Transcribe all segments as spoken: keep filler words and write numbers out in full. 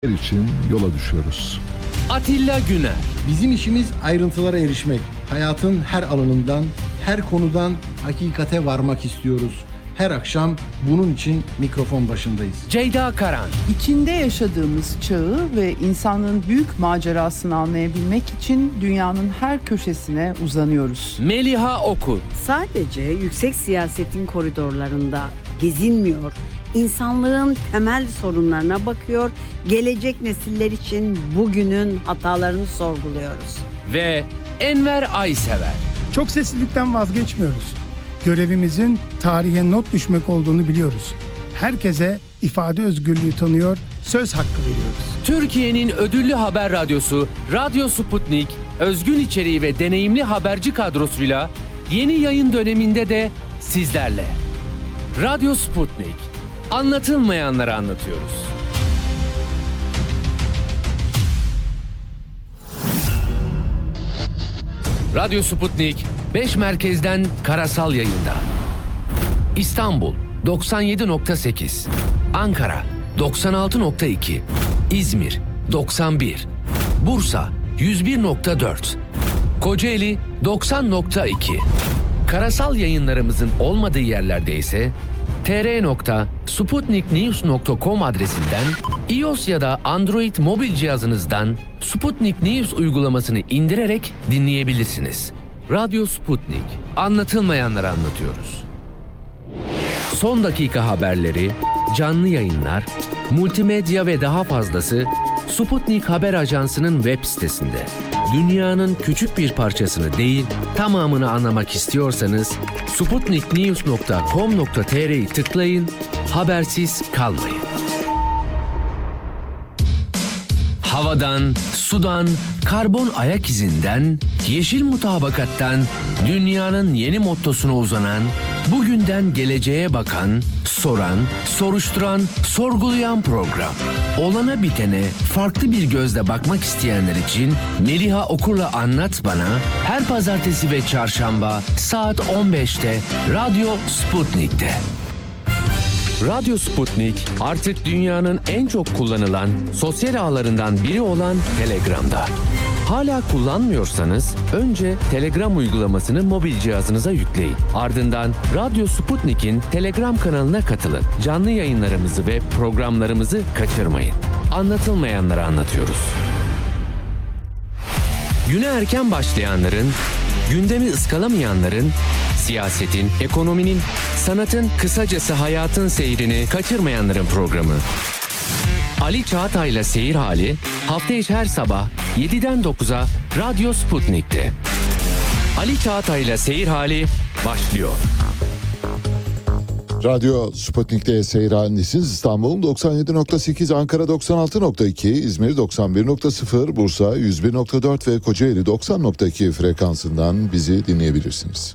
için yola düşüyoruz. Atilla Güner. Bizim işimiz ayrıntılara erişmek. Hayatın her alanından, her konudan hakikate varmak istiyoruz. Her akşam bunun için mikrofon başındayız. Ceyda Karan. İçinde yaşadığımız çağı ve insanlığın büyük macerasını anlayabilmek için dünyanın her köşesine uzanıyoruz. Meliha Okur. Sadece yüksek siyasetin koridorlarında gezinmiyor, insanlığın temel sorunlarına bakıyor, gelecek nesiller için bugünün hatalarını sorguluyoruz. Ve Enver Aysever. Çok seslilikten vazgeçmiyoruz. Görevimizin tarihe not düşmek olduğunu biliyoruz. Herkese ifade özgürlüğü tanıyor, söz hakkı veriyoruz. Türkiye'nin ödüllü haber radyosu Radyo Sputnik, özgün içeriği ve deneyimli haberci kadrosuyla yeni yayın döneminde de sizlerle. Radyo Sputnik, anlatılmayanları anlatıyoruz. Radyo Sputnik, beş merkezden karasal yayında. İstanbul doksan yedi nokta sekiz, Ankara doksan altı nokta iki, İzmir doksan bir, Bursa yüz bir nokta dört, Kocaeli doksan nokta iki. Karasal yayınlarımızın olmadığı yerlerde ise t r nokta sputniknews nokta com adresinden iOS ya da Android mobil cihazınızdan Sputnik News uygulamasını indirerek dinleyebilirsiniz. Radyo Sputnik, anlatılmayanları anlatıyoruz. Son dakika haberleri, canlı yayınlar, multimedya ve daha fazlası Sputnik Haber Ajansı'nın web sitesinde. Dünyanın küçük bir parçasını değil, tamamını anlamak istiyorsanız sputniknews nokta com nokta t r'yi tıklayın, habersiz kalmayın. Havadan, sudan, karbon ayak izinden, yeşil mutabakattan, dünyanın yeni mottosuna uzanan, bugünden geleceğe bakan, soran, soruşturan, sorgulayan program. Olana bitene farklı bir gözle bakmak isteyenler için Meliha Okur'la Anlat Bana her pazartesi ve çarşamba saat on beşte Radyo Sputnik'te. Radyo Sputnik artık dünyanın en çok kullanılan sosyal ağlarından biri olan Telegram'da. Hala kullanmıyorsanız önce Telegram uygulamasını mobil cihazınıza yükleyin. Ardından Radyo Sputnik'in Telegram kanalına katılın. Canlı yayınlarımızı ve programlarımızı kaçırmayın. Anlatılmayanları anlatıyoruz. Güne erken başlayanların, gündemi ıskalamayanların, siyasetin, ekonominin, sanatın, kısacası hayatın seyrini kaçırmayanların programı. Ali Çağatay'la Seyir Hali hafta içi her sabah yediden dokuza Radyo Sputnik'te. Ali Çağatay'la Seyir Hali başlıyor. Radyo Sputnik'te seyir halindesiniz. İstanbul doksan yedi nokta sekiz, Ankara doksan altı nokta iki, İzmir doksan bir nokta sıfır, Bursa yüz bir nokta dört ve Kocaeli doksan nokta iki frekansından bizi dinleyebilirsiniz.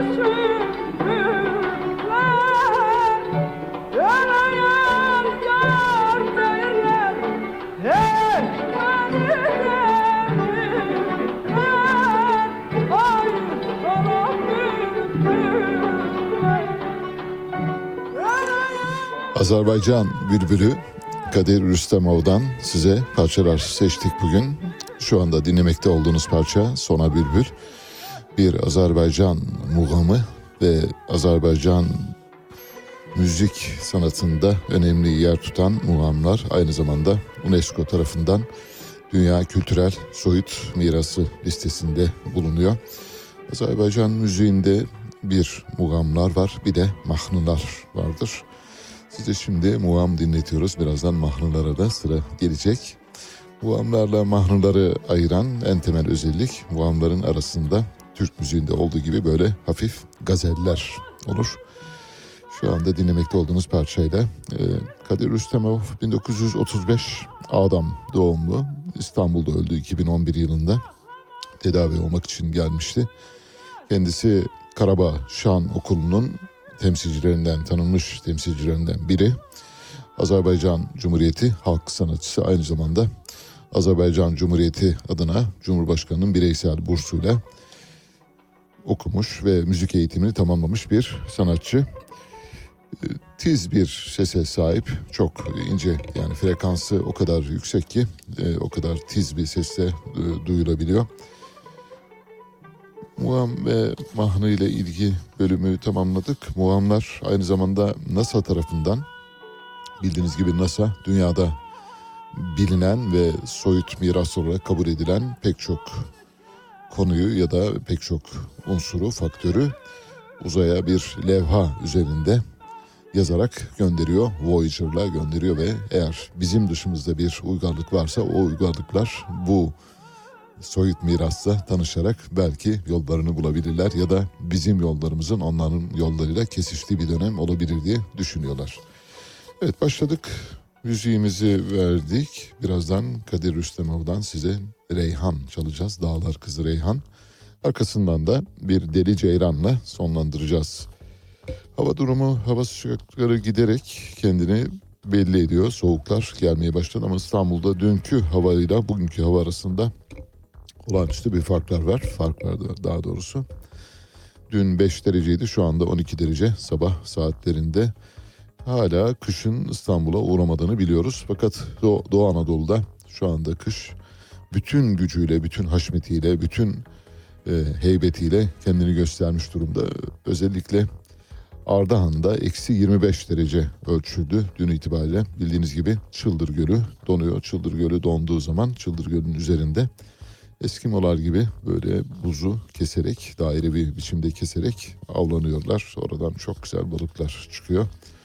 Azerbaycan bülbülü Kadir Rüstemov'dan size parçalar seçtik bugün. Şu anda dinlemekte olduğunuz parça Sona Bülbül. Bir Azerbaycan muğamı ve Azerbaycan müzik sanatında önemli yer tutan muğamlar aynı zamanda UNESCO tarafından Dünya Kültürel Soyut Mirası listesinde bulunuyor. Azerbaycan müziğinde bir muğamlar var, bir de mahnılar vardır. Size şimdi muğam dinletiyoruz. Birazdan mahnılara da sıra gelecek. Muğamlarla mahnıları ayıran en temel özellik muğamların arasında Türk müziğinde olduğu gibi böyle hafif gazeller olur. Şu anda dinlemekte olduğunuz parçayla e, Kadir Rüstemov bin dokuz yüz otuz beş Adam doğumlu, İstanbul'da öldü iki bin on bir yılında. Tedavi olmak için gelmişti. Kendisi Karabağ Şan Okulu'nun temsilcilerinden, tanınmış temsilcilerinden biri. Azerbaycan Cumhuriyeti halk sanatçısı, aynı zamanda Azerbaycan Cumhuriyeti adına Cumhurbaşkanı'nın bireysel bursuyla okumuş ve müzik eğitimini tamamlamış bir sanatçı. Tiz bir sese sahip, çok ince, yani frekansı o kadar yüksek ki o kadar tiz bir sesle duyulabiliyor. Muğam ve mahnı ile ilgi bölümü tamamladık. Muğamlar aynı zamanda NASA tarafından, bildiğiniz gibi NASA dünyada bilinen ve soyut miras olarak kabul edilen pek çok konuyu ya da pek çok unsuru, faktörü uzaya bir levha üzerinde yazarak gönderiyor. Voyager'la gönderiyor ve eğer bizim dışımızda bir uygarlık varsa o uygarlıklar bu soyut mirasla tanışarak belki yollarını bulabilirler ya da bizim yollarımızın onların yollarıyla kesiştiği bir dönem olabilir diye düşünüyorlar. Evet, başladık. Müziğimizi verdik. Birazdan Kadir Rüstemov'dan size Reyhan çalacağız. Dağlar Kızı Reyhan. Arkasından da bir Deli Ceyran'la sonlandıracağız. Hava durumu, hava sıcaklıkları giderek kendini belli ediyor. Soğuklar gelmeye başladı ama İstanbul'da dünkü havayla bugünkü hava arasında olağanüstü bir farklar var. Farklar da daha doğrusu. Dün beş dereceydi, şu anda on iki derece sabah saatlerinde. Hala kışın İstanbul'a uğramadığını biliyoruz. Fakat Doğu, Doğu Anadolu'da şu anda kış bütün gücüyle, bütün haşmetiyle, bütün e, heybetiyle kendini göstermiş durumda. Özellikle Ardahan'da eksi yirmi beş derece ölçüldü dün itibariyle. Bildiğiniz gibi Çıldır Gölü donuyor. Çıldır Gölü donduğu zaman Çıldır Gölü'nün üzerinde Eskimolar gibi böyle buzu keserek, daire bir biçimde keserek avlanıyorlar. Oradan çok güzel balıklar çıkıyor.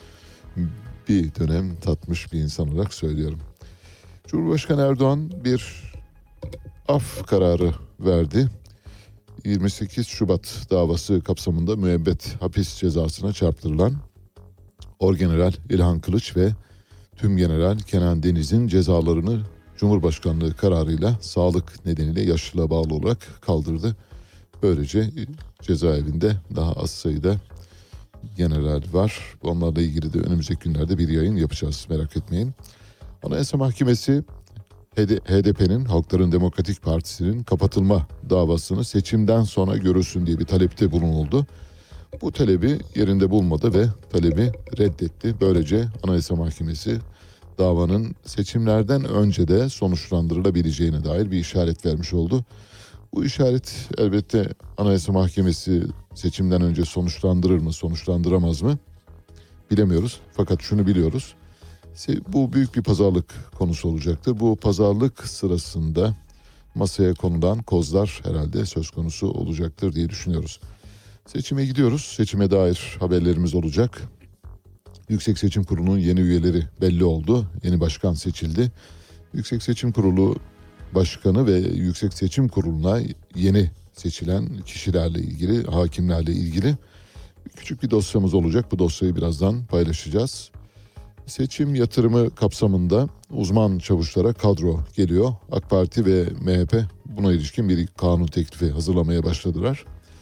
Bir dönem tatmış bir insan olarak söylüyorum. Cumhurbaşkanı Erdoğan bir af kararı verdi. yirmi sekiz Şubat davası kapsamında müebbet hapis cezasına çarptırılan Orgeneral İlhan Kılıç ve Tümgeneral Kenan Deniz'in cezalarını Cumhurbaşkanlığı kararıyla sağlık nedeniyle yaşlılığa bağlı olarak kaldırdı. Böylece cezaevinde daha az sayıda general var. Onlarla ilgili de önümüzdeki günlerde bir yayın yapacağız, merak etmeyin. Anayasa Mahkemesi H D P'nin, Halkların Demokratik Partisi'nin kapatılma davasını seçimden sonra görülsün diye bir talepte bulunuldu. Bu talebi yerinde bulmadı ve talebi reddetti. Böylece Anayasa Mahkemesi davanın seçimlerden önce de sonuçlandırılabileceğine dair bir işaret vermiş oldu. Bu işaret elbette Anayasa Mahkemesi seçimden önce sonuçlandırır mı, sonuçlandıramaz mı bilemiyoruz. Fakat şunu biliyoruz. Bu büyük bir pazarlık konusu olacaktır. Bu pazarlık sırasında masaya konulan kozlar herhalde söz konusu olacaktır diye düşünüyoruz. Seçime gidiyoruz. Seçime dair haberlerimiz olacak. Yüksek Seçim Kurulu'nun yeni üyeleri belli oldu. Yeni başkan seçildi. Yüksek Seçim Kurulu Başkanı ve Yüksek Seçim Kurulu'na yeni seçilen kişilerle ilgili, hakimlerle ilgili küçük bir dosyamız olacak. Bu dosyayı birazdan paylaşacağız. Seçim yatırımı kapsamında uzman çavuşlara kadro geliyor. AK Parti ve M H P buna ilişkin bir kanun teklifi hazırlamaya başladılar.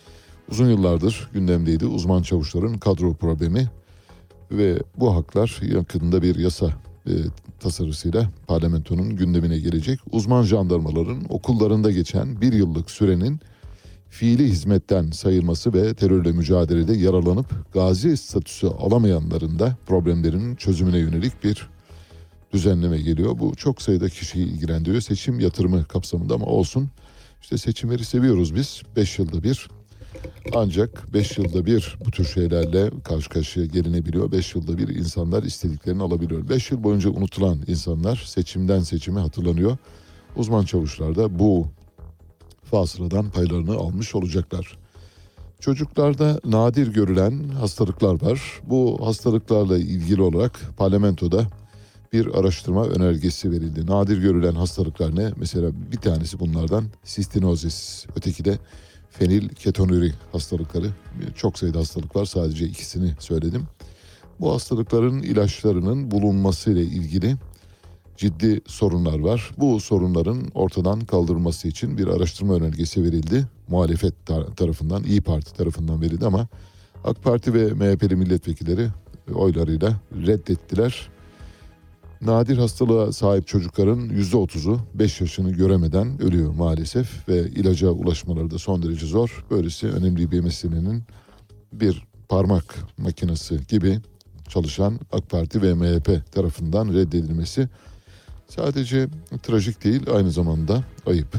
Uzun yıllardır gündemdeydi uzman çavuşların kadro problemi ve bu haklar yakında bir yasa e, tasarısıyla parlamentonun gündemine gelecek. Uzman jandarmaların okullarında geçen bir yıllık sürenin fiili hizmetten sayılması ve terörle mücadelede yaralanıp gazi statüsü alamayanların da problemlerinin çözümüne yönelik bir düzenleme geliyor. Bu çok sayıda kişiyi ilgilendiriyor. Seçim yatırımı kapsamında ama olsun. İşte seçimleri seviyoruz biz. Beş yılda bir. Ancak beş yılda bir bu tür şeylerle karşı karşıya gelinebiliyor. Beş yılda bir insanlar istediklerini alabiliyor. Beş yıl boyunca unutulan insanlar seçimden seçime hatırlanıyor. Uzman çavuşlar da bu fasıladan paylarını almış olacaklar. Çocuklarda nadir görülen hastalıklar var. Bu hastalıklarla ilgili olarak parlamentoda bir araştırma önergesi verildi. Nadir görülen hastalıklar ne? Mesela bir tanesi bunlardan sistinozis, öteki de fenilketonuri hastalıkları. Çok sayıda hastalık var, sadece ikisini söyledim. Bu hastalıkların ilaçlarının bulunması ile ilgili ciddi sorunlar var. Bu sorunların ortadan kaldırılması için bir araştırma önergesi verildi. Muhalefet tar- tarafından, İyi Parti tarafından verildi ama AK Parti ve M H P'li milletvekilleri oylarıyla reddettiler. Nadir hastalığa sahip çocukların yüzde otuzu beş yaşını göremeden ölüyor maalesef ve ilaca ulaşmaları da son derece zor. Böylesi önemli bir meselenin bir parmak makinesi gibi çalışan AK Parti ve M H P tarafından reddedilmesi sadece trajik değil, aynı zamanda ayıp.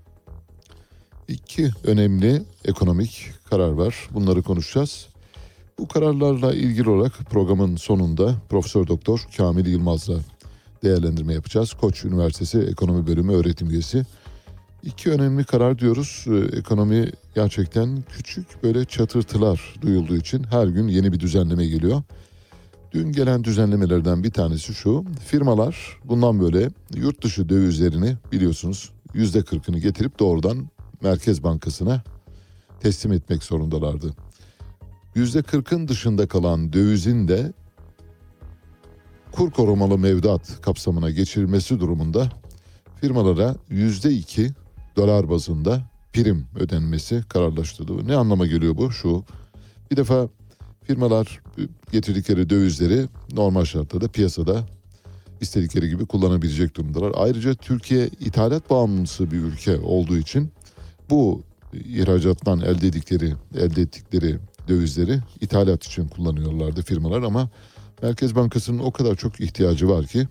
İki önemli ekonomik karar var. Bunları konuşacağız. Bu kararlarla ilgili olarak programın sonunda Profesör Doktor Kamil Yılmaz'la değerlendirme yapacağız. Koç Üniversitesi Ekonomi Bölümü öğretim üyesi. İki önemli karar diyoruz. Ee, ekonomi gerçekten küçük böyle çatırtılar duyulduğu için her gün yeni bir düzenleme geliyor. Dün gelen düzenlemelerden bir tanesi şu: firmalar bundan böyle yurt dışı dövizlerini biliyorsunuz yüzde kırkını getirip doğrudan Merkez Bankası'na teslim etmek zorundalardı. yüzde kırkın dışında kalan dövizin de kur korumalı mevduat kapsamına geçirilmesi durumunda firmalara yüzde iki dolar bazında prim ödenmesi kararlaştırıldı. Ne anlama geliyor bu? Şu: bir defa firmalar getirdikleri dövizleri normal şartlarda piyasada istedikleri gibi kullanabilecek durumdalar. Ayrıca Türkiye ithalat bağımlısı bir ülke olduğu için bu ihracattan elde ettikleri, elde ettikleri dövizleri ithalat için kullanıyorlardı firmalar ama Merkez Bankası'nın o kadar çok ihtiyacı var ki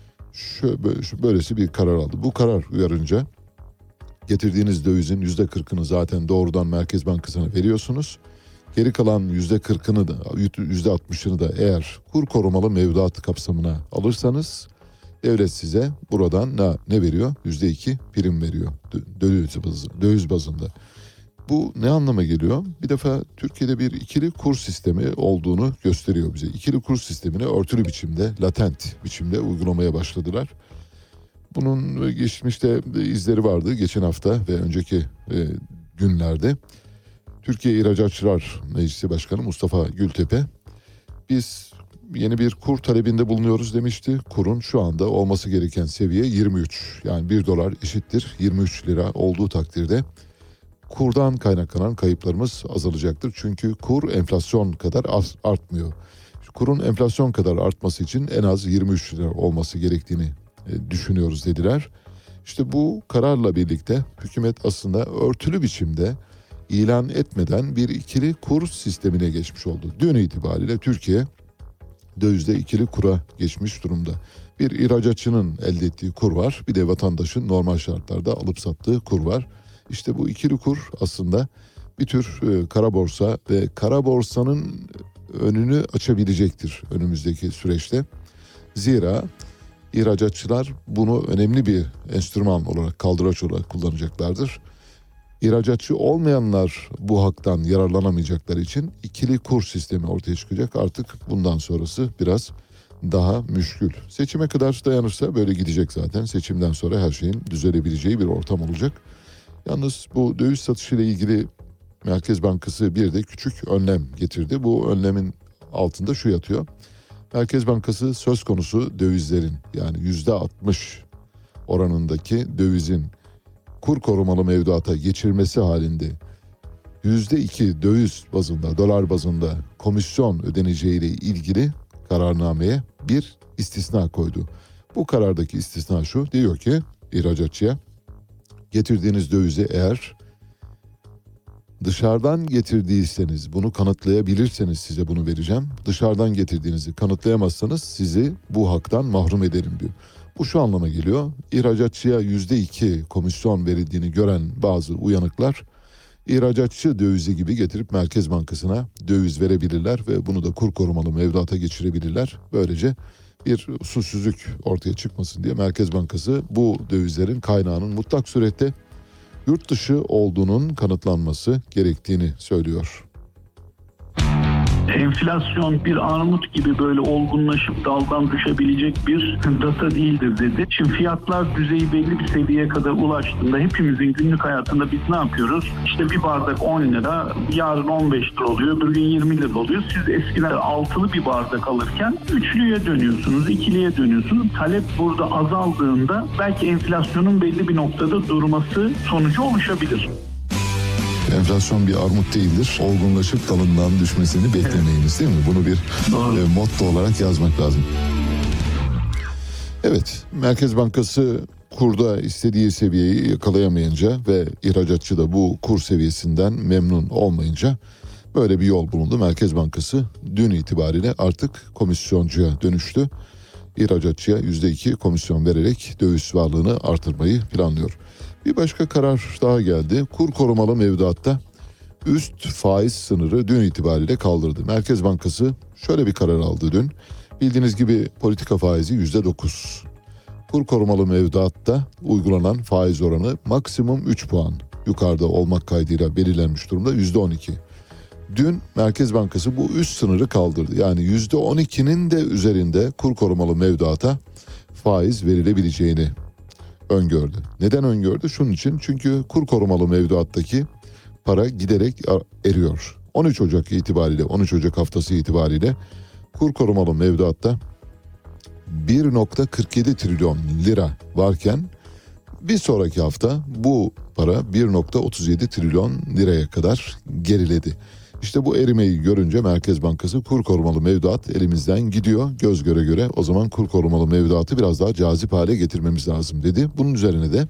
şöyle, böylesi bir karar aldı. Bu karar uyarınca getirdiğiniz dövizin yüzde kırkını zaten doğrudan Merkez Bankası'na veriyorsunuz. Geri kalan yüzde kırkını da yüzde altmışını da eğer kur korumalı mevduat kapsamına alırsanız devlet size buradan ne, ne veriyor? yüzde iki prim veriyor döviz bazında. Döviz bazında. Bu ne anlama geliyor? Bir defa Türkiye'de bir ikili kur sistemi olduğunu gösteriyor bize. İkili kur sistemini örtülü biçimde, latent biçimde uygulamaya başladılar. Bunun geçmişte izleri vardı geçen hafta ve önceki e, günlerde. Türkiye İhracatçılar Meclisi Başkanı Mustafa Gültepe, biz yeni bir kur talebinde bulunuyoruz demişti. Kurun şu anda olması gereken seviye yirmi üç. Yani bir dolar eşittir yirmi üç lira olduğu takdirde kurdan kaynaklanan kayıplarımız azalacaktır. Çünkü kur enflasyon kadar artmıyor. Kurun enflasyon kadar artması için en az yirmi üç lira olması gerektiğini düşünüyoruz dediler. İşte bu kararla birlikte hükümet aslında örtülü biçimde ilan etmeden bir ikili kur sistemine geçmiş oldu. Dün itibariyle Türkiye dövizde ikili kura geçmiş durumda. Bir ihracatçının elde ettiği kur var, bir de vatandaşın normal şartlarda alıp sattığı kur var. İşte bu ikili kur aslında bir tür e, kara borsa ve kara borsanın önünü açabilecektir önümüzdeki süreçte. Zira ihracatçılar bunu önemli bir enstrüman olarak, kaldıraç olarak kullanacaklardır. İhracatçı olmayanlar bu haktan yararlanamayacakları için ikili kur sistemi ortaya çıkacak. Artık bundan sonrası biraz daha müşkül. Seçime kadar dayanırsa böyle gidecek zaten. Seçimden sonra her şeyin düzelebileceği bir ortam olacak. Yalnız bu döviz satışı ile ilgili Merkez Bankası bir de küçük önlem getirdi. Bu önlemin altında şu yatıyor: Merkez Bankası söz konusu dövizlerin, yani yüzde altmış oranındaki dövizin kur korumalı mevduata geçirmesi halinde yüzde iki döviz bazında, dolar bazında komisyon ödeneceğiyle ilgili kararnameye bir istisna koydu. Bu karardaki istisna şu, diyor ki ihracatçıya, getirdiğiniz dövizi eğer dışarıdan getirdiyseniz, bunu kanıtlayabilirseniz size bunu vereceğim. Dışarıdan getirdiğinizi kanıtlayamazsanız sizi bu haktan mahrum ederim diyor. Bu şu anlama geliyor: İhracatçıya yüzde iki komisyon verildiğini gören bazı uyanıklar, ihracatçı dövizi gibi getirip Merkez Bankası'na döviz verebilirler ve bunu da kur korumalı mevduata geçirebilirler. Böylece bir usulsüzlük ortaya çıkmasın diye Merkez Bankası bu dövizlerin kaynağının mutlak surette yurt dışı olduğunun kanıtlanması gerektiğini söylüyor. Enflasyon bir armut gibi böyle olgunlaşıp daldan düşebilecek bir data değildir dedi. Şimdi fiyatlar düzeyi belli bir seviyeye kadar ulaştığında hepimizin günlük hayatında biz ne yapıyoruz? İşte bir bardak on lira, yarın on beş lira oluyor, öbür gün yirmi lira oluyor. Siz eskiden altılı bir bardak alırken üçlüye dönüyorsunuz, ikiliye dönüyorsunuz. Talep burada azaldığında belki enflasyonun belli bir noktada durması sonucu oluşabilir. Enflasyon bir armut değildir. Olgunlaşıp dalından düşmesini beklemeyiniz, değil mi? Bunu bir e, motto olarak yazmak lazım. Evet, Merkez Bankası kurda istediği seviyeyi yakalayamayınca ve ihracatçı da bu kur seviyesinden memnun olmayınca böyle bir yol bulundu. Merkez Bankası dün itibariyle artık komisyoncuya dönüştü. İhracatçıya yüzde iki komisyon vererek döviz varlığını artırmayı planlıyor. Bir başka karar daha geldi. Kur korumalı mevduatta üst faiz sınırı dün itibariyle kaldırdı. Merkez Bankası şöyle bir karar aldı dün. Bildiğiniz gibi politika faizi yüzde dokuz. Kur korumalı mevduatta uygulanan faiz oranı maksimum üç puan yukarıda olmak kaydıyla belirlenmiş durumda, yüzde on iki. Dün Merkez Bankası bu üst sınırı kaldırdı. Yani yüzde on ikinin de üzerinde kur korumalı mevduata faiz verilebileceğini öngördü. Neden öngördü? Şunun için, çünkü kur korumalı mevduattaki para giderek eriyor. on üç Ocak itibariyle, on üç Ocak haftası itibariyle kur korumalı mevduatta bir virgül kırk yedi trilyon lira varken bir sonraki hafta bu para bir virgül otuz yedi trilyon liraya kadar geriledi. İşte bu erimeyi görünce Merkez Bankası kur korumalı mevduat elimizden gidiyor, göz göre göre o zaman kur korumalı mevduatı biraz daha cazip hale getirmemiz lazım dedi. Bunun üzerine de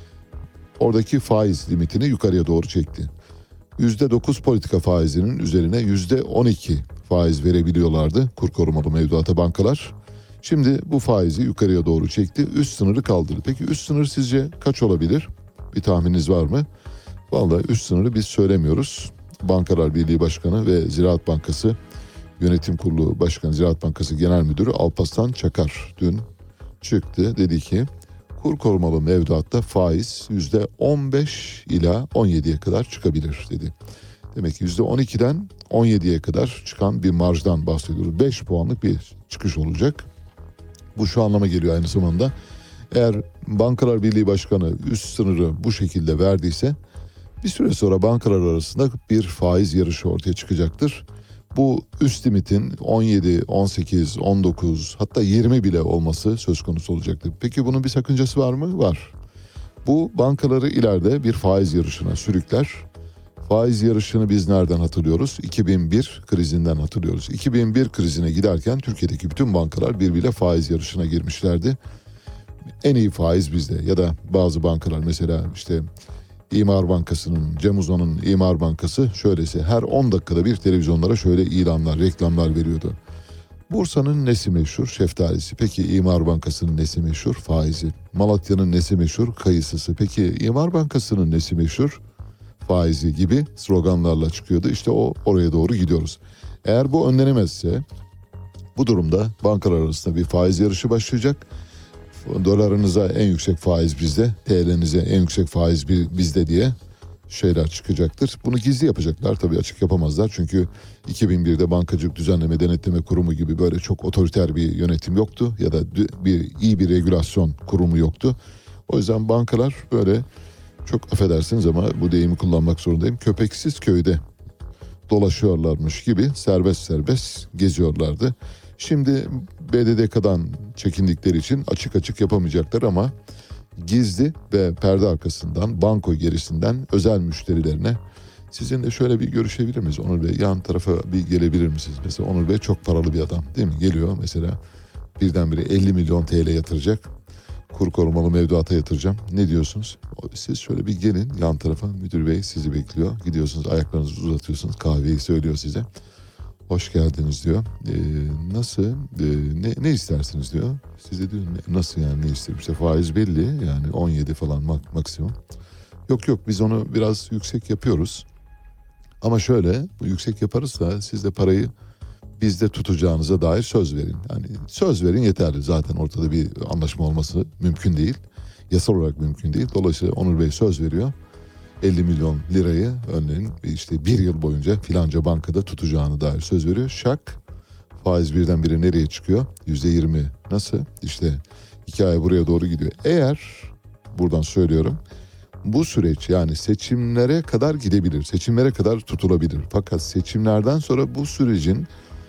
oradaki faiz limitini yukarıya doğru çekti. yüzde dokuz politika faizinin üzerine yüzde on iki faiz verebiliyorlardı kur korumalı mevduata bankalar. Şimdi bu faizi yukarıya doğru çekti, üst sınırı kaldırdı. Peki üst sınır sizce kaç olabilir? Bir tahmininiz var mı? Vallahi üst sınırı biz söylemiyoruz. Bankalar Birliği Başkanı ve Ziraat Bankası Yönetim Kurulu Başkanı, Ziraat Bankası Genel Müdürü Alparslan Çakar dün çıktı. Dedi ki kur korumalı mevduatta faiz yüzde on beş ila on yediye kadar çıkabilir dedi. Demek ki yüzde on ikiden on yediye kadar çıkan bir marjdan bahsediyoruz. beş puanlık bir çıkış olacak. Bu şu anlama geliyor aynı zamanda. Eğer Bankalar Birliği Başkanı üst sınırı bu şekilde verdiyse bir süre sonra bankalar arasında bir faiz yarışı ortaya çıkacaktır. Bu üst limitin on yedi, on sekiz, on dokuz hatta yirmi bile olması söz konusu olacaktır. Peki bunun bir sakıncası var mı? Var. Bu bankaları ileride bir faiz yarışına sürükler. Faiz yarışını biz nereden hatırlıyoruz? iki bin bir krizinden hatırlıyoruz. iki bin bir krizine giderken Türkiye'deki bütün bankalar birbiriyle faiz yarışına girmişlerdi. En iyi faiz bizde, ya da bazı bankalar, mesela işte İmar Bankası'nın, Cem Uzan'ın İmar Bankası şöylesi her on dakikada bir televizyonlara şöyle ilanlar, reklamlar veriyordu. Bursa'nın nesi meşhur? Şeftalisi. Peki İmar Bankası'nın nesi meşhur? Faizi. Malatya'nın nesi meşhur? Kayısısı. Peki İmar Bankası'nın nesi meşhur? Faizi gibi sloganlarla çıkıyordu. İşte o oraya doğru gidiyoruz. Eğer bu önlenemezse bu durumda bankalar arasında bir faiz yarışı başlayacak. Dolarınıza en yüksek faiz bizde, T L'nize en yüksek faiz bizde diye şeyler çıkacaktır. Bunu gizli yapacaklar, tabii açık yapamazlar. Çünkü iki bin birde Bankacılık Düzenleme Denetleme Kurumu gibi böyle çok otoriter bir yönetim yoktu ya da bir iyi bir regülasyon kurumu yoktu. O yüzden bankalar böyle, çok affedersiniz ama bu deyimi kullanmak zorundayım, köpeksiz köyde dolaşıyorlarmış gibi serbest serbest geziyorlardı. Şimdi B D D K'dan çekindikleri için açık açık yapamayacaklar ama gizli ve perde arkasından, banko gerisinden özel müşterilerine Sizinle şöyle bir görüşebilir miyiz Onur Bey? Yan tarafa bir gelebilir misiniz? Mesela Onur Bey çok paralı bir adam değil mi? Geliyor mesela birdenbire elli milyon T L yatıracak. Kur korumalı mevduata yatıracağım. Ne diyorsunuz? Siz şöyle bir gelin yan tarafa. Müdür bey sizi bekliyor. Gidiyorsunuz, ayaklarınızı uzatıyorsunuz. Kahveyi söylüyor size. Hoş geldiniz diyor. Ee, nasıl? Ee, ne, ne istersiniz diyor. Size diyor nasıl yani ne isterim? İşte faiz belli yani on yedi falan mak- maksimum. Yok yok biz onu biraz yüksek yapıyoruz. Ama şöyle yüksek yaparız da siz de parayı bizde tutacağınıza dair söz verin. Yani söz verin yeterli. Zaten ortada bir anlaşma olması mümkün değil. Yasal olarak mümkün değil. Dolayısıyla Onur Bey söz veriyor. elli milyon lirayı örneğin işte bir yıl boyunca filanca bankada tutacağını dair söz veriyor. Şak faiz birdenbire nereye çıkıyor? yüzde yirmi. Nasıl? İşte hikaye buraya doğru gidiyor. Eğer buradan söylüyorum bu süreç yani seçimlere kadar gidebilir. Seçimlere kadar tutulabilir. Fakat seçimlerden sonra bu sürecin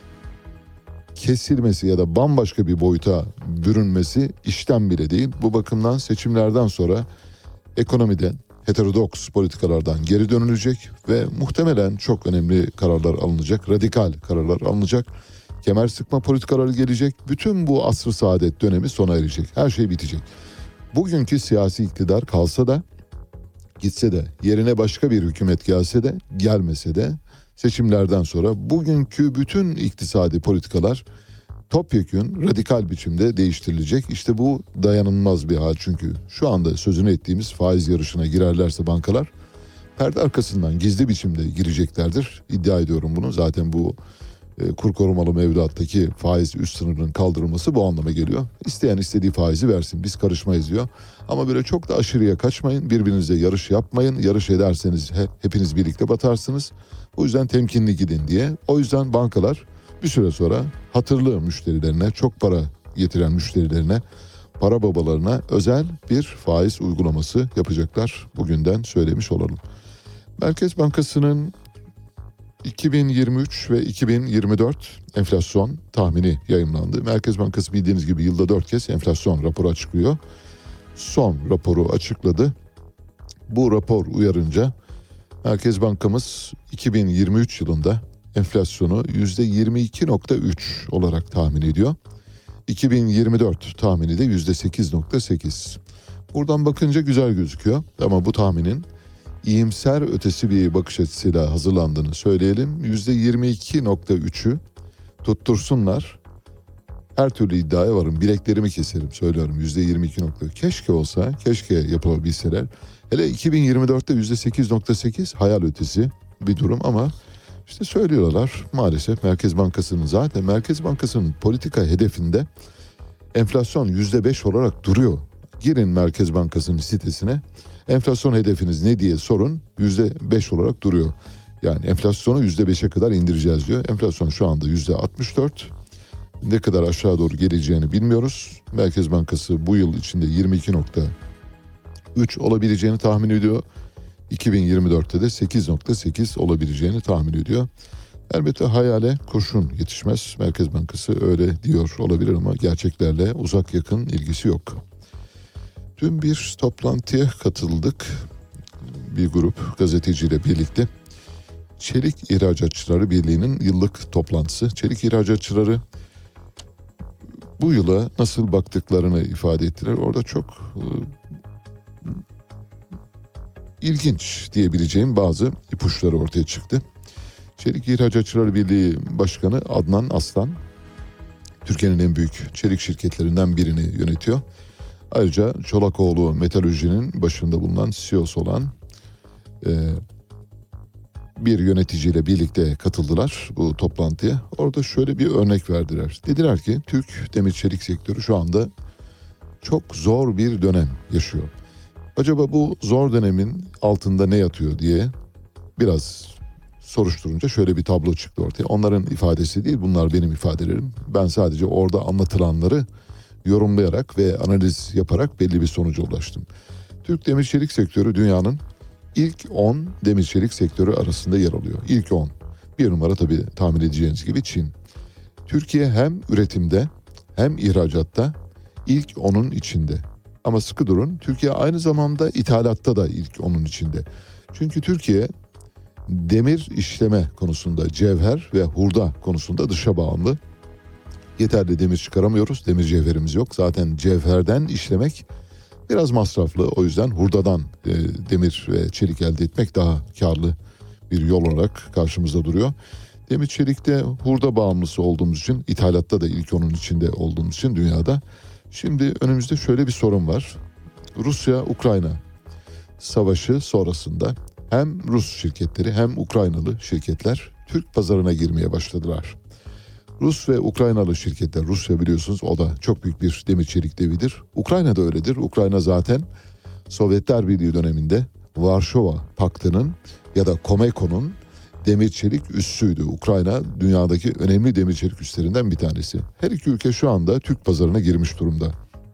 kesilmesi ya da bambaşka bir boyuta bürünmesi işten bile değil. Bu bakımdan seçimlerden sonra ekonomiden, heterodoks politikalardan geri dönülecek ve muhtemelen çok önemli kararlar alınacak, radikal kararlar alınacak. Kemer sıkma politikaları gelecek. Bütün bu asr-ı saadet dönemi sona erecek. Her şey bitecek. Bugünkü siyasi iktidar kalsa da, gitse de, yerine başka bir hükümet gelse de, gelmese de seçimlerden sonra bugünkü bütün iktisadi politikalar topyekün radikal biçimde değiştirilecek. İşte bu dayanılmaz bir hal çünkü şu anda sözünü ettiğimiz faiz yarışına girerlerse bankalar perde arkasından gizli biçimde gireceklerdir. İddia ediyorum bunu. Zaten bu e, kur korumalı mevduattaki faiz üst sınırının kaldırılması bu anlama geliyor. İsteyen istediği faizi versin, biz karışmayız diyor. Ama böyle çok da aşırıya kaçmayın, birbirinize yarış yapmayın. Yarış ederseniz he, hepiniz birlikte batarsınız. O yüzden temkinli gidin diye. O yüzden bankalar bir süre sonra hatırlı müşterilerine, çok para getiren müşterilerine, para babalarına özel bir faiz uygulaması yapacaklar. Bugünden söylemiş olalım. Merkez Bankası'nın iki bin yirmi üç ve iki bin yirmi dört enflasyon tahmini yayımlandı. Merkez Bankası bildiğiniz gibi yılda dört kez enflasyon raporu açıklıyor. Son raporu açıkladı. Bu rapor uyarınca Merkez Bankamız iki bin yirmi üç yılında enflasyonu yüzde yirmi iki nokta üç olarak tahmin ediyor. iki bin yirmi dört tahmini de yüzde sekiz nokta sekiz. Buradan bakınca güzel gözüküyor ama bu tahminin iyimser ötesi bir bakış açısıyla hazırlandığını söyleyelim. yüzde yirmi iki nokta üçü tuttursunlar. Her türlü iddiaya varım. Bileklerimi keserim söylüyorum. yüzde yirmi iki nokta üç. Keşke olsa, keşke yapılabilseler. Hele iki bin yirmi dörtte yüzde sekiz nokta sekiz hayal ötesi bir durum ama işte söylüyorlar maalesef Merkez Bankası'nın zaten Merkez Bankası'nın politika hedefinde enflasyon yüzde beş olarak duruyor. Girin Merkez Bankası'nın sitesine, enflasyon hedefiniz ne diye sorun, yüzde beş olarak duruyor. Yani enflasyonu yüzde beşe kadar indireceğiz diyor. Enflasyon şu anda yüzde altmış dört. Ne kadar aşağı doğru geleceğini bilmiyoruz. Merkez Bankası bu yıl içinde yirmi iki nokta üç olabileceğini tahmin ediyor. iki bin yirmi dörtte de sekiz nokta sekiz olabileceğini tahmin ediyor. Elbette hayale kurşun yetişmez. Merkez Bankası öyle diyor olabilir ama gerçeklerle uzak yakın ilgisi yok. Dün bir toplantıya katıldık. Bir grup gazeteciyle birlikte. Çelik İhracatçıları Birliği'nin yıllık toplantısı. Çelik İhracatçıları bu yıla nasıl baktıklarını ifade ettiler. Orada çok e, ilginç diyebileceğim bazı ipuçları ortaya çıktı. Çelik İhracatçıları Birliği Başkanı Adnan Aslan, Türkiye'nin en büyük çelik şirketlerinden birini yönetiyor. Ayrıca Çolakoğlu Metalürji'nin başında bulunan C E O'su olan e, bir yöneticiyle birlikte katıldılar bu toplantıya. Orada şöyle bir örnek verdiler. Dediler ki Türk demir çelik sektörü şu anda çok zor bir dönem yaşıyor. Acaba bu zor dönemin altında ne yatıyor diye biraz soruşturunca şöyle bir tablo çıktı ortaya. Onların ifadesi değil, bunlar benim ifadelerim. Ben sadece orada anlatılanları yorumlayarak ve analiz yaparak belli bir sonuca ulaştım. Türk demir çelik sektörü dünyanın ilk on demir çelik sektörü arasında yer alıyor. İlk on. Bir numara tabii tahmin edeceğiniz gibi Çin. Türkiye hem üretimde hem ihracatta ilk onun içinde. Ama sıkı durun, Türkiye aynı zamanda ithalatta da ilk onun içinde. Çünkü Türkiye Demir işleme konusunda, cevher ve hurda konusunda dışa bağımlı. Yeterli demir çıkaramıyoruz. Demir cevherimiz yok. Zaten cevherden işlemek biraz masraflı. O yüzden hurdadan e, demir ve çelik elde etmek daha karlı bir yol olarak karşımızda duruyor. Demir çelikte hurda bağımlısı olduğumuz için, ithalatta da ilk onun içinde olduğumuz için dünyada. Şimdi önümüzde şöyle bir sorun var. Rusya-Ukrayna savaşı sonrasında hem Rus şirketleri hem Ukraynalı şirketler Türk pazarına girmeye başladılar. Rus ve Ukraynalı şirketler, Rusya biliyorsunuz o da çok büyük bir demir çelik devidir. Ukrayna da öyledir. Ukrayna zaten Sovyetler Birliği döneminde Varşova Paktı'nın ya da Comeco'nun demir çelik üssüydü. Ukrayna dünyadaki önemli demir çelik üslerinden bir tanesi. Her iki ülke şu anda Türk pazarına girmiş durumda.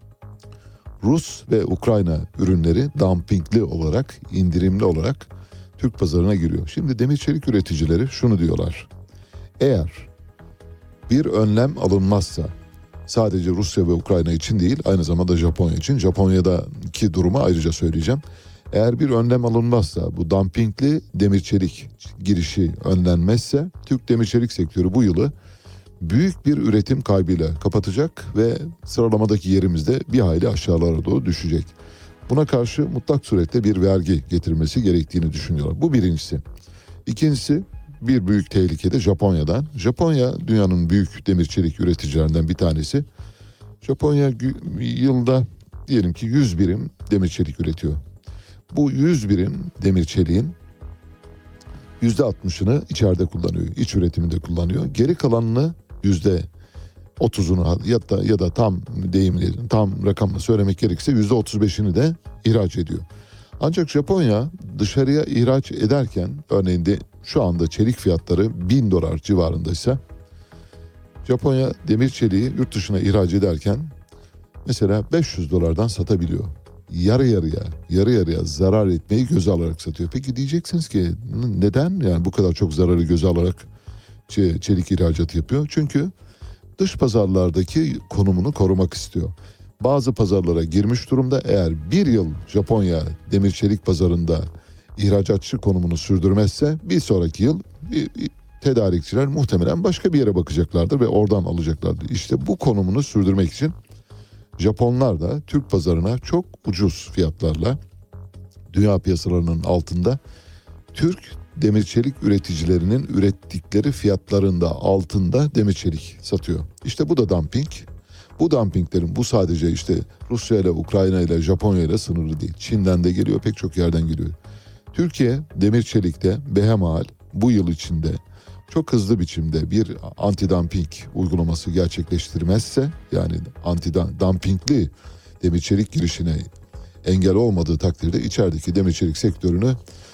Rus ve Ukrayna ürünleri dumpingli olarak, indirimli olarak Türk pazarına giriyor. Şimdi demir çelik üreticileri şunu diyorlar. Eğer bir önlem alınmazsa, sadece Rusya ve Ukrayna için değil, aynı zamanda Japonya için, Japonya'daki durumu ayrıca söyleyeceğim. Eğer bir önlem alınmazsa, bu dumpingli demir çelik girişi önlenmezse, Türk demir çelik sektörü bu yılı büyük bir üretim kaybıyla kapatacak ve sıralamadaki yerimizde bir hayli aşağılara doğru düşecek. Buna karşı mutlak surette bir vergi getirmesi gerektiğini düşünüyorlar. Bu birincisi. İkincisi, bir büyük tehlike de Japonya'dan. Japonya dünyanın büyük demir çelik üreticilerinden bir tanesi. Japonya yılda diyelim ki yüz birim demir çelik üretiyor. Bu yüz birim demir çeliğin yüzde altmışını içeride kullanıyor, iç üretiminde kullanıyor. Geri kalanını yüzde otuzunu ya da ya da tam deyimli, tam rakamla söylemek gerekirse yüzde otuz beşini de ihraç ediyor. Ancak Japonya dışarıya ihraç ederken, örneğin de şu anda çelik fiyatları bin dolar civarındaysa, Japonya demir çeliği yurt dışına ihraç ederken mesela beş yüz dolardan satabiliyor. Yarı yarıya, yarı yarıya zarar etmeyi göze alarak satıyor. Peki diyeceksiniz ki neden yani bu kadar çok zararı göze alarak çelik ihracatı yapıyor? Çünkü dış pazarlardaki konumunu korumak istiyor. Bazı pazarlara girmiş durumda. Eğer bir yıl Japonya demir çelik pazarında ihracatçı konumunu sürdürmezse bir sonraki yıl tedarikçiler muhtemelen başka bir yere bakacaklardır ve oradan alacaklardır. İşte bu konumunu sürdürmek için Japonlar da Türk pazarına çok ucuz fiyatlarla, dünya piyasalarının altında, Türk demir çelik üreticilerinin ürettikleri fiyatların da altında demir çelik satıyor. İşte bu da dumping. Bu dumpinglerin bu sadece işte Rusya ile, Ukrayna ile, Japonya ile sınırlı değil. Çin'den de geliyor, pek çok yerden geliyor. Türkiye demir çelikte behemahal bu yıl içinde çok hızlı biçimde bir anti-dumping uygulaması gerçekleştirmezse, yani anti-dumpingli demir çelik girişine engel olmadığı takdirde içerideki demir çelik sektörünü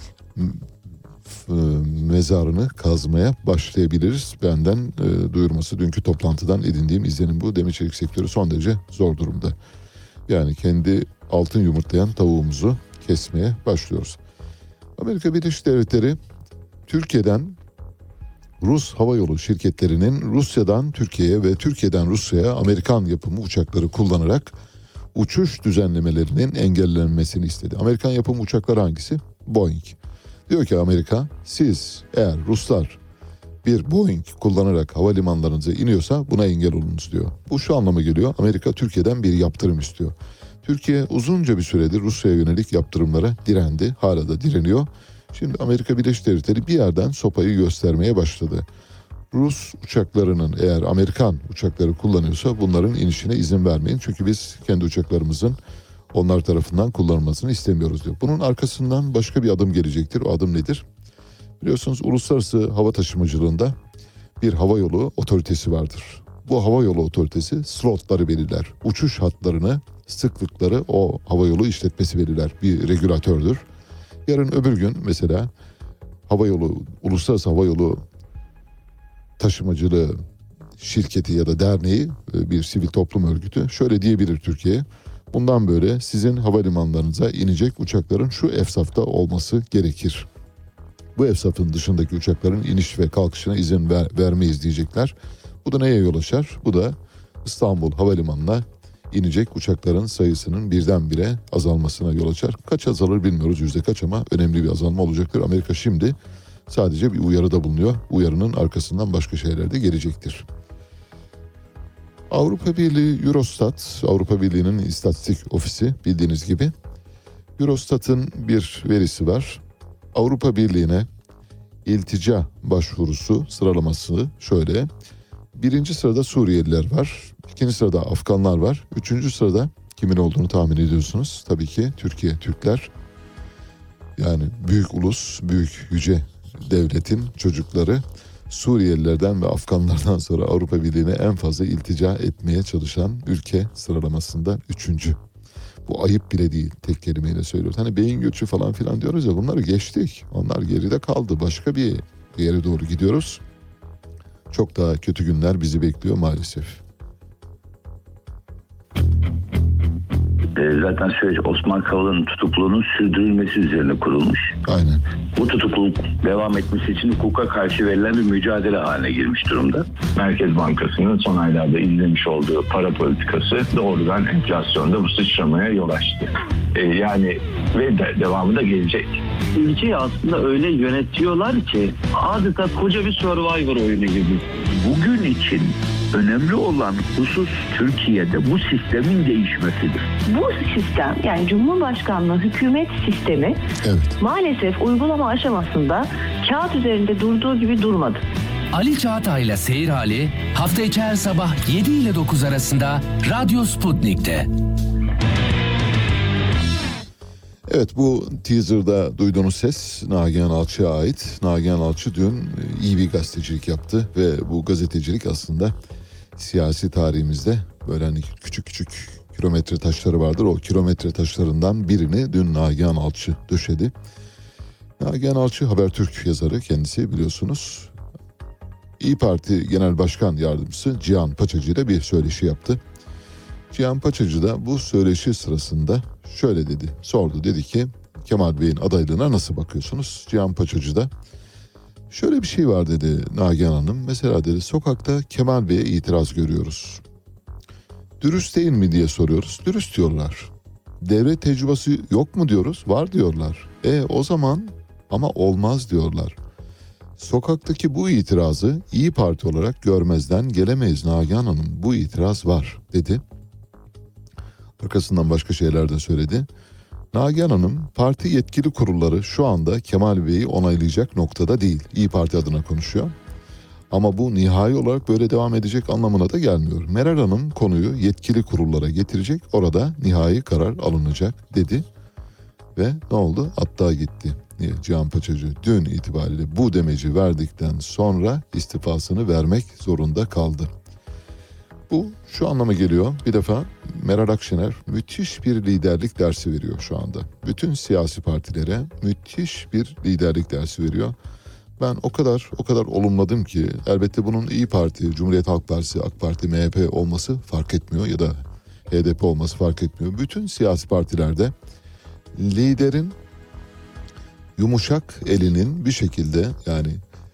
mezarını kazmaya başlayabiliriz. Benden e, duyurması dünkü toplantıdan edindiğim izlenim bu. Demir çelik sektörü son derece zor durumda. Yani kendi altın yumurtlayan tavuğumuzu kesmeye başlıyoruz. Amerika Birleşik Devletleri Türkiye'den Rus havayolu şirketlerinin Rusya'dan Türkiye'ye ve Türkiye'den Rusya'ya Amerikan yapımı uçakları kullanarak uçuş düzenlemelerinin engellenmesini istedi. Amerikan yapımı uçaklar hangisi? Boeing. Diyor ki Amerika, siz eğer Ruslar bir Boeing kullanarak havalimanlarınıza iniyorsa buna engel olunuz diyor. Bu şu anlama geliyor. Amerika Türkiye'den bir yaptırım istiyor. Türkiye uzunca bir süredir Rusya'ya yönelik yaptırımlara direndi. Hala da direniyor. Şimdi Amerika Birleşik Devletleri bir yerden sopayı göstermeye başladı. Rus uçaklarının eğer Amerikan uçakları kullanıyorsa bunların inişine izin vermeyin. Çünkü biz kendi uçaklarımızın onlar tarafından kullanılmasını istemiyoruz diyor. Bunun arkasından başka bir adım gelecektir. O adım nedir? Biliyorsunuz uluslararası hava taşımacılığında bir havayolu otoritesi vardır. Bu havayolu otoritesi slotları belirler. Uçuş hatlarını, sıklıkları o havayolu işletmesi belirler. Bir regülatördür. Yarın öbür gün mesela havayolu, uluslararası havayolu taşımacılığı şirketi ya da derneği, bir sivil toplum örgütü şöyle diyebilir Türkiye'ye: bundan böyle sizin havalimanlarınıza inecek uçakların şu efsafta olması gerekir. Bu efsafın dışındaki uçakların iniş ve kalkışına izin ver, vermeyiz diyecekler. Bu da neye yol açar? Bu da İstanbul Havalimanı'na inecek uçakların sayısının birdenbire azalmasına yol açar. Kaç azalır bilmiyoruz, yüzde kaç, ama önemli bir azalma olacaktır. Amerika şimdi Sadece bir uyarıda bulunuyor. Uyarının arkasından başka şeyler de gelecektir. Avrupa Birliği Eurostat, Avrupa Birliği'nin istatistik ofisi bildiğiniz gibi. Eurostat'ın bir verisi var. Avrupa Birliği'ne iltica başvurusu sıralaması şöyle. Birinci sırada Suriyeliler var. İkinci sırada Afganlar var. Üçüncü sırada kimin olduğunu tahmin ediyorsunuz. Tabii ki Türkiye, Türkler. Yani büyük ulus, büyük yüce devletin çocukları Suriyelilerden ve Afganlardan sonra Avrupa Birliği'ne en fazla iltica etmeye çalışan ülke sıralamasında üçüncü. Bu ayıp bile değil, tek kelimeyle söylüyoruz. Hani beyin göçü falan filan diyoruz ya, bunları geçtik. Onlar geride kaldı. Başka bir yere doğru gidiyoruz. Çok daha kötü günler bizi bekliyor maalesef. Zaten süreç Osman Kavala'nın tutukluluğunun sürdürülmesi üzerine kurulmuş. Aynen. Bu tutukluluk devam etmesi için hukuka karşı verilen bir mücadele haline girmiş durumda. Merkez Bankası'nın son aylarda izlemiş olduğu para politikası doğrudan enflasyonda bu sıçramaya yol açtı. Ee, yani ve de, devamı da gelecek. Ülkeyi aslında öyle yönetiyorlar ki adeta koca bir Survivor oyunu gibi. Bugün için önemli olan husus Türkiye'de bu sistemin değişmesidir. Bu sistem, yani Cumhurbaşkanlığı hükümet sistemi Evet. maalesef uygulama aşamasında kağıt üzerinde durduğu gibi durmadı. Ali Çağatay'la Seyir Hali hafta içi her sabah yedi ile dokuz arasında Radyo Sputnik'te. Evet, bu teaser'da duyduğunuz ses Nagihan Alçı'ya ait. Nagihan Alçı dün iyi bir gazetecilik yaptı ve bu gazetecilik aslında siyasi tarihimizde böyle hani küçük küçük kilometre taşları vardır. O kilometre taşlarından birini dün Nagihan Alçı döşedi. Nagihan Alçı Habertürk yazarı kendisi, biliyorsunuz. İYİ Parti Genel Başkan Yardımcısı Cihan Paçacı ile bir söyleşi yaptı. Cihan Paçacı da bu söyleşi sırasında şöyle dedi, sordu. Dedi ki Kemal Bey'in adaylığına nasıl bakıyorsunuz? Cihan Paçacı da şöyle bir şey var dedi Nagihan Hanım. Mesela dedi, sokakta Kemal Bey'e itiraz görüyoruz. Dürüst değil mi diye soruyoruz. Dürüst diyorlar. Devlet tecrübesi yok mu diyoruz. Var diyorlar. E o zaman ama olmaz diyorlar. Sokaktaki bu itirazı İYİ Parti olarak görmezden gelemeyiz Nagihan Hanım. Bu itiraz var dedi. Arkasından başka şeyler de söyledi. Nagihan Hanım, parti yetkili kurulları şu anda Kemal Bey'i onaylayacak noktada değil. İYİ Parti adına konuşuyor. Ama bu nihai olarak böyle devam edecek anlamına da gelmiyor. Meral Hanım konuyu yetkili kurullara getirecek, orada nihai karar alınacak dedi. Ve ne oldu? Hatta gitti. Niye? Cihan Paçacı dün itibariyle bu demeci verdikten sonra istifasını vermek zorunda kaldı. Bu şu anlama geliyor. Bir defa Meral Akşener müthiş bir liderlik dersi veriyor şu anda. Bütün siyasi partilere müthiş bir liderlik dersi veriyor. Ben o kadar o kadar olumladım ki, elbette bunun İYİ Parti, Cumhuriyet Halk Partisi, AK Parti, M H P olması fark etmiyor ya da H D P olması fark etmiyor. Bütün siyasi partilerde liderin yumuşak elinin bir şekilde, yani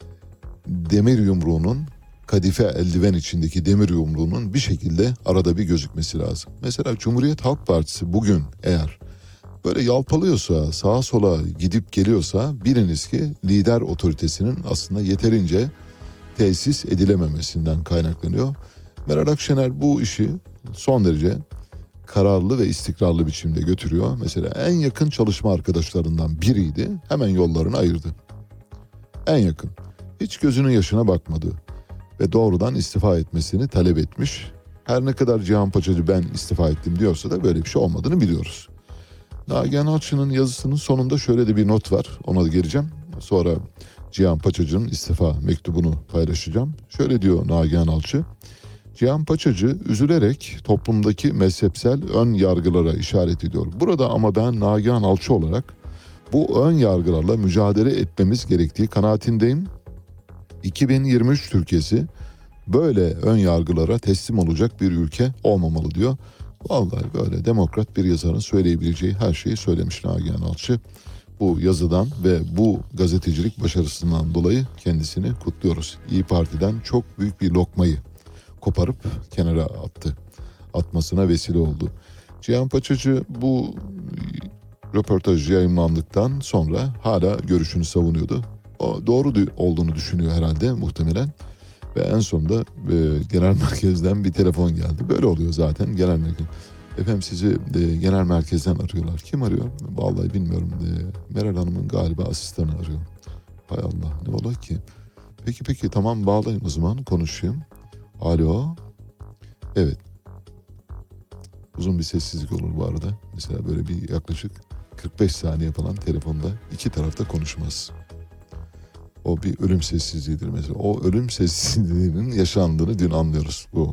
demir yumruğunun, kadife eldiven içindeki demir yumruğunun bir şekilde arada bir gözükmesi lazım. Mesela Cumhuriyet Halk Partisi bugün eğer böyle yalpalıyorsa, sağa sola gidip geliyorsa biliniz ki lider otoritesinin aslında yeterince tesis edilememesinden kaynaklanıyor. Meral Akşener bu işi son derece kararlı ve istikrarlı biçimde götürüyor. Mesela en yakın çalışma arkadaşlarından biriydi. Hemen yollarını ayırdı. En yakın. Hiç gözünün yaşına bakmadı. Ve doğrudan istifa etmesini talep etmiş. Her ne kadar Cihan Paçacı ben istifa ettim diyorsa da böyle bir şey olmadığını biliyoruz. Nagihan Alçı'nın yazısının sonunda şöyle de bir not var. Ona da geleceğim. Sonra Cihan Paçacı'nın istifa mektubunu paylaşacağım. Şöyle diyor Nagihan Alçı. Cihan Paçacı üzülerek toplumdaki mezhepsel ön yargılara işaret ediyor. Burada ama ben Nagihan Alçı olarak bu ön yargılarla mücadele etmemiz gerektiği kanaatindeyim. iki bin yirmi üç Türkiye'si böyle ön yargılara teslim olacak bir ülke olmamalı diyor. Vallahi böyle demokrat bir yazarın söyleyebileceği her şeyi söylemiş Nagihan Alçı. Bu yazıdan ve bu gazetecilik başarısından dolayı kendisini kutluyoruz. İYİ Parti'den çok büyük bir lokmayı koparıp kenara attı. Atmasına vesile oldu. Cihan Paçacı bu röportaj yayınlandıktan sonra hala görüşünü savunuyordu. O doğru olduğunu düşünüyor herhalde muhtemelen. Ve en sonunda e, genel merkezden bir telefon geldi. Böyle oluyor zaten genel merkez. Efendim sizi e, genel merkezden arıyorlar. Kim arıyor? Vallahi bilmiyorum. E, Meral Hanım'ın galiba asistanı arıyor. Hay Allah, ne ola ki? Peki peki tamam, bağlayın o zaman, konuşayım. Alo. Evet. Uzun bir sessizlik olur bu arada. Mesela böyle bir yaklaşık kırk beş saniye falan telefonda iki tarafta konuşmaz. O bir ölüm sessizliğidir mesela. O ölüm sessizliğinin yaşandığını dün anlıyoruz bu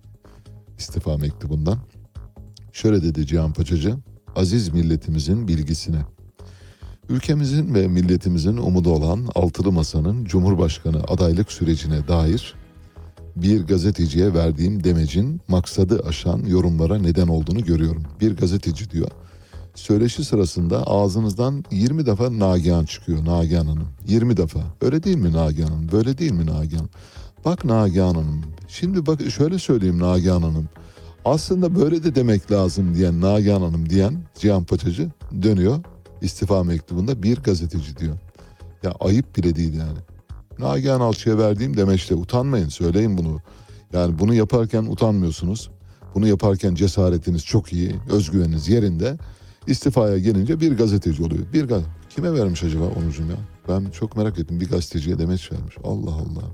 istifa mektubundan. Şöyle dedi Cihan Paçacı: aziz milletimizin bilgisine. Ülkemizin ve milletimizin umudu olan Altılı Masa'nın Cumhurbaşkanı adaylık sürecine dair bir gazeteciye verdiğim demecin maksadı aşan yorumlara neden olduğunu görüyorum. Bir gazeteci diyor. Söyleşi sırasında ağzınızdan yirmi defa Nagihan çıkıyor, Nagihan Hanım. yirmi defa. Öyle değil mi Nagihan Hanım? Böyle değil mi Nagihan? Bak Nagihan Hanım. Şimdi bak şöyle söyleyeyim Nagihan Hanım. Aslında böyle de demek lazım diyen Nagihan Hanım diyen Cihan Paçacı dönüyor. İstifa mektubunda bir gazeteci diyor. Ya ayıp bile değil yani. Nagihan Alçı'ya verdiğim demeçte utanmayın, söyleyin bunu. Yani bunu yaparken utanmıyorsunuz. Bunu yaparken cesaretiniz çok iyi, özgüveniniz yerinde. İstifaya gelince bir gazeteci oluyor. Bir gaz Kime vermiş acaba Onurcuğum ya? Ben çok merak ettim. Bir gazeteciye demeç vermiş. Allah Allah.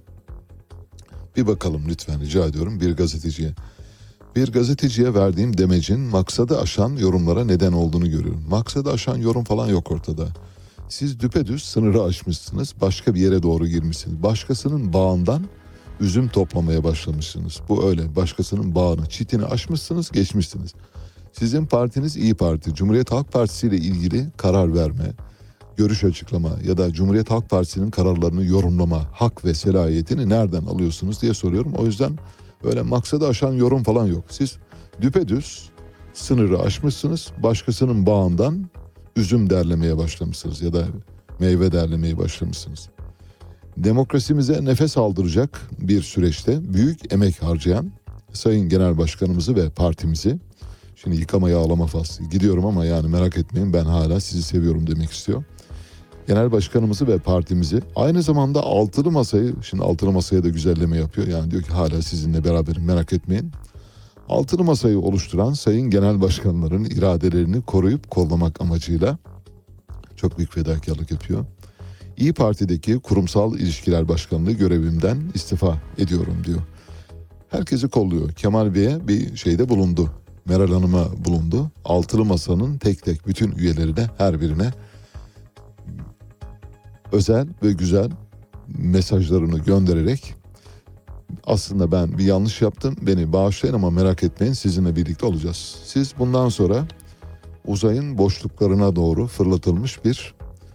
Bir bakalım lütfen, rica ediyorum, bir gazeteciye. Bir gazeteciye verdiğim demecin maksadı aşan yorumlara neden olduğunu görüyorum. Maksadı aşan yorum falan yok ortada. Siz düpedüz sınırı aşmışsınız, başka bir yere doğru girmişsiniz. Başkasının bağından üzüm toplamaya başlamışsınız. Bu öyle, başkasının bağını, çitini aşmışsınız, geçmişsiniz. Sizin partiniz İYİ Parti, Cumhuriyet Halk Partisi ile ilgili karar verme, görüş açıklama ya da Cumhuriyet Halk Partisi'nin kararlarını yorumlama hak ve selahiyetini nereden alıyorsunuz diye soruyorum. O yüzden öyle maksadı aşan yorum falan yok. Siz düpedüz sınırı aşmışsınız, başkasının bağından üzüm derlemeye başlamışsınız ya da meyve derlemeye başlamışsınız. Demokrasimize nefes aldıracak bir süreçte büyük emek harcayan Sayın Genel Başkanımızı ve partimizi, şimdi yıkama yağlama faslı gidiyorum ama yani merak etmeyin, ben hala sizi seviyorum demek istiyor. Genel Başkanımızı ve partimizi, aynı zamanda Altılı Masa'yı, şimdi Altılı Masa'ya da güzelleme yapıyor. Yani diyor ki hala sizinle beraberim, merak etmeyin. Altılı Masa'yı oluşturan Sayın Genel Başkanların iradelerini koruyup kollamak amacıyla çok büyük fedakarlık yapıyor. İYİ Parti'deki kurumsal ilişkiler başkanlığı görevimden istifa ediyorum diyor. Herkesi kolluyor. Kemal Bey'e bir şeyde bulundu. Meral Hanım'a bulundu. Altılı Masa'nın tek tek bütün üyelerine, her birine özel ve güzel mesajlarını göndererek aslında ben bir yanlış yaptım, beni bağışlayın ama merak etmeyin, sizinle birlikte olacağız. Siz bundan sonra uzayın boşluklarına doğru fırlatılmış bir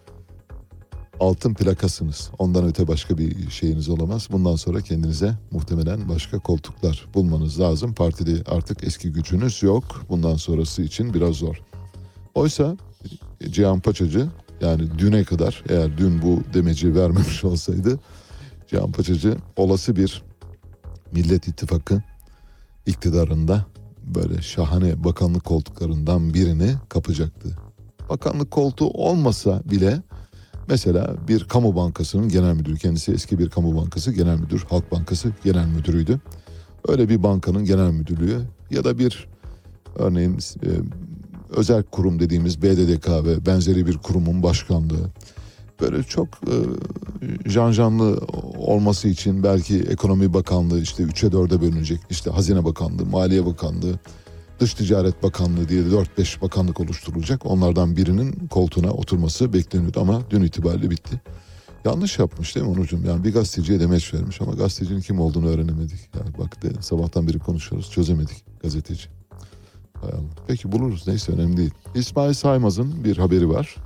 altın plakasınız. Ondan öte başka bir şeyiniz olamaz. Bundan sonra kendinize muhtemelen başka koltuklar bulmanız lazım. Partide artık eski gücünüz yok. Bundan sonrası için biraz zor. Oysa Cihan Paçacı, yani düne kadar, eğer dün bu demeci vermemiş olsaydı, Cihan Paçacı olası bir Millet İttifakı iktidarında böyle şahane bakanlık koltuklarından birini kapacaktı. Bakanlık koltuğu olmasa bile mesela bir kamu bankasının genel müdürü, kendisi eski bir kamu bankası genel müdür, Halk Bankası genel müdürüydü. Öyle bir bankanın genel müdürlüğü ya da bir örneğin e, özel kurum dediğimiz B D D K ve benzeri bir kurumun başkanlığı, böyle çok e, janjanlı olması için belki Ekonomi Bakanlığı işte üçe dörde bölünecek, işte Hazine Bakanlığı, Maliye Bakanlığı, Dış Ticaret Bakanlığı diye dört beş bakanlık oluşturulacak. Onlardan birinin koltuğuna oturması bekleniyordu ama dün itibariyle bitti. Yanlış yapmış değil mi Onurcuğum? Yani bir gazeteciye demeç vermiş ama gazetecinin kim olduğunu öğrenemedik. Yani bak de, sabahtan beri konuşuyoruz, çözemedik gazeteci. Hay Allah. Peki buluruz, neyse, önemli değil. İsmail Saymaz'ın bir haberi var.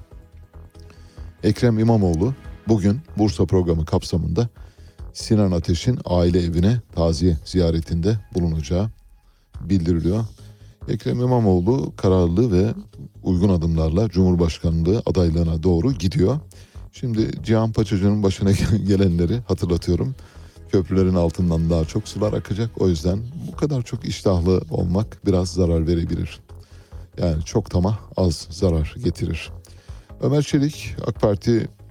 Ekrem İmamoğlu bugün Bursa programı kapsamında Sinan Ateş'in aile evine taziye ziyaretinde bulunacağı bildiriliyor. Ekrem İmamoğlu kararlı ve uygun adımlarla Cumhurbaşkanlığı adaylığına doğru gidiyor. Şimdi Cihan Paçacı'nın başına gelenleri hatırlatıyorum. Köprülerin altından daha çok sular akacak. O yüzden bu kadar çok iştahlı olmak biraz zarar verebilir. Yani çok tamah az zarar getirir. Ömer Çelik AK Parti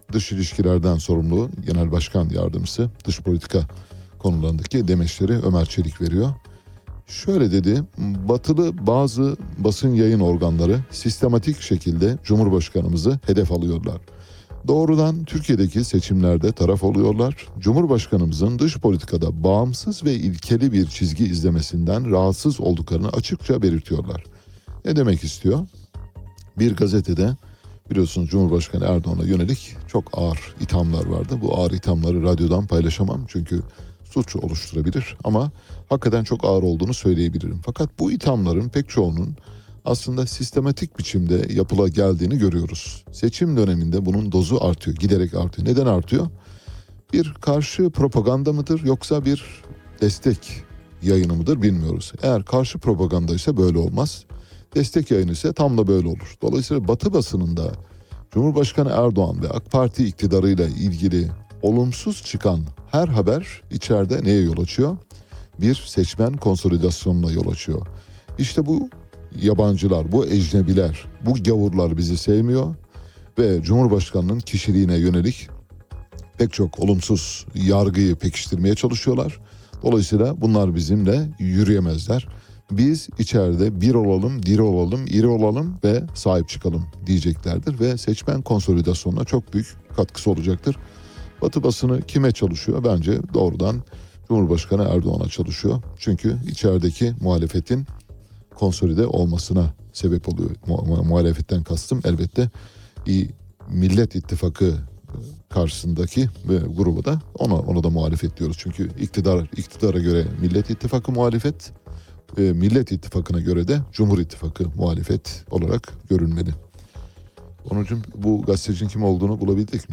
dış ilişkilerden sorumlu Genel Başkan Yardımcısı, dış politika konularındaki demeçleri Ömer Çelik veriyor. Şöyle dedi, batılı bazı basın yayın organları sistematik şekilde Cumhurbaşkanımızı hedef alıyorlar. Doğrudan Türkiye'deki seçimlerde taraf oluyorlar. Cumhurbaşkanımızın dış politikada bağımsız ve ilkeli bir çizgi izlemesinden rahatsız olduklarını açıkça belirtiyorlar. Ne demek istiyor? Bir gazetede biliyorsunuz Cumhurbaşkanı Erdoğan'a yönelik çok ağır ithamlar vardı. Bu ağır ithamları radyodan paylaşamam çünkü suç oluşturabilir ama hakikaten çok ağır olduğunu söyleyebilirim. Fakat bu ithamların pek çoğunun aslında sistematik biçimde yapıla geldiğini görüyoruz. Seçim döneminde bunun dozu artıyor, giderek artıyor. Neden artıyor? Bir karşı propaganda mıdır yoksa bir destek yayını mıdır bilmiyoruz. Eğer karşı propaganda ise böyle olmaz. Destek yayını ise tam da böyle olur. Dolayısıyla Batı basınında Cumhurbaşkanı Erdoğan ve AK Parti iktidarıyla ilgili olumsuz çıkan her haber içeride neye yol açıyor? Bir seçmen konsolidasyonuna yol açıyor. İşte bu yabancılar, bu ecnebiler, bu gavurlar bizi sevmiyor ve Cumhurbaşkanının kişiliğine yönelik pek çok olumsuz yargıyı pekiştirmeye çalışıyorlar. Dolayısıyla bunlar bizimle yürüyemezler. Biz içeride bir olalım, diri olalım, iri olalım ve sahip çıkalım diyeceklerdir ve seçmen konsolidasyonuna çok büyük katkısı olacaktır. Batı basını kime çalışıyor? Bence doğrudan Cumhurbaşkanı Erdoğan'a çalışıyor. Çünkü içerideki muhalefetin konsolide olmasına sebep oluyor. Mu- muhalefetten kastım elbette iyi Millet İttifakı karşısındaki ve grubu da ona ona da muhalefet diyoruz. Çünkü iktidar iktidara göre Millet İttifakı muhalefet, e, Millet İttifakı'na göre de Cumhur İttifakı muhalefet olarak görünmeli. Onucum, bu gazetecinin kim olduğunu bulabildik mi?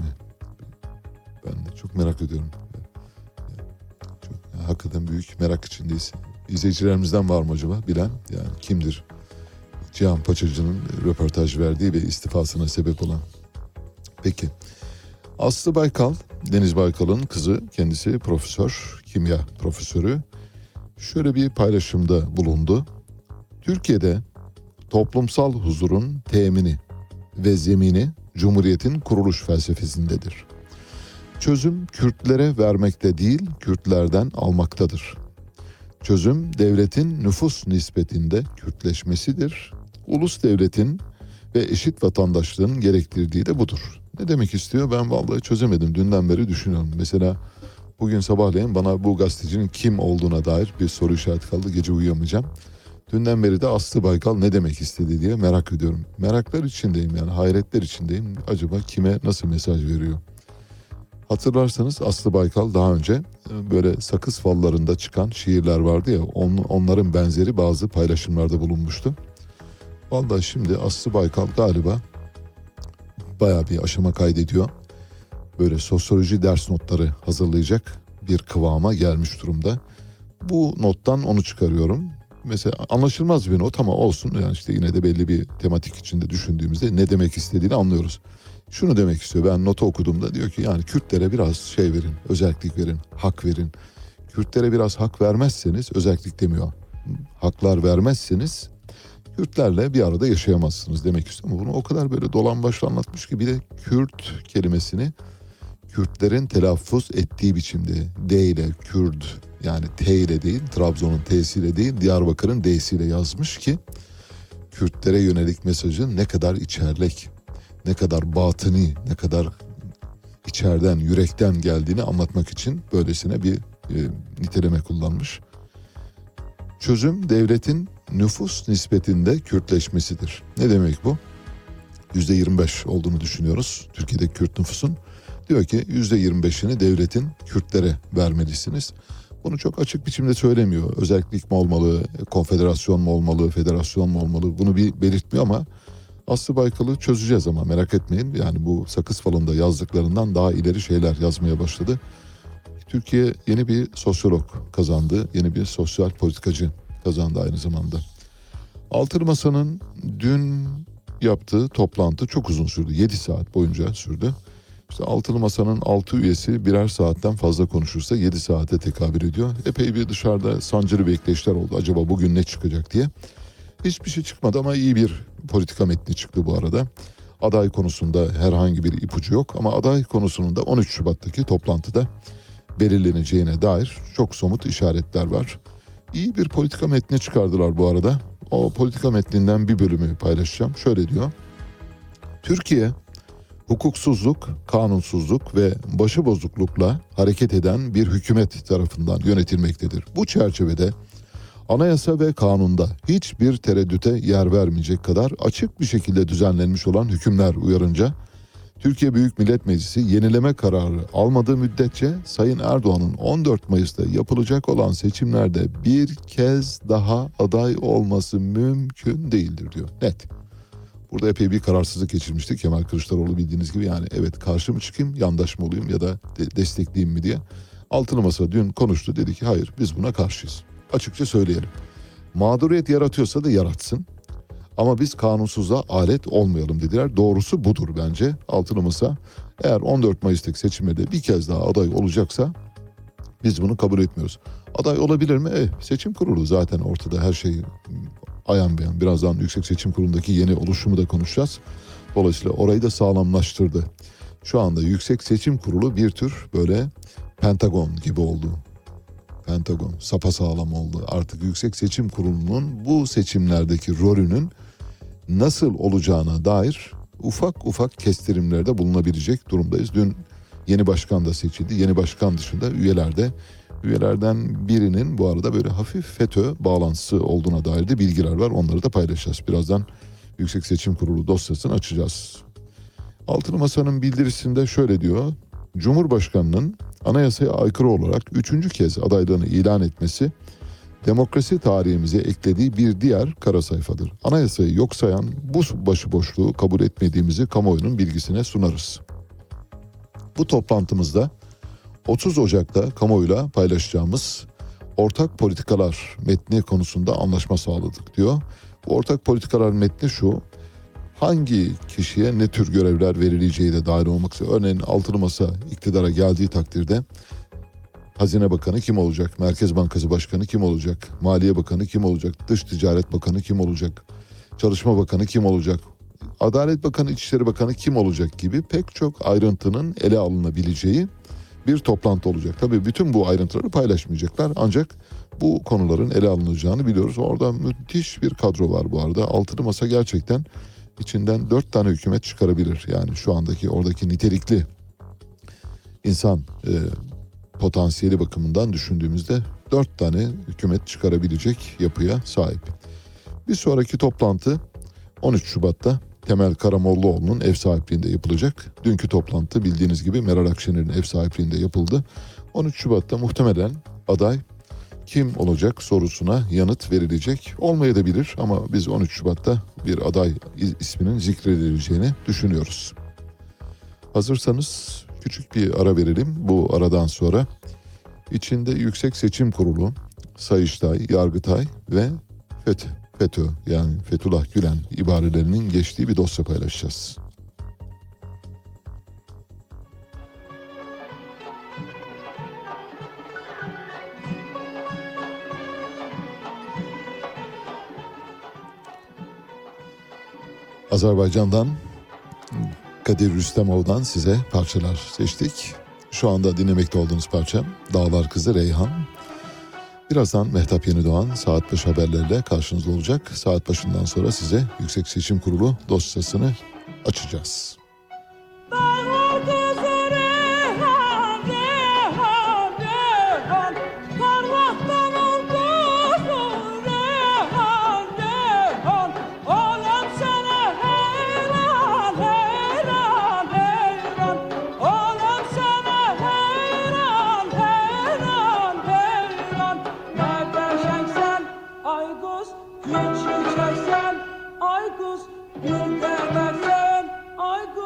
Ben de çok merak ediyorum. Çok, yani hakikaten büyük merak içindeyiz. İzleyicilerimizden var mı acaba bilen? Yani kimdir? Cihan Paçacı'nın röportaj verdiği ve istifasına sebep olan. Peki. Aslı Baykal, Deniz Baykal'ın kızı, kendisi profesör, kimya profesörü. Şöyle bir paylaşımda bulundu. Türkiye'de toplumsal huzurun temini ve zemini Cumhuriyet'in kuruluş felsefesindedir. Çözüm Kürtlere vermekte değil, Kürtlerden almaktadır. Çözüm devletin nüfus nispetinde Kürtleşmesidir. Ulus devletin ve eşit vatandaşlığın gerektirdiği de budur. Ne demek istiyor? Ben vallahi çözemedim. Dünden beri düşünüyorum. Mesela bugün sabahleyin bana bu gazetecinin kim olduğuna dair bir soru işareti kaldı. Gece uyuyamayacağım. Dünden beri de Aslı Baykal ne demek istedi diye merak ediyorum. Meraklar içindeyim yani, hayretler içindeyim. Acaba kime nasıl mesaj veriyor? Hatırlarsanız Aslı Baykal daha önce böyle sakız fallarında çıkan şiirler vardı ya, on, onların benzeri bazı paylaşımlarda bulunmuştu. Vallahi şimdi Aslı Baykal galiba bayağı bir aşama kaydediyor. Böyle sosyoloji ders notları hazırlayacak bir kıvama gelmiş durumda. Bu nottan onu çıkarıyorum. Mesela anlaşılmaz bir not ama olsun. Yani işte yine de belli bir tematik içinde düşündüğümüzde ne demek istediğini anlıyoruz. Şunu demek istiyor. Ben notu okuduğumda diyor ki yani Kürtlere biraz şey verin, özellik verin, hak verin. Kürtlere biraz hak vermezseniz, özellik demiyor, haklar vermezseniz Kürtlerle bir arada yaşayamazsınız demek istiyor. Ama bunu o kadar böyle dolan başlı anlatmış ki bir de Kürt kelimesini Kürtlerin telaffuz ettiği biçimde D ile Kürt, yani T ile değil, Trabzon'un T'siyle değil, Diyarbakır'ın D'siyle yazmış ki Kürtlere yönelik mesajın ne kadar içerlek, ne kadar batıni, ne kadar içeriden, yürekten geldiğini anlatmak için böylesine bir e, niteleme kullanmış. Çözüm devletin nüfus nispetinde Kürtleşmesidir. Ne demek bu? yüzde yirmi beş olduğunu düşünüyoruz Türkiye'deki Kürt nüfusun. Diyor ki yüzde yirmi beşini devletin Kürtlere vermelisiniz. Bunu çok açık biçimde söylemiyor. Özellik mi olmalı, konfederasyon mu olmalı, federasyon mu olmalı, bunu bir belirtmiyor ama Aslı Baykal'ı çözeceğiz ama merak etmeyin. Yani bu sakız falında yazdıklarından daha ileri şeyler yazmaya başladı. Türkiye yeni bir sosyolog kazandı, yeni bir sosyal politikacı kazandı aynı zamanda. Altılı Masa'nın dün yaptığı toplantı çok uzun sürdü. yedi saat boyunca sürdü. İşte Altılı Masa'nın altı üyesi birer saatten fazla konuşursa yedi saate tekabül ediyor. Epey bir dışarıda sancılı bekleyişler oldu. Acaba bugün ne çıkacak diye. Hiçbir şey çıkmadı ama iyi bir politika metni çıktı bu arada. Aday konusunda herhangi bir ipucu yok ama aday konusunun da on üç Şubat'taki toplantıda belirleneceğine dair çok somut işaretler var. İyi bir politika metni çıkardılar bu arada. O politika metninden bir bölümü paylaşacağım. Şöyle diyor. Türkiye hukuksuzluk, kanunsuzluk ve başıbozuklukla hareket eden bir hükümet tarafından yönetilmektedir. Bu çerçevede anayasa ve kanunda hiçbir tereddüte yer vermeyecek kadar açık bir şekilde düzenlenmiş olan hükümler uyarınca Türkiye Büyük Millet Meclisi yenileme kararı almadığı müddetçe Sayın Erdoğan'ın on dört Mayıs'ta yapılacak olan seçimlerde bir kez daha aday olması mümkün değildir diyor. Net. Burada epey bir kararsızlık geçirmişti Kemal Kılıçdaroğlu, bildiğiniz gibi. Yani evet, karşı mı çıkayım, yandaş mı olayım ya da de- destekleyeyim mi diye. Altılı Masa dün konuştu, dedi ki hayır, biz buna karşıyız. Açıkça söyleyelim. Mağduriyet yaratıyorsa da yaratsın. Ama biz kanunsuzluğa alet olmayalım dediler. Doğrusu budur bence. Altılı Masa eğer on dört Mayıs'taki seçimde bir kez daha aday olacaksa biz bunu kabul etmiyoruz. Aday olabilir mi? Eh, seçim kurulu zaten ortada, her şey ayan beyan. Birazdan Yüksek Seçim Kurulu'ndaki yeni oluşumu da konuşacağız. Dolayısıyla orayı da sağlamlaştırdı. Şu anda Yüksek Seçim Kurulu bir tür böyle Pentagon gibi oldu. Pentagon sapasağlam oldu. Artık Yüksek Seçim Kurulu'nun bu seçimlerdeki rolünün nasıl olacağına dair ufak ufak kestirimlerde bulunabilecek durumdayız. Dün yeni başkan da seçildi. Yeni başkan dışında üyeler de, üyelerden birinin bu arada böyle hafif FETÖ bağlantısı olduğuna dair de bilgiler var. Onları da paylaşacağız. Birazdan Yüksek Seçim Kurulu dosyasını açacağız. Altılı Masa'nın bildirisinde şöyle diyor. Cumhurbaşkanının anayasaya aykırı olarak üçüncü kez adaylığını ilan etmesi demokrasi tarihimize eklediği bir diğer kara sayfadır. Anayasayı yok sayan bu başıboşluğu kabul etmediğimizi kamuoyunun bilgisine sunarız. Bu toplantımızda otuz Ocak'ta kamuoyuyla paylaşacağımız ortak politikalar metni konusunda anlaşma sağladık diyor. Bu ortak politikalar metni şu: hangi kişiye ne tür görevler verileceği de dahil olmak üzere. Örneğin Altılı Masa iktidara geldiği takdirde Hazine Bakanı kim olacak? Merkez Bankası Başkanı kim olacak? Maliye Bakanı kim olacak? Dış Ticaret Bakanı kim olacak? Çalışma Bakanı kim olacak? Adalet Bakanı, İçişleri Bakanı kim olacak gibi pek çok ayrıntının ele alınabileceği bir toplantı olacak. Tabii bütün bu ayrıntıları paylaşmayacaklar ancak bu konuların ele alınacağını biliyoruz. Orada müthiş bir kadro var bu arada. Altılı Masa gerçekten içinden dört tane hükümet çıkarabilir. Yani şu andaki oradaki nitelikli insan e, potansiyeli bakımından düşündüğümüzde dört tane hükümet çıkarabilecek yapıya sahip. Bir sonraki toplantı on üç Şubat'ta Temel Karamollaoğlu'nun ev sahipliğinde yapılacak. Dünkü toplantı bildiğiniz gibi Meral Akşener'in ev sahipliğinde yapıldı. on üç Şubat'ta muhtemelen aday kim olacak sorusuna yanıt verilecek. Olmayabilir ama biz on üç Şubat'ta bir aday isminin zikredileceğini düşünüyoruz. Hazırsanız küçük bir ara verelim. Bu aradan sonra içinde Yüksek Seçim Kurulu, Sayıştay, Yargıtay ve FETÖ, FETÖ yani Fethullah Gülen ibarelerinin geçtiği bir dosya paylaşacağız. Azerbaycan'dan Kadir Rüstemov'dan size parçalar seçtik. Şu anda dinlemekte olduğunuz parça Dağlar Kızı Reyhan. Birazdan Mehtap Yenidoğan saat beş haberlerle karşınızda olacak. Saat başından sonra size Yüksek Seçim Kurulu dosyasını açacağız. Ay kuş, bir de versen, ay kuş.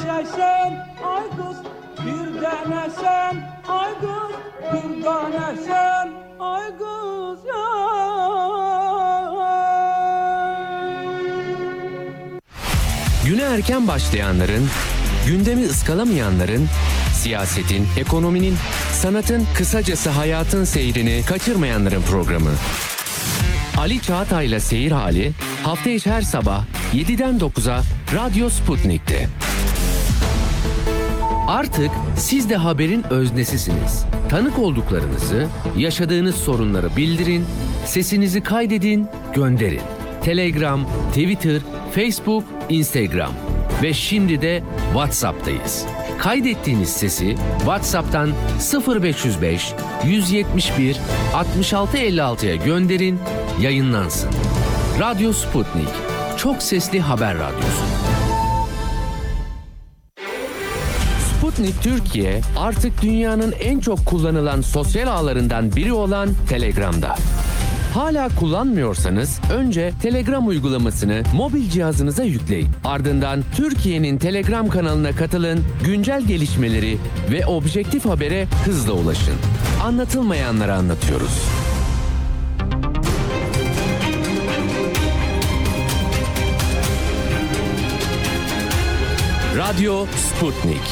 neşesen ay kız, bir denesen ay kız, bir denesen ay kız ya. Güne erken başlayanların, gündemi ıskalamayanların, siyasetin, ekonominin, sanatın, kısacası hayatın seyrini kaçırmayanların programı. Ali Çağatay'la Seyir Hali hafta içi her sabah yediden dokuza Radyo Sputnik'te. Artık siz de haberin öznesisiniz. Tanık olduklarınızı, yaşadığınız sorunları bildirin, sesinizi kaydedin, gönderin. Telegram, Twitter, Facebook, Instagram ve şimdi de WhatsApp'tayız. Kaydettiğiniz sesi WhatsApp'tan sıfır beş yüz beş yüz yetmiş bir altmış altı elli altıya gönderin, yayınlansın. Radyo Sputnik, çok sesli haber radyosu. Sputnik Türkiye artık dünyanın en çok kullanılan sosyal ağlarından biri olan Telegram'da. Hala kullanmıyorsanız önce Telegram uygulamasını mobil cihazınıza yükleyin. Ardından Türkiye'nin Telegram kanalına katılın, güncel gelişmeleri ve objektif habere hızla ulaşın. Anlatılmayanları anlatıyoruz. Radyo Sputnik.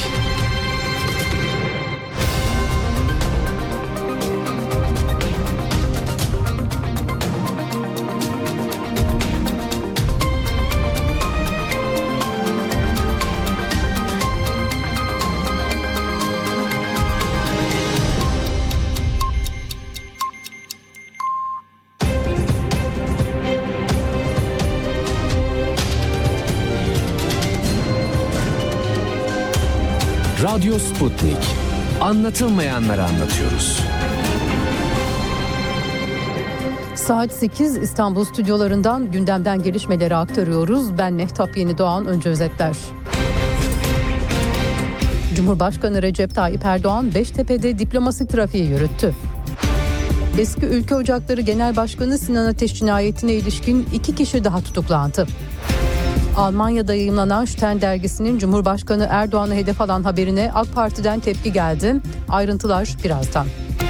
Radyo Sputnik. Anlatılmayanları anlatıyoruz. Saat sekiz İstanbul stüdyolarından gündemden gelişmeleri aktarıyoruz. Ben Mehtap Yenidoğan, önce özetler. Cumhurbaşkanı Recep Tayyip Erdoğan Beştepe'de diplomatik trafiği yürüttü. Eski Ülke Ocakları Genel Başkanı Sinan Ateş cinayetine ilişkin iki kişi daha tutuklandı. Almanya'da yayımlanan Stern dergisinin Cumhurbaşkanı Erdoğan'ı hedef alan haberine AK Parti'den tepki geldi. Ayrıntılar birazdan.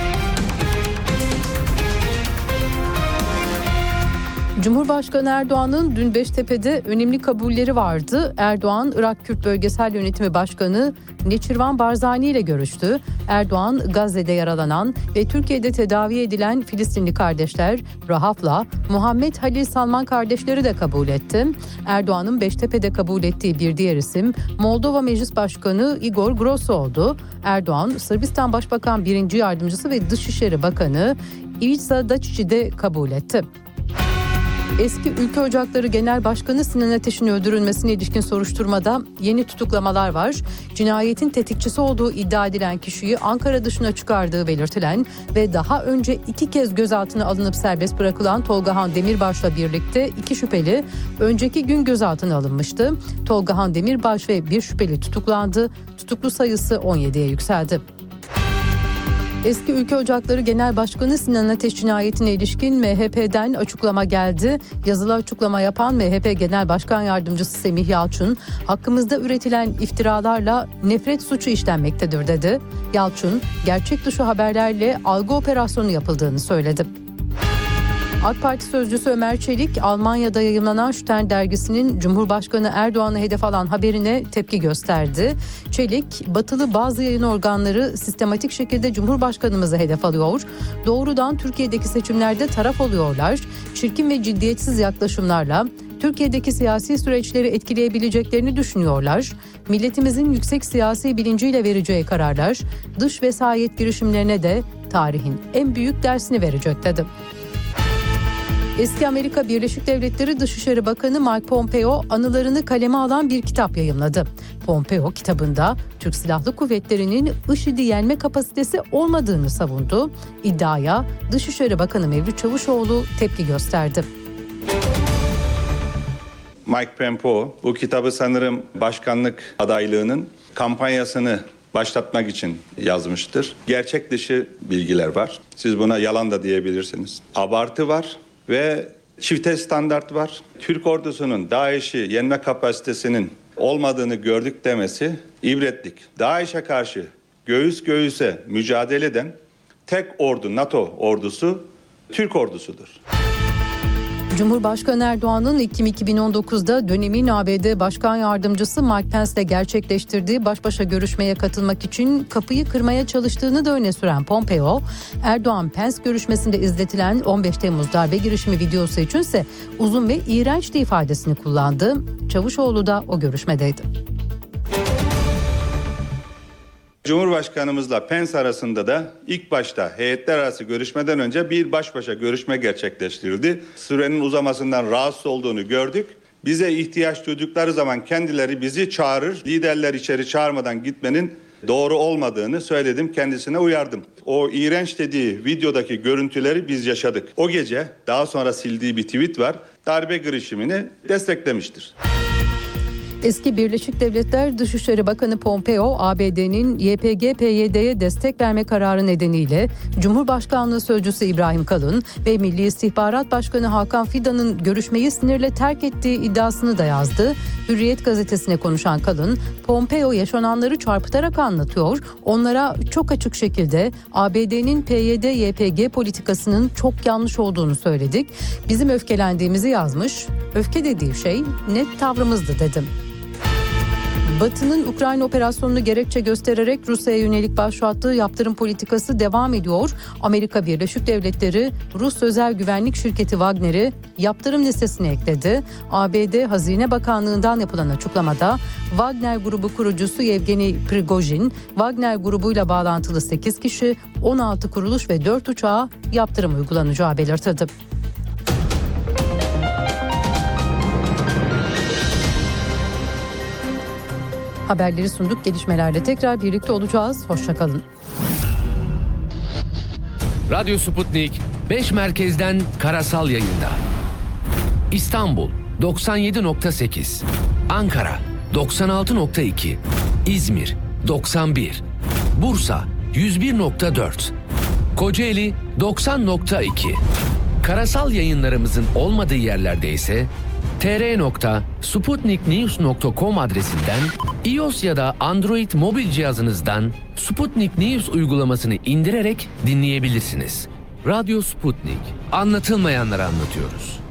Cumhurbaşkanı Erdoğan'ın dün Beştepe'de önemli kabulleri vardı. Erdoğan, Irak Kürt Bölgesel Yönetimi Başkanı Neçirvan Barzani ile görüştü. Erdoğan, Gazze'de yaralanan ve Türkiye'de tedavi edilen Filistinli kardeşler Rahaf'la Muhammed Halil Salman kardeşleri de kabul etti. Erdoğan'ın Beştepe'de kabul ettiği bir diğer isim Moldova Meclis Başkanı Igor Grosso oldu. Erdoğan, Sırbistan Başbakan birinci Yardımcısı ve Dışişleri Bakanı Ivica Dačić'i de kabul etti. Eski Ülke Ocakları Genel Başkanı Sinan Ateş'in öldürülmesine ilişkin soruşturmada yeni tutuklamalar var. Cinayetin tetikçisi olduğu iddia edilen kişiyi Ankara dışına çıkardığı belirtilen ve daha önce iki kez gözaltına alınıp serbest bırakılan Tolgahan Demirbaş'la birlikte iki şüpheli önceki gün gözaltına alınmıştı. Tolgahan Demirbaş ve bir şüpheli tutuklandı. Tutuklu sayısı on yediye yükseldi. Eski Ülke Ocakları Genel Başkanı Sinan Ateş cinayetine ilişkin M H P'den açıklama geldi. Yazılı açıklama yapan M H P Genel Başkan Yardımcısı Semih Yalçın, hakkımızda üretilen iftiralarla nefret suçu işlenmektedir dedi. Yalçın, gerçek dışı haberlerle algı operasyonu yapıldığını söyledi. AK Parti sözcüsü Ömer Çelik, Almanya'da yayımlanan Stern dergisinin Cumhurbaşkanı Erdoğan'ı hedef alan haberine tepki gösterdi. Çelik, batılı bazı yayın organları sistematik şekilde Cumhurbaşkanımızı hedef alıyor, doğrudan Türkiye'deki seçimlerde taraf oluyorlar, çirkin ve ciddiyetsiz yaklaşımlarla Türkiye'deki siyasi süreçleri etkileyebileceklerini düşünüyorlar, milletimizin yüksek siyasi bilinciyle vereceği kararlar, dış vesayet girişimlerine de tarihin en büyük dersini verecek dedi. Eski Amerika Birleşik Devletleri Dışişleri Bakanı Mike Pompeo anılarını kaleme alan bir kitap yayımladı. Pompeo kitabında Türk Silahlı Kuvvetleri'nin IŞİD'i yenme kapasitesi olmadığını savundu. İddiaya Dışişleri Bakanı Mevlüt Çavuşoğlu tepki gösterdi. Mike Pompeo bu kitabı sanırım başkanlık adaylığının kampanyasını başlatmak için yazmıştır. Gerçek dışı bilgiler var. Siz buna yalan da diyebilirsiniz. Abartı var ve çifte standart var. Türk ordusunun DAEŞ'i yenme kapasitesinin olmadığını gördük demesi ibretlik. DAEŞ'e karşı göğüs göğüse mücadele eden tek ordu NATO ordusu Türk ordusudur. Cumhurbaşkanı Erdoğan'ın Ekim iki bin on dokuzda dönemin A B D Başkan Yardımcısı Mike Pence'le gerçekleştirdiği baş başa görüşmeye katılmak için kapıyı kırmaya çalıştığını da öne süren Pompeo, Erdoğan-Pence görüşmesinde izletilen on beş Temmuz darbe girişimi videosu içinse uzun ve iğrençti ifadesini kullandı. Çavuşoğlu da o görüşmedeydi. Cumhurbaşkanımızla Pence arasında da ilk başta heyetler arası görüşmeden önce bir baş başa görüşme gerçekleştirildi. Sürenin uzamasından rahatsız olduğunu gördük. Bize ihtiyaç duydukları zaman kendileri bizi çağırır. Liderler içeri çağırmadan gitmenin doğru olmadığını söyledim, kendisine uyardım. O iğrenç dediği videodaki görüntüleri biz yaşadık. O gece daha sonra sildiği bir tweet var. Darbe girişimini desteklemiştir. Eski Birleşik Devletler Dışişleri Bakanı Pompeo, A B D'nin Y P G P Y D'ye destek verme kararı nedeniyle Cumhurbaşkanlığı Sözcüsü İbrahim Kalın ve Milli İstihbarat Başkanı Hakan Fidan'ın görüşmeyi sinirle terk ettiği iddiasını da yazdı. Hürriyet gazetesine konuşan Kalın, Pompeo yaşananları çarpıtarak anlatıyor, onlara çok açık şekilde A B D'nin P Y D Y P G politikasının çok yanlış olduğunu söyledik. Bizim öfkelendiğimizi yazmış, öfke dediği şey net tavrımızdı dedim. Batı'nın Ukrayna operasyonunu gerekçe göstererek Rusya'ya yönelik başlattığı yaptırım politikası devam ediyor. Amerika Birleşik Devletleri Rus özel güvenlik şirketi Wagner'i yaptırım listesine ekledi. A B D Hazine Bakanlığı'ndan yapılan açıklamada Wagner grubu kurucusu Yevgeni Prigojin, Wagner grubuyla bağlantılı sekiz kişi, on altı kuruluş ve dört uçağa yaptırım uygulanacağı belirtildi. Haberleri sunduk. Gelişmelerle tekrar birlikte olacağız. Hoşça kalın. Radyo Sputnik beş merkezden karasal yayında. İstanbul doksan yedi nokta sekiz, Ankara doksan altı nokta iki, İzmir doksan bir, Bursa yüz bir nokta dört, Kocaeli doksan nokta iki. Karasal yayınlarımızın olmadığı yerlerde ise t r nokta sputnik news nokta com adresinden iOS ya da Android mobil cihazınızdan Sputnik News uygulamasını indirerek dinleyebilirsiniz. Radyo Sputnik. Anlatılmayanları anlatıyoruz.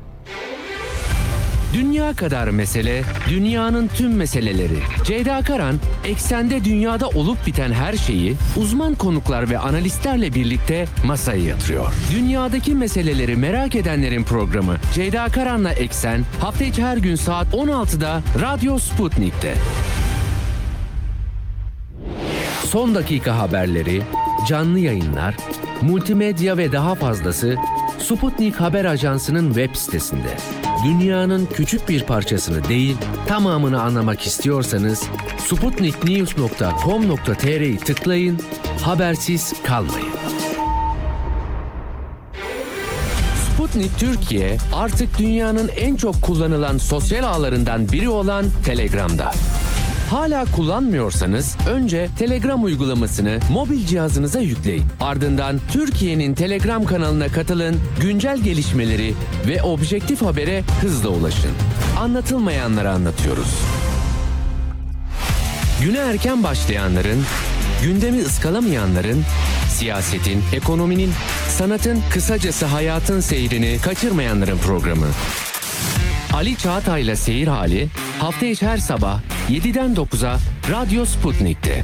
Dünya kadar mesele, dünyanın tüm meseleleri. Ceyda Karan, eksende dünyada olup biten her şeyi uzman konuklar ve analistlerle birlikte masaya yatırıyor. Dünyadaki meseleleri merak edenlerin programı Ceyda Karan'la Eksen, hafta içi her gün saat on altıda Radyo Sputnik'te. Son dakika haberleri, canlı yayınlar, multimedya ve daha fazlası Sputnik Haber Ajansı'nın web sitesinde. Dünyanın küçük bir parçasını değil, tamamını anlamak istiyorsanız sputnik news nokta com nokta t r'yi tıklayın, habersiz kalmayın. Sputnik Türkiye artık dünyanın en çok kullanılan sosyal ağlarından biri olan Telegram'da. Hala kullanmıyorsanız önce Telegram uygulamasını mobil cihazınıza yükleyin. Ardından Türkiye'nin Telegram kanalına katılın, güncel gelişmeleri ve objektif habere hızla ulaşın. Anlatılmayanları anlatıyoruz. Güne erken başlayanların, gündemi ıskalamayanların, siyasetin, ekonominin, sanatın, kısacası hayatın seyrini kaçırmayanların programı. Ali Çağatay'la Seyir Hali hafta içi her sabah yediden dokuza Radyo Sputnik'te.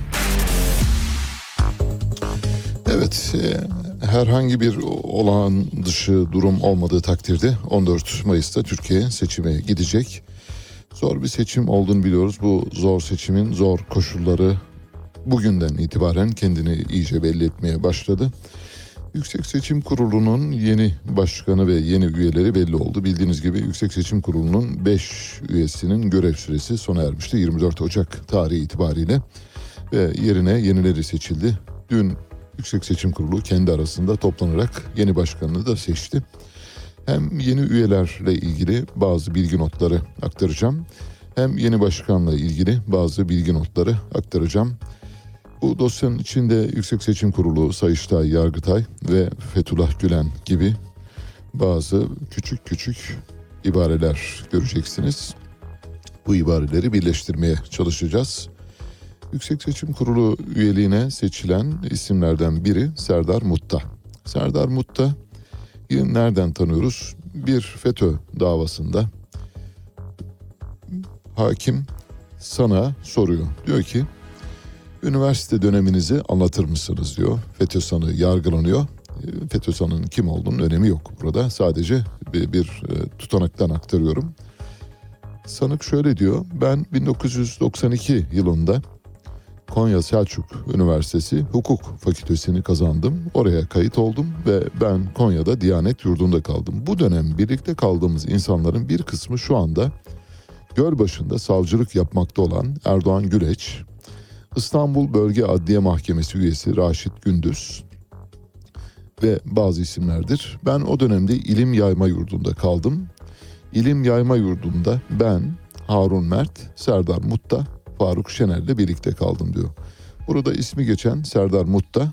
Evet, e, herhangi bir olağan dışı durum olmadığı takdirde on dört Mayıs'ta Türkiye seçime gidecek. Zor bir seçim olduğunu biliyoruz. Bu zor seçimin zor koşulları bugünden itibaren kendini iyice belli etmeye başladı. Yüksek Seçim Kurulu'nun yeni başkanı ve yeni üyeleri belli oldu. Bildiğiniz gibi Yüksek Seçim Kurulu'nun beş üyesinin görev süresi sona ermişti yirmi dört Ocak tarihi itibariyle ve yerine yenileri seçildi. Dün Yüksek Seçim Kurulu kendi arasında toplanarak yeni başkanını da seçti. Hem yeni üyelerle ilgili bazı bilgi notları aktaracağım, hem yeni başkanla ilgili bazı bilgi notları aktaracağım. Bu dosyanın içinde Yüksek Seçim Kurulu, Sayıştay, Yargıtay ve Fethullah Gülen gibi bazı küçük küçük ibareler göreceksiniz. bu ibareleri birleştirmeye çalışacağız. Yüksek Seçim Kurulu üyeliğine seçilen isimlerden biri Serdar Mutta. Serdar Mutta'yı nereden tanıyoruz? Bir FETÖ davasında hakim sana soruyor. Diyor ki üniversite döneminizi anlatır mısınız diyor. FETÖ sanığı yargılanıyor. FETÖ sanığının kim olduğunun önemi yok burada. Sadece bir, bir tutanaktan aktarıyorum. Sanık şöyle diyor. Ben bin dokuz yüz doksan iki yılında Konya Selçuk Üniversitesi Hukuk Fakültesini kazandım. Oraya kayıt oldum ve ben Konya'da Diyanet Yurdu'nda kaldım. Bu dönem birlikte kaldığımız insanların bir kısmı şu anda Gölbaşı'nda savcılık yapmakta olan Erdoğan Güleç, İstanbul Bölge Adliye Mahkemesi üyesi Raşit Gündüz ve bazı isimlerdir. Ben o dönemde İlim Yayma Yurdu'nda kaldım. İlim Yayma Yurdu'nda ben, Harun Mert, Serdar Mutta, Faruk Şener'le birlikte kaldım diyor. Burada ismi geçen Serdar Mutta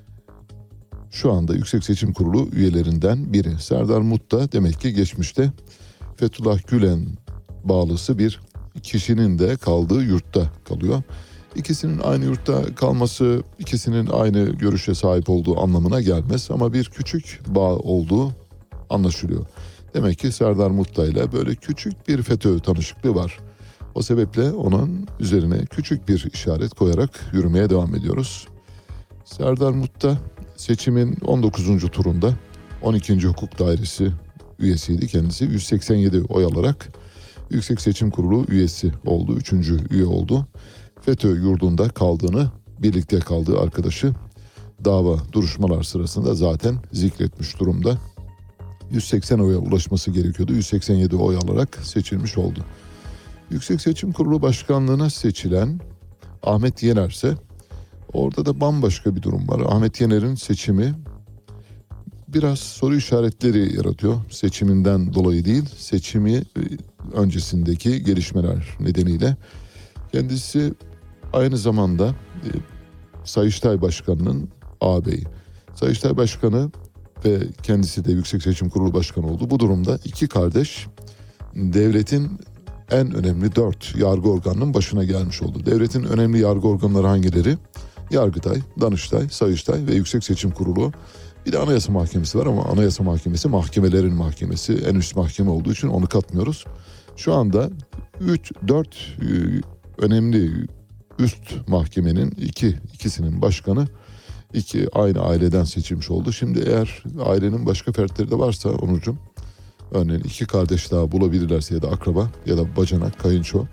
şu anda Yüksek Seçim Kurulu üyelerinden biri. Serdar Mutta demek ki geçmişte Fethullah Gülen bağlısı bir kişinin de kaldığı yurtta kalıyor. İkisinin aynı yurtta kalması ikisinin aynı görüşe sahip olduğu anlamına gelmez ama bir küçük bağ olduğu anlaşılıyor. Demek ki Serdar Mutta ile böyle küçük bir FETÖ tanışıklığı var. O sebeple onun üzerine küçük bir işaret koyarak yürümeye devam ediyoruz. Serdar Mutta seçimin on dokuzuncu turunda on ikinci Hukuk Dairesi üyesiydi kendisi. yüz seksen yedi oy alarak Yüksek Seçim Kurulu üyesi oldu. Üçüncü üye oldu. FETÖ yurdunda kaldığını, birlikte kaldığı arkadaşı dava duruşmalar sırasında zaten zikretmiş durumda. yüz seksen oya ulaşması gerekiyordu. yüz seksen yedi oy alarak seçilmiş oldu. Yüksek Seçim Kurulu Başkanlığı'na seçilen Ahmet Yener ise orada da bambaşka bir durum var. Ahmet Yener'in seçimi biraz soru işaretleri yaratıyor. Seçiminden dolayı değil, seçimi öncesindeki gelişmeler nedeniyle. Kendisi aynı zamanda Sayıştay Başkanı'nın ağabeyi. Sayıştay Başkanı ve kendisi de Yüksek Seçim Kurulu Başkanı oldu. Bu durumda iki kardeş devletin en önemli dört yargı organının başına gelmiş oldu. Devletin önemli yargı organları hangileri? Yargıtay, Danıştay, Sayıştay ve Yüksek Seçim Kurulu. Bir de Anayasa Mahkemesi var ama Anayasa Mahkemesi mahkemelerin mahkemesi, en üst mahkeme olduğu için onu katmıyoruz. Şu anda üç dört önemli üst mahkemenin iki ikisinin başkanı iki aynı aileden seçilmiş oldu. Şimdi eğer ailenin başka fertleri de varsa Onurcuğum, örneğin iki kardeş daha bulabilirlerse ya da akraba ya da bacanak, kayınço,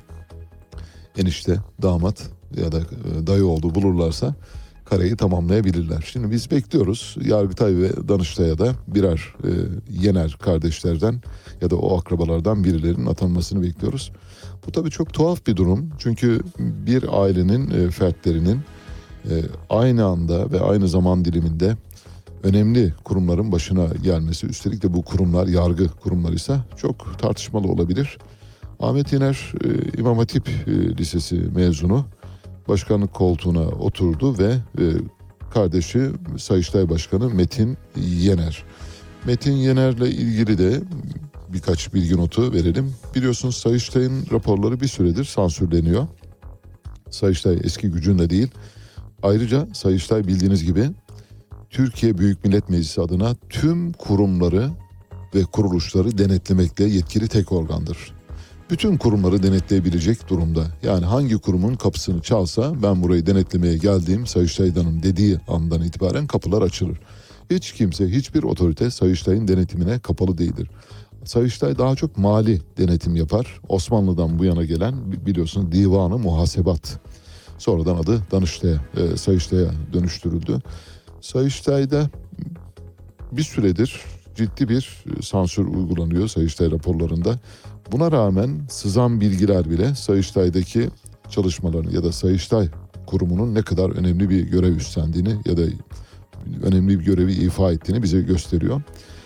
enişte, damat ya da dayı oğlu bulurlarsa kareyi tamamlayabilirler. Şimdi biz bekliyoruz. Yargıtay ve Danıştay'a da birer e, Yener kardeşlerden ya da o akrabalardan birilerinin atanmasını bekliyoruz. Bu tabii çok tuhaf bir durum. Çünkü bir ailenin e, fertlerinin e, aynı anda ve aynı zaman diliminde önemli kurumların başına gelmesi, üstelik de bu kurumlar yargı kurumlarıysa çok tartışmalı olabilir. Ahmet Yener e, İmam Hatip e, Lisesi mezunu, başkanlık koltuğuna oturdu ve e, kardeşi Sayıştay Başkanı Metin Yener. Metin Yener'le ilgili de birkaç bilgi notu verelim. Biliyorsunuz Sayıştay'ın raporları bir süredir sansürleniyor. Sayıştay eski gücünde değil. Ayrıca Sayıştay bildiğiniz gibi Türkiye Büyük Millet Meclisi adına tüm kurumları ve kuruluşları denetlemekle yetkili tek organdır. Bütün kurumları denetleyebilecek durumda. Yani hangi kurumun kapısını çalsa ben burayı denetlemeye geldiğim Sayıştay'danım dediği andan itibaren kapılar açılır. Hiç kimse, hiçbir otorite Sayıştay'ın denetimine kapalı değildir. Sayıştay daha çok mali denetim yapar. Osmanlı'dan bu yana gelen biliyorsunuz Divanı Muhasebat. Sonradan adı Danıştay'a, e, Sayıştay'a dönüştürüldü. Sayıştay'da bir süredir ciddi bir sansür uygulanıyor Sayıştay raporlarında. Buna rağmen sızan bilgiler bile Sayıştay'daki çalışmalarını ya da Sayıştay kurumunun ne kadar önemli bir görev üstlendiğini ya da önemli bir görevi ifa ettiğini bize gösteriyor.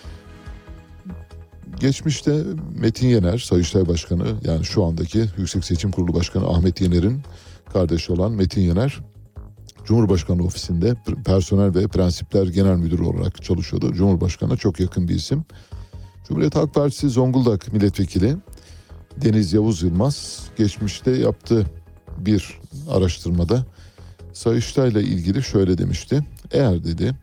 Geçmişte Metin Yener, Sayıştay Başkanı, yani şu andaki Yüksek Seçim Kurulu Başkanı Ahmet Yener'in kardeşi olan Metin Yener, Cumhurbaşkanı Ofisi'nde Personel ve Prensipler Genel Müdürü olarak çalışıyordu. Cumhurbaşkanı'na çok yakın bir isim. Cumhuriyet Halk Partisi Zonguldak Milletvekili Deniz Yavuz Yılmaz geçmişte yaptığı bir araştırmada Sayıştay'la ilgili şöyle demişti. Eğer dedi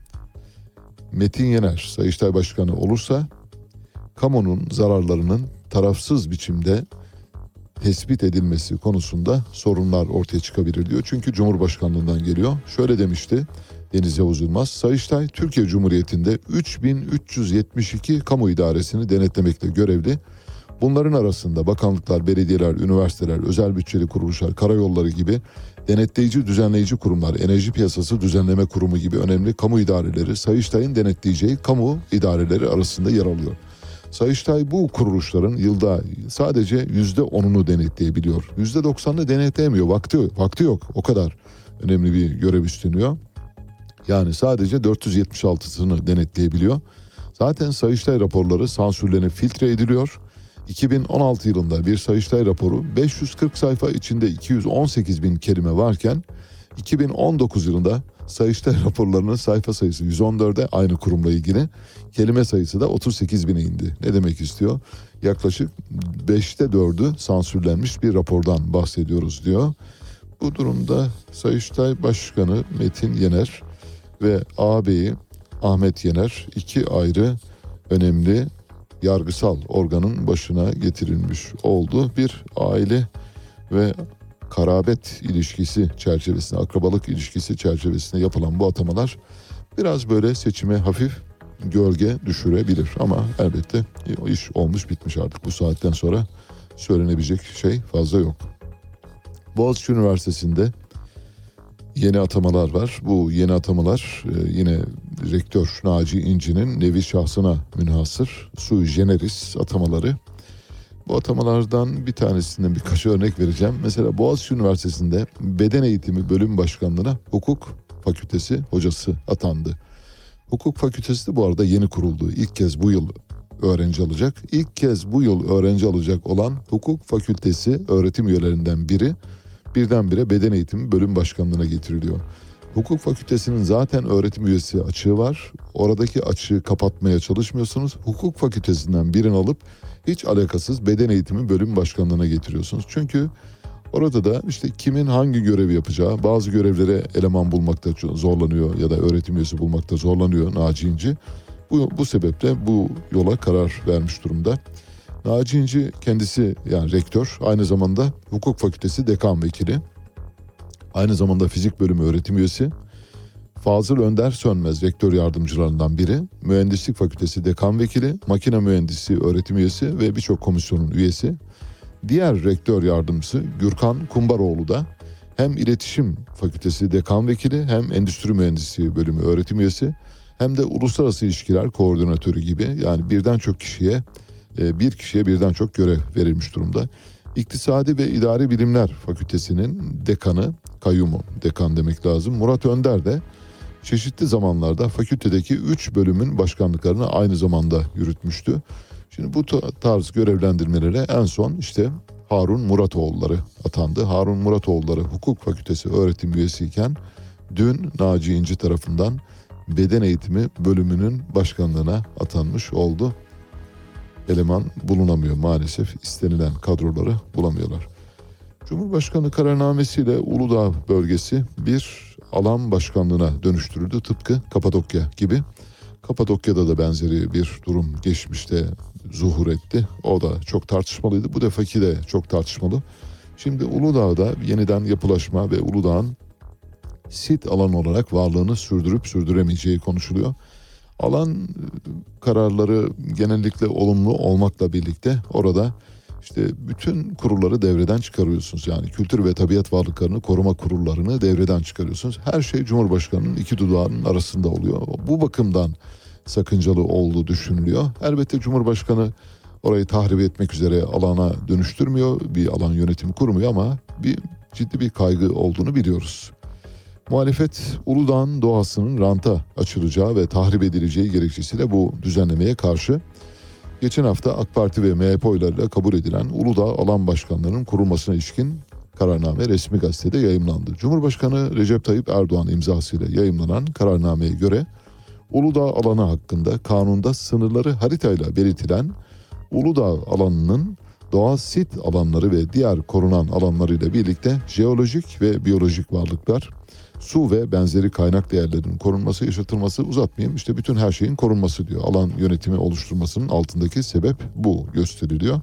Metin Yener Sayıştay Başkanı olursa kamunun zararlarının tarafsız biçimde tespit edilmesi konusunda sorunlar ortaya çıkabilir diyor. Çünkü Cumhurbaşkanlığından geliyor. Şöyle demişti Deniz Yavuz Yılmaz. Sayıştay Türkiye Cumhuriyeti'nde üç bin üç yüz yetmiş iki kamu idaresini denetlemekle görevli. Bunların arasında bakanlıklar, belediyeler, üniversiteler, özel bütçeli kuruluşlar, karayolları gibi denetleyici, düzenleyici kurumlar, enerji piyasası düzenleme kurumu gibi önemli kamu idareleri Sayıştay'ın denetleyeceği kamu idareleri arasında yer alıyor. Sayıştay bu kuruluşların yılda sadece yüzde onunu denetleyebiliyor. Yüzde doksanını denetleyemiyor. Vakti, vakti yok. O kadar önemli bir görev üstleniyor. Yani sadece dört yüz yetmiş altısını denetleyebiliyor. Zaten Sayıştay raporları sansürlenip filtre ediliyor. iki bin on altı yılında bir Sayıştay raporu beş yüz kırk sayfa içinde iki yüz on sekiz bin kelime varken iki bin on dokuz yılında Sayıştay raporlarının sayfa sayısı yüz on dörde aynı kurumla ilgili, kelime sayısı da otuz sekiz bine indi. Ne demek istiyor? Yaklaşık beşte dördü sansürlenmiş bir rapordan bahsediyoruz diyor. Bu durumda Sayıştay Başkanı Metin Yener ve ağabeyi Ahmet Yener iki ayrı önemli yargısal organın başına getirilmiş oldu. Bir aile ve karabet ilişkisi çerçevesinde, akrabalık ilişkisi çerçevesinde yapılan bu atamalar biraz böyle seçime hafif gölge düşürebilir. Ama elbette o iş olmuş bitmiş artık. Bu saatten sonra söylenebilecek şey fazla yok. Boğaziçi Üniversitesi'nde yeni atamalar var. Bu yeni atamalar yine rektör Naci İnci'nin nevi şahsına münhasır sui generis atamaları. Bu atamalardan bir tanesinden birkaç örnek vereceğim. Mesela Boğaziçi Üniversitesi'nde Beden Eğitimi Bölüm Başkanlığı'na Hukuk Fakültesi hocası atandı. Hukuk Fakültesi de bu arada yeni kuruldu. İlk kez bu yıl öğrenci alacak. İlk kez bu yıl öğrenci alacak olan Hukuk Fakültesi öğretim üyelerinden biri birdenbire Beden Eğitimi Bölüm Başkanlığı'na getiriliyor. Hukuk Fakültesi'nin zaten öğretim üyesi açığı var. Oradaki açığı kapatmaya çalışmıyorsunuz. Hukuk Fakültesinden birini alıp hiç alakasız Beden Eğitimi Bölüm Başkanlığı'na getiriyorsunuz. Çünkü orada da işte kimin hangi görevi yapacağı, bazı görevlere eleman bulmakta zorlanıyor ya da öğretim üyesi bulmakta zorlanıyor Naci İnci. Bu, bu sebeple bu yola karar vermiş durumda. Naci İnci kendisi yani rektör, aynı zamanda Hukuk Fakültesi dekan vekili. Aynı zamanda fizik bölümü öğretim üyesi. Fazıl Önder Sönmez rektör yardımcılarından biri. Mühendislik Fakültesi dekan vekili, makine mühendisi öğretim üyesi ve birçok komisyonun üyesi. Diğer rektör yardımcısı Gürkan Kumbaroğlu da hem iletişim fakültesi dekan vekili, hem endüstri mühendisliği bölümü öğretim üyesi, hem de uluslararası ilişkiler koordinatörü gibi, yani birden çok kişiye bir kişiye birden çok görev verilmiş durumda. İktisadi ve İdari Bilimler Fakültesinin dekanı, kayyumu dekan demek lazım, Murat Önder de çeşitli zamanlarda fakültedeki üç bölümün başkanlıklarını aynı zamanda yürütmüştü. Şimdi bu tarz görevlendirmelere en son işte Harun Muratoğulları atandı. Harun Muratoğulları Hukuk Fakültesi öğretim üyesiyken dün Naci İnci tarafından Beden Eğitimi Bölümünün başkanlığına atanmış oldu. Eleman bulunamıyor maalesef, istenilen kadroları bulamıyorlar. Cumhurbaşkanı kararnamesiyle Uludağ bölgesi bir alan başkanlığına dönüştürüldü, tıpkı Kapadokya gibi. Kapadokya'da da benzeri bir durum geçmişte zuhur etti. O da çok tartışmalıydı. Bu defaki de çok tartışmalı. Şimdi Uludağ'da yeniden yapılaşma ve Uludağ'ın sit alan olarak varlığını sürdürüp sürdüremeyeceği konuşuluyor. Alan kararları genellikle olumlu olmakla birlikte orada işte bütün kurulları devreden çıkarıyorsunuz. Yani kültür ve tabiat varlıklarını koruma kurullarını devreden çıkarıyorsunuz. Her şey Cumhurbaşkanı'nın iki dudağının arasında oluyor. Bu bakımdan sakıncalı olduğu düşünülüyor. Elbette Cumhurbaşkanı orayı tahrip etmek üzere alana dönüştürmüyor, bir alan yönetimi kurmuyor ama bir ciddi bir kaygı olduğunu biliyoruz. Muhalefet Uludağ'ın doğasının ranta açılacağı ve tahrip edileceği gerekçesiyle bu düzenlemeye karşı. Geçen hafta AK Parti ve M H P oylarıyla kabul edilen Uludağ alan başkanlarının kurulmasına ilişkin kararname resmi gazetede yayımlandı. Cumhurbaşkanı Recep Tayyip Erdoğan imzasıyla yayımlanan kararnameye göre Uludağ alanı hakkında kanunda sınırları haritayla belirtilen Uludağ alanının doğal sit alanları ve diğer korunan alanlarıyla birlikte jeolojik ve biyolojik varlıklar, su ve benzeri kaynak değerlerinin korunması, yaşatılması, uzatmayayım, işte bütün her şeyin korunması diyor. Alan yönetimi oluşturmasının altındaki sebep bu gösteriliyor.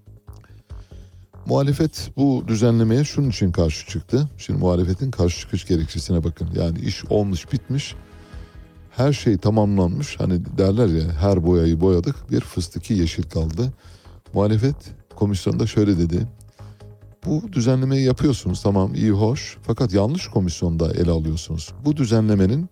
Muhalefet bu düzenlemeye şunun için karşı çıktı. Şimdi muhalefetin karşı çıkış gerekçesine bakın. Yani iş olmuş bitmiş, her şey tamamlanmış. Hani derler ya, her boyayı boyadık, bir fıstıki yeşil kaldı. Muhalefet komisyonda şöyle dedi: bu düzenlemeyi yapıyorsunuz, tamam, iyi hoş, fakat yanlış komisyonda ele alıyorsunuz. Bu düzenlemenin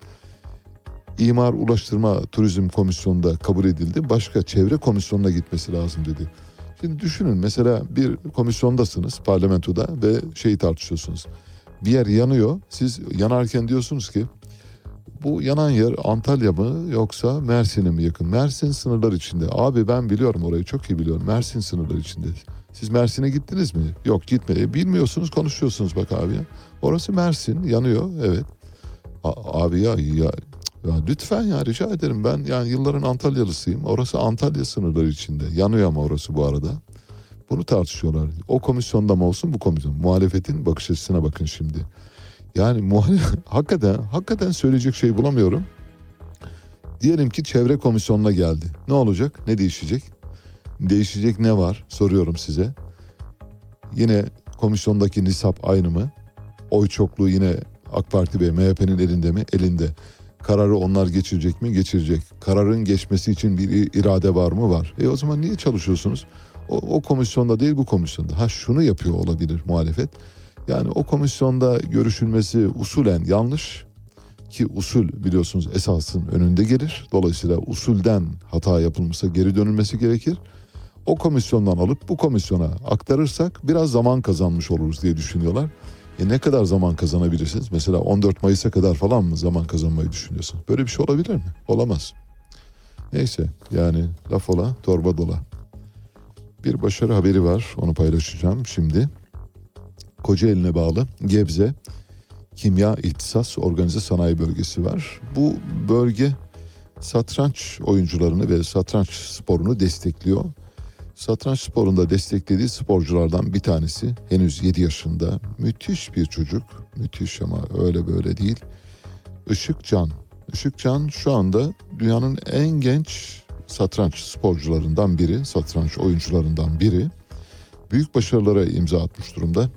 İmar, Ulaştırma, Turizm Komisyonu'nda kabul edildi, başka çevre komisyonuna gitmesi lazım dedi. Şimdi düşünün, mesela bir komisyondasınız parlamentoda ve şeyi tartışıyorsunuz. Bir yer yanıyor, siz yanarken diyorsunuz ki bu yanan yer Antalya mı yoksa Mersin'e mi yakın? Mersin sınırlar içinde. Abi ben biliyorum, orayı çok iyi biliyorum. Mersin sınırlar içinde. Siz Mersin'e gittiniz mi? Yok, gitmedi. Bilmiyorsunuz, konuşuyorsunuz bak abi ya. Orası Mersin, yanıyor, evet. A- abi ya, ya ya lütfen ya, rica ederim, ben yani yılların Antalyalısıyım. Orası Antalya sınırları içinde. Yanıyor ama orası bu arada. Bunu tartışıyorlar. O komisyonda mı olsun, bu komisyon? Muhalefetin bakış açısına bakın şimdi. Yani muhalefet hakikaten hakikaten söyleyecek şey bulamıyorum. Diyelim ki çevre komisyonuna geldi. Ne olacak? Ne değişecek? Değişecek ne var? Soruyorum size. Yine komisyondaki nisap aynı mı? Oy çokluğu yine AK Parti ve M H P'nin elinde mi? Elinde. Kararı onlar geçirecek mi? Geçirecek. Kararın geçmesi için bir irade var mı? Var. E o zaman niye çalışıyorsunuz? O, o komisyonda değil, bu komisyonda. Ha, şunu yapıyor olabilir muhalefet. Yani o komisyonda görüşülmesi usulen yanlış, ki usul biliyorsunuz esasın önünde gelir. Dolayısıyla usulden hata yapılmışsa geri dönülmesi gerekir. O komisyondan alıp bu komisyona aktarırsak biraz zaman kazanmış oluruz diye düşünüyorlar. E ne kadar zaman kazanabilirsiniz? Mesela on dört Mayıs'a kadar falan mı zaman kazanmayı düşünüyorsun? Böyle bir şey olabilir mi? Olamaz. Neyse, yani laf ola torba dola. Bir başarı haberi var, onu paylaşacağım şimdi. Kocaeli'ne bağlı Gebze Kimya İhtisas Organize Sanayi Bölgesi var. Bu bölge satranç oyuncularını ve satranç sporunu destekliyor. Satranç sporunda desteklediği sporculardan bir tanesi henüz yedi yaşında, müthiş bir çocuk, müthiş ama öyle böyle değil, Işıkcan. Işıkcan şu anda dünyanın en genç satranç sporcularından biri, satranç oyuncularından biri. Büyük başarılara imza atmış durumda.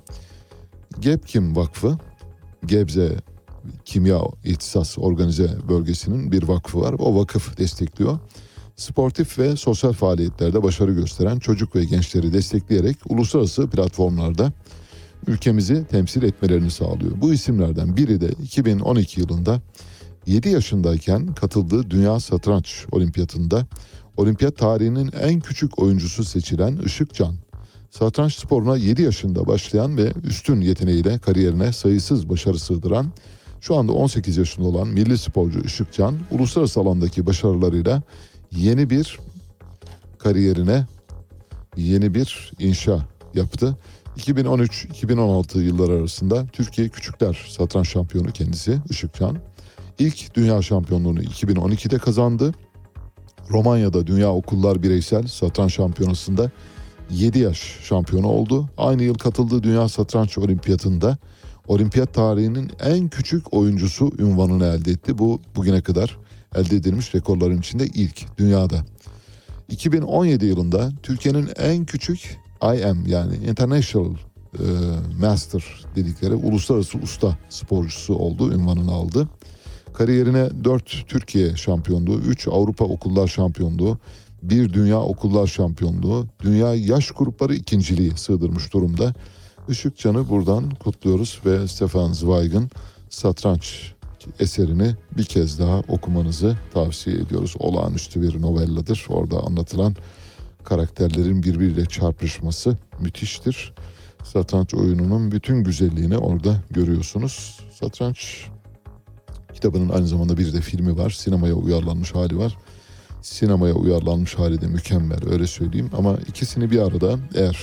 Gebkim Vakfı, Gebze Kimya İhtisas Organize Bölgesi'nin bir vakfı var. O vakıf destekliyor. Sportif ve sosyal faaliyetlerde başarı gösteren çocuk ve gençleri destekleyerek uluslararası platformlarda ülkemizi temsil etmelerini sağlıyor. Bu isimlerden biri de iki bin on iki yılında yedi yaşındayken katıldığı Dünya Satranç Olimpiyatında olimpiyat tarihinin en küçük oyuncusu seçilen Işıkcan. Satranç sporuna yedi yaşında başlayan ve üstün yeteneğiyle kariyerine sayısız başarı sığdıran, şu anda on sekiz yaşında olan milli sporcu Işıkcan, uluslararası alandaki başarılarıyla yeni bir kariyerine yeni bir inşa yaptı. iki bin on üç iki bin on altı yılları arasında Türkiye Küçükler Satranç Şampiyonu kendisi Işıkcan. İlk dünya şampiyonluğunu iki bin on ikide kazandı. Romanya'da Dünya Okullar Bireysel Satranç Şampiyonası'nda yedi yaş şampiyonu oldu. Aynı yıl katıldığı Dünya Satranç Olimpiyatında olimpiyat tarihinin en küçük oyuncusu unvanını elde etti. Bu bugüne kadar elde edilmiş rekorların içinde ilk dünyada. iki bin on yedi yılında Türkiye'nin en küçük I M yani International e, Master dedikleri uluslararası usta sporcusu oldu, unvanını aldı. Kariyerine dört Türkiye şampiyonluğu, üç Avrupa Okullar Şampiyonluğu, bir Dünya Okullar Şampiyonluğu, Dünya Yaş Grupları ikinciliği sığdırmış durumda. Işıkcan'ı buradan kutluyoruz ve Stefan Zweig'in Satranç eserini bir kez daha okumanızı tavsiye ediyoruz. Olağanüstü bir novelladır. Orada anlatılan karakterlerin birbiriyle çarpışması müthiştir. Satranç oyununun bütün güzelliğini orada görüyorsunuz. Satranç kitabının aynı zamanda bir de filmi var. Sinemaya uyarlanmış hali var. Sinemaya uyarlanmış hali de mükemmel, öyle söyleyeyim. Ama ikisini bir arada eğer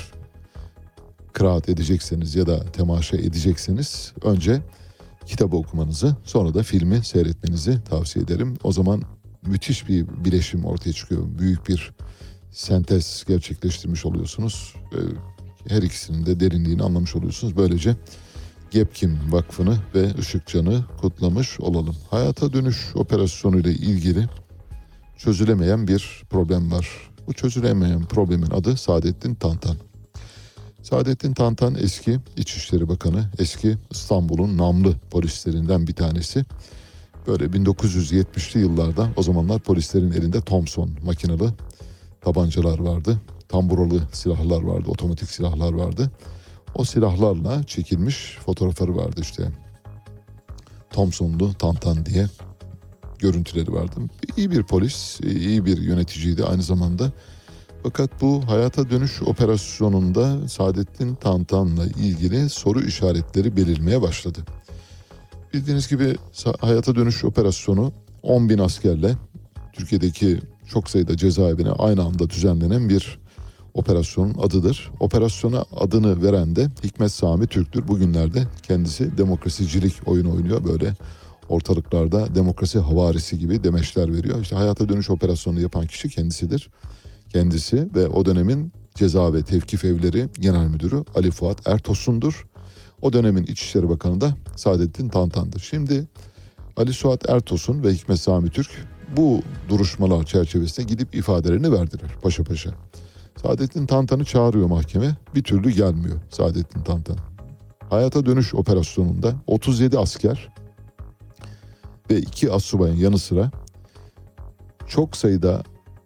kıraat edecekseniz ya da temaşa edecekseniz önce kitabı okumanızı, sonra da filmi seyretmenizi tavsiye ederim. O zaman müthiş bir bileşim ortaya çıkıyor. Büyük bir sentez gerçekleştirmiş oluyorsunuz. Her ikisinin de derinliğini anlamış oluyorsunuz. Böylece Gepkim Vakfı'nı ve Işıkcan'ı kutlamış olalım. Hayata dönüş operasyonu ile ilgili çözülemeyen bir problem var. Bu çözülemeyen problemin adı Saadettin Tantan. Saadettin Tantan eski İçişleri Bakanı, eski İstanbul'un namlı polislerinden bir tanesi. Böyle bin dokuz yüz yetmişli yıllarda o zamanlar polislerin elinde Thompson makinalı tabancalar vardı. Tamburalı silahlar vardı, otomatik silahlar vardı. O silahlarla çekilmiş fotoğrafları vardı işte. Thompson'lu Tantan diye görüntüleri vardı. İyi bir polis, iyi bir yöneticiydi aynı zamanda. Fakat bu hayata dönüş operasyonunda Saadettin Tantan'la ilgili soru işaretleri belirmeye başladı. Bildiğiniz gibi hayata dönüş operasyonu on bin askerle Türkiye'deki çok sayıda cezaevine aynı anda düzenlenen bir operasyonun adıdır. Operasyona adını veren de Hikmet Sami Türk'tür. Bugünlerde kendisi demokrasicilik oyunu oynuyor. Böyle ortalıklarda demokrasi havarisi gibi demeçler veriyor. İşte hayata dönüş operasyonunu yapan kişi kendisidir. Kendisi ve o dönemin Ceza ve Tevkif Evleri Genel Müdürü Ali Fuat Ertosun'dur. O dönemin İçişleri Bakanı da Saadettin Tantan'dır. Şimdi Ali Suat Ertosun ve Hikmet Sami Türk bu duruşmalar çerçevesinde gidip ifadelerini verdiler paşa paşa. Saadettin Tantan'ı çağırıyor mahkeme, bir türlü gelmiyor Saadettin Tantan. Hayata dönüş operasyonunda otuz yedi asker ve iki astsubayın yanı sıra çok sayıda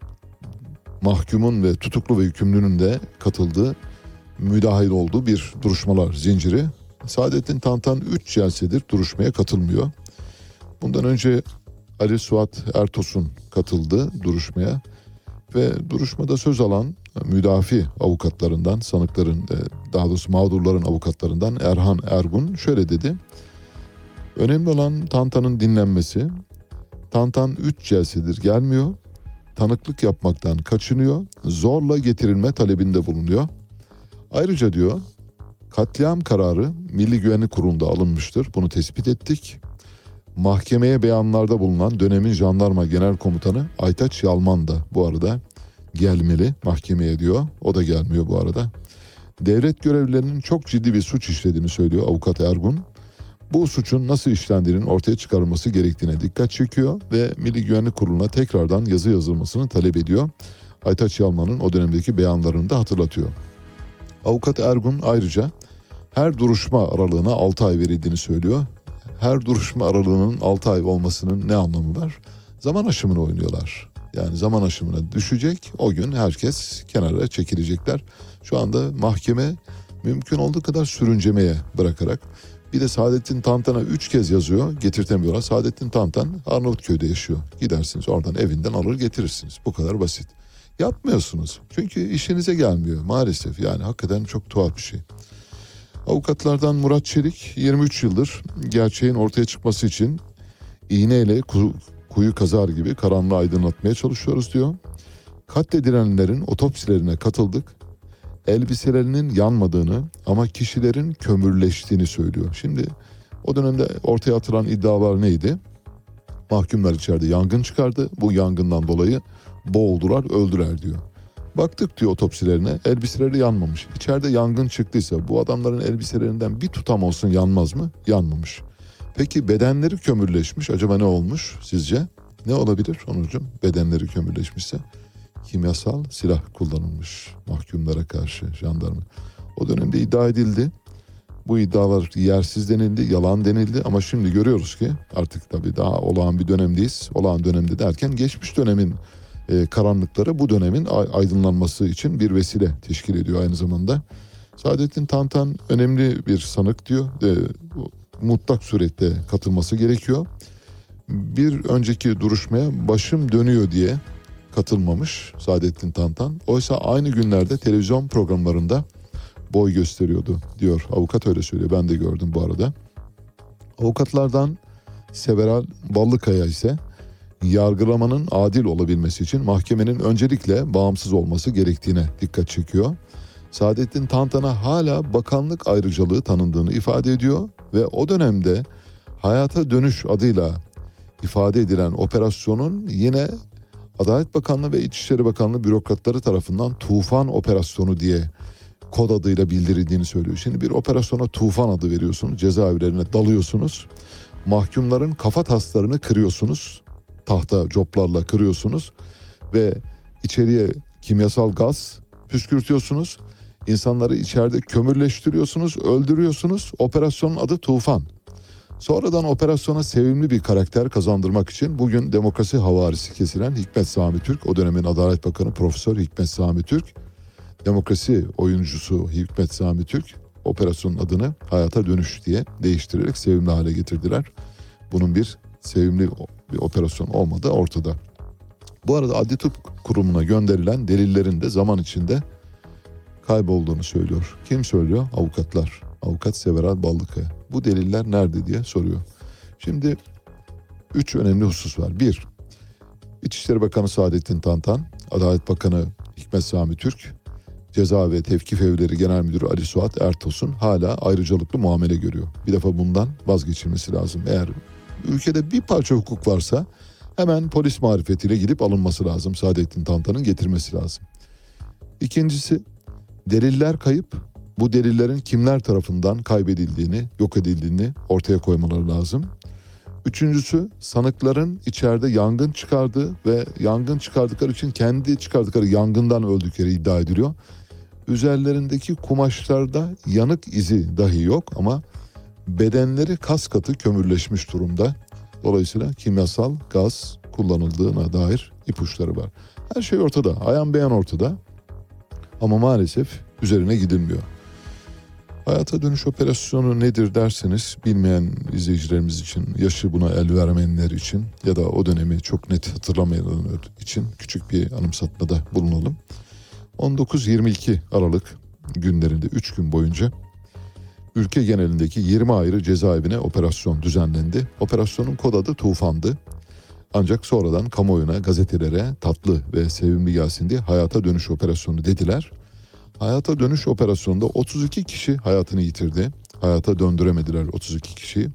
mahkumun ve tutuklu ve hükümlünün de katıldığı, müdahil olduğu bir duruşmalar zinciri. Saadettin Tantan üç celsedir duruşmaya katılmıyor. Bundan önce Ali Suat Ertosun katıldı duruşmaya ve duruşmada söz alan müdafi avukatlarından, sanıkların, daha doğrusu mağdurların avukatlarından Erhan Ergun şöyle dedi. Önemli olan Tantan'ın dinlenmesi. Tantan üç celsedir gelmiyor. Tanıklık yapmaktan kaçınıyor. Zorla getirilme talebinde bulunuyor. Ayrıca diyor, katliam kararı Milli Güvenlik Kurulu'nda alınmıştır. Bunu tespit ettik. Mahkemeye beyanlarda bulunan dönemin Jandarma Genel Komutanı Aytaç Yalman da bu arada gelmeli mahkemeye diyor. O da gelmiyor bu arada. Devlet görevlilerinin çok ciddi bir suç işlediğini söylüyor avukat Ergun. Bu suçun nasıl işlendiğinin ortaya çıkarılması gerektiğine dikkat çekiyor ve Milli Güvenlik Kurulu'na tekrardan yazı yazılmasını talep ediyor. Aytaç Yalman'ın o dönemdeki beyanlarını da hatırlatıyor. Avukat Ergun ayrıca her duruşma aralığına altı ay verildiğini söylüyor. Her duruşma aralığının altı ay olmasının ne anlamı var? Zaman aşımını oynuyorlar. Yani zaman aşımına düşecek, o gün herkes kenara çekilecekler. Şu anda mahkeme mümkün olduğu kadar sürüncemeye bırakarak, bir de Saadettin Tantan'a üç kez yazıyor, getirtemiyorlar. Saadettin Tantan Arnavutköy'de yaşıyor. Gidersiniz oradan evinden alır getirirsiniz. Bu kadar basit. Yapmıyorsunuz. Çünkü işinize gelmiyor maalesef. Yani hakikaten çok tuhaf bir şey. Avukatlardan Murat Çelik yirmi üç yıldır gerçeğin ortaya çıkması için iğneyle kuyu, kuyu kazar gibi karanlığı aydınlatmaya çalışıyoruz diyor. Katledilenlerin otopsilerine katıldık. Elbiselerinin yanmadığını ama kişilerin kömürleştiğini söylüyor. Şimdi o dönemde ortaya atılan iddialar neydi? Mahkumlar içeride yangın çıkardı. Bu yangından dolayı boğuldular, öldüler diyor. Baktık diyor otopsilerine, elbiseleri yanmamış. İçeride yangın çıktıysa bu adamların elbiselerinden bir tutam olsun yanmaz mı? Yanmamış. Peki bedenleri kömürleşmiş. Acaba ne olmuş sizce? Ne olabilir Onurcuğum? Bedenleri kömürleşmişse kimyasal silah kullanılmış mahkumlara karşı jandarma. O dönemde iddia edildi. Bu iddialar yersiz denildi, yalan denildi ama şimdi görüyoruz ki artık tabii daha olağan bir dönemdeyiz. Olağan dönemde derken geçmiş dönemin e, karanlıkları bu dönemin aydınlanması için bir vesile teşkil ediyor aynı zamanda. Saadettin Tantan önemli bir sanık diyor. E, mutlak surette katılması gerekiyor. Bir önceki duruşmaya başım dönüyor diye katılmamış Saadettin Tantan. Oysa aynı günlerde televizyon programlarında boy gösteriyordu diyor. Avukat öyle söylüyor. Ben de gördüm bu arada. Avukatlardan Several Ballıkaya ise yargılamanın adil olabilmesi için mahkemenin öncelikle bağımsız olması gerektiğine dikkat çekiyor. Saadettin Tantan'a hala bakanlık ayrıcalığı tanındığını ifade ediyor ve o dönemde hayata dönüş adıyla ifade edilen operasyonun yine Adalet Bakanlığı ve İçişleri Bakanlığı bürokratları tarafından Tufan Operasyonu diye kod adıyla bildirildiğini söylüyor. Şimdi bir operasyona Tufan adı veriyorsunuz, cezaevlerine dalıyorsunuz, mahkumların kafa taslarını kırıyorsunuz, tahta coplarla kırıyorsunuz ve içeriye kimyasal gaz püskürtüyorsunuz, insanları içeride kömürleştiriyorsunuz, öldürüyorsunuz. Operasyonun adı Tufan. Sonradan operasyona sevimli bir karakter kazandırmak için bugün demokrasi havarisi kesilen Hikmet Sami Türk, o dönemin Adalet Bakanı Profesör Hikmet Sami Türk, demokrasi oyuncusu Hikmet Sami Türk, operasyonun adını Hayata Dönüş diye değiştirerek sevimli hale getirdiler. Bunun bir sevimli bir operasyon olmadığı ortada. Bu arada Adli Tıp Kurumu'na gönderilen delillerin de zaman içinde kaybolduğunu söylüyor. Kim söylüyor? Avukatlar. Avukat Several Ballıkaya. Bu deliller nerede diye soruyor. Şimdi üç önemli husus var. Bir, İçişleri Bakanı Saadettin Tantan, Adalet Bakanı Hikmet Sami Türk, Ceza ve Tevkif Evleri Genel Müdürü Ali Suat Ertos'un hala ayrıcalıklı muamele görüyor. Bir defa bundan vazgeçilmesi lazım. Eğer ülkede bir parça hukuk varsa hemen polis marifetiyle gidip alınması lazım. Saadettin Tantan'ın getirmesi lazım. İkincisi, deliller kayıp. Bu delillerin kimler tarafından kaybedildiğini, yok edildiğini ortaya koymaları lazım. Üçüncüsü, sanıkların içeride yangın çıkardığı ve yangın çıkardıkları için kendi çıkardıkları yangından öldükleri iddia ediliyor. Üzerlerindeki kumaşlarda yanık izi dahi yok ama bedenleri kas katı kömürleşmiş durumda. Dolayısıyla kimyasal gaz kullanıldığına dair ipuçları var. Her şey ortada, ayan beyan ortada ama maalesef üzerine gidilmiyor. Hayata Dönüş Operasyonu nedir derseniz, bilmeyen izleyicilerimiz için, yaşı buna el vermeyenler için ya da o dönemi çok net hatırlamayanlar için küçük bir anımsatmada bulunalım. on dokuz yirmi iki Aralık günlerinde üç gün boyunca ülke genelindeki yirmi ayrı cezaevine operasyon düzenlendi. Operasyonun kod adı Tufan'dı. Ancak sonradan kamuoyuna, gazetelere tatlı ve sevimli gelsin diye Hayata Dönüş Operasyonu dediler. Hayata Dönüş Operasyonu'nda otuz iki kişi hayatını yitirdi. Hayata döndüremediler otuz iki kişiyi.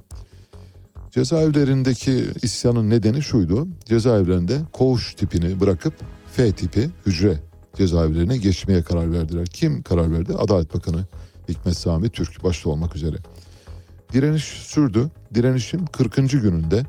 Cezaevlerindeki isyanın nedeni şuydu. Cezaevlerinde koğuş tipini bırakıp F tipi hücre cezaevlerine geçmeye karar verdiler. Kim karar verdi? Adalet Bakanı Hikmet Sami Türk başta olmak üzere. Direniş sürdü. Direnişin kırkıncı gününde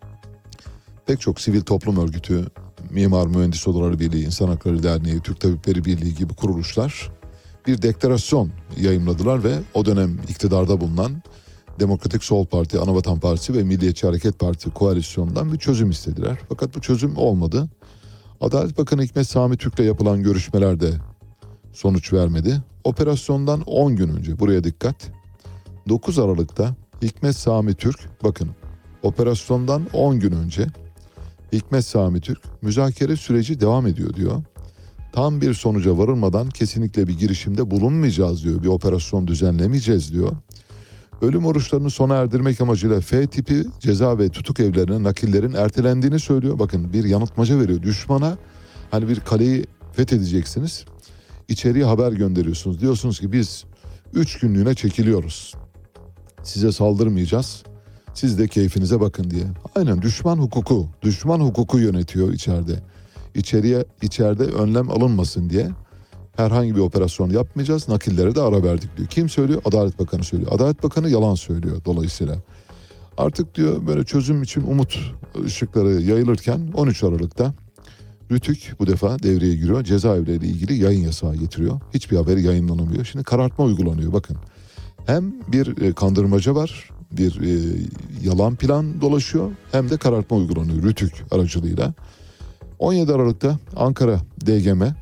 pek çok sivil toplum örgütü, Mimar Mühendis Odaları Birliği, İnsan Hakları Derneği, Türk Tabipleri Birliği gibi kuruluşlar bir deklarasyon yayımladılar ve o dönem iktidarda bulunan Demokratik Sol Parti, Anavatan Partisi ve Milliyetçi Hareket Parti koalisyonundan bir çözüm istediler. Fakat bu çözüm olmadı. Adalet Bakanı Hikmet Sami Türk'le yapılan görüşmeler de sonuç vermedi. Operasyondan on gün önce, buraya dikkat, dokuz Aralık'ta Hikmet Sami Türk, bakın operasyondan on gün önce Hikmet Sami Türk müzakere süreci devam ediyor diyor. Tam bir sonuca varılmadan kesinlikle bir girişimde bulunmayacağız diyor. Bir operasyon düzenlemeyeceğiz diyor. Ölüm oruçlarını sona erdirmek amacıyla F tipi ceza ve tutuk evlerine nakillerin ertelendiğini söylüyor. Bakın bir yanıltmaca veriyor. Düşmana hani bir kaleyi fethedeceksiniz. İçeriye haber gönderiyorsunuz. Diyorsunuz ki biz üç günlüğüne çekiliyoruz. Size saldırmayacağız. Siz de keyfinize bakın diye. Aynen düşman hukuku, düşman hukuku yönetiyor içeride. İçeriye, içeride önlem alınmasın diye herhangi bir operasyon yapmayacağız. Nakillere de ara verdik diyor. Kim söylüyor? Adalet Bakanı söylüyor. Adalet Bakanı yalan söylüyor dolayısıyla. Artık diyor böyle çözüm için umut ışıkları yayılırken on üç Aralık'ta Rütük bu defa devreye giriyor. Cezaevleriyle ilgili yayın yasağı getiriyor. Hiçbir haber yayınlanamıyor. Şimdi karartma uygulanıyor bakın. Hem bir kandırmaca var, bir e, yalan plan dolaşıyor, hem de karartma uygulanıyor Rütük aracılığıyla. on yedi Aralık'ta Ankara D G M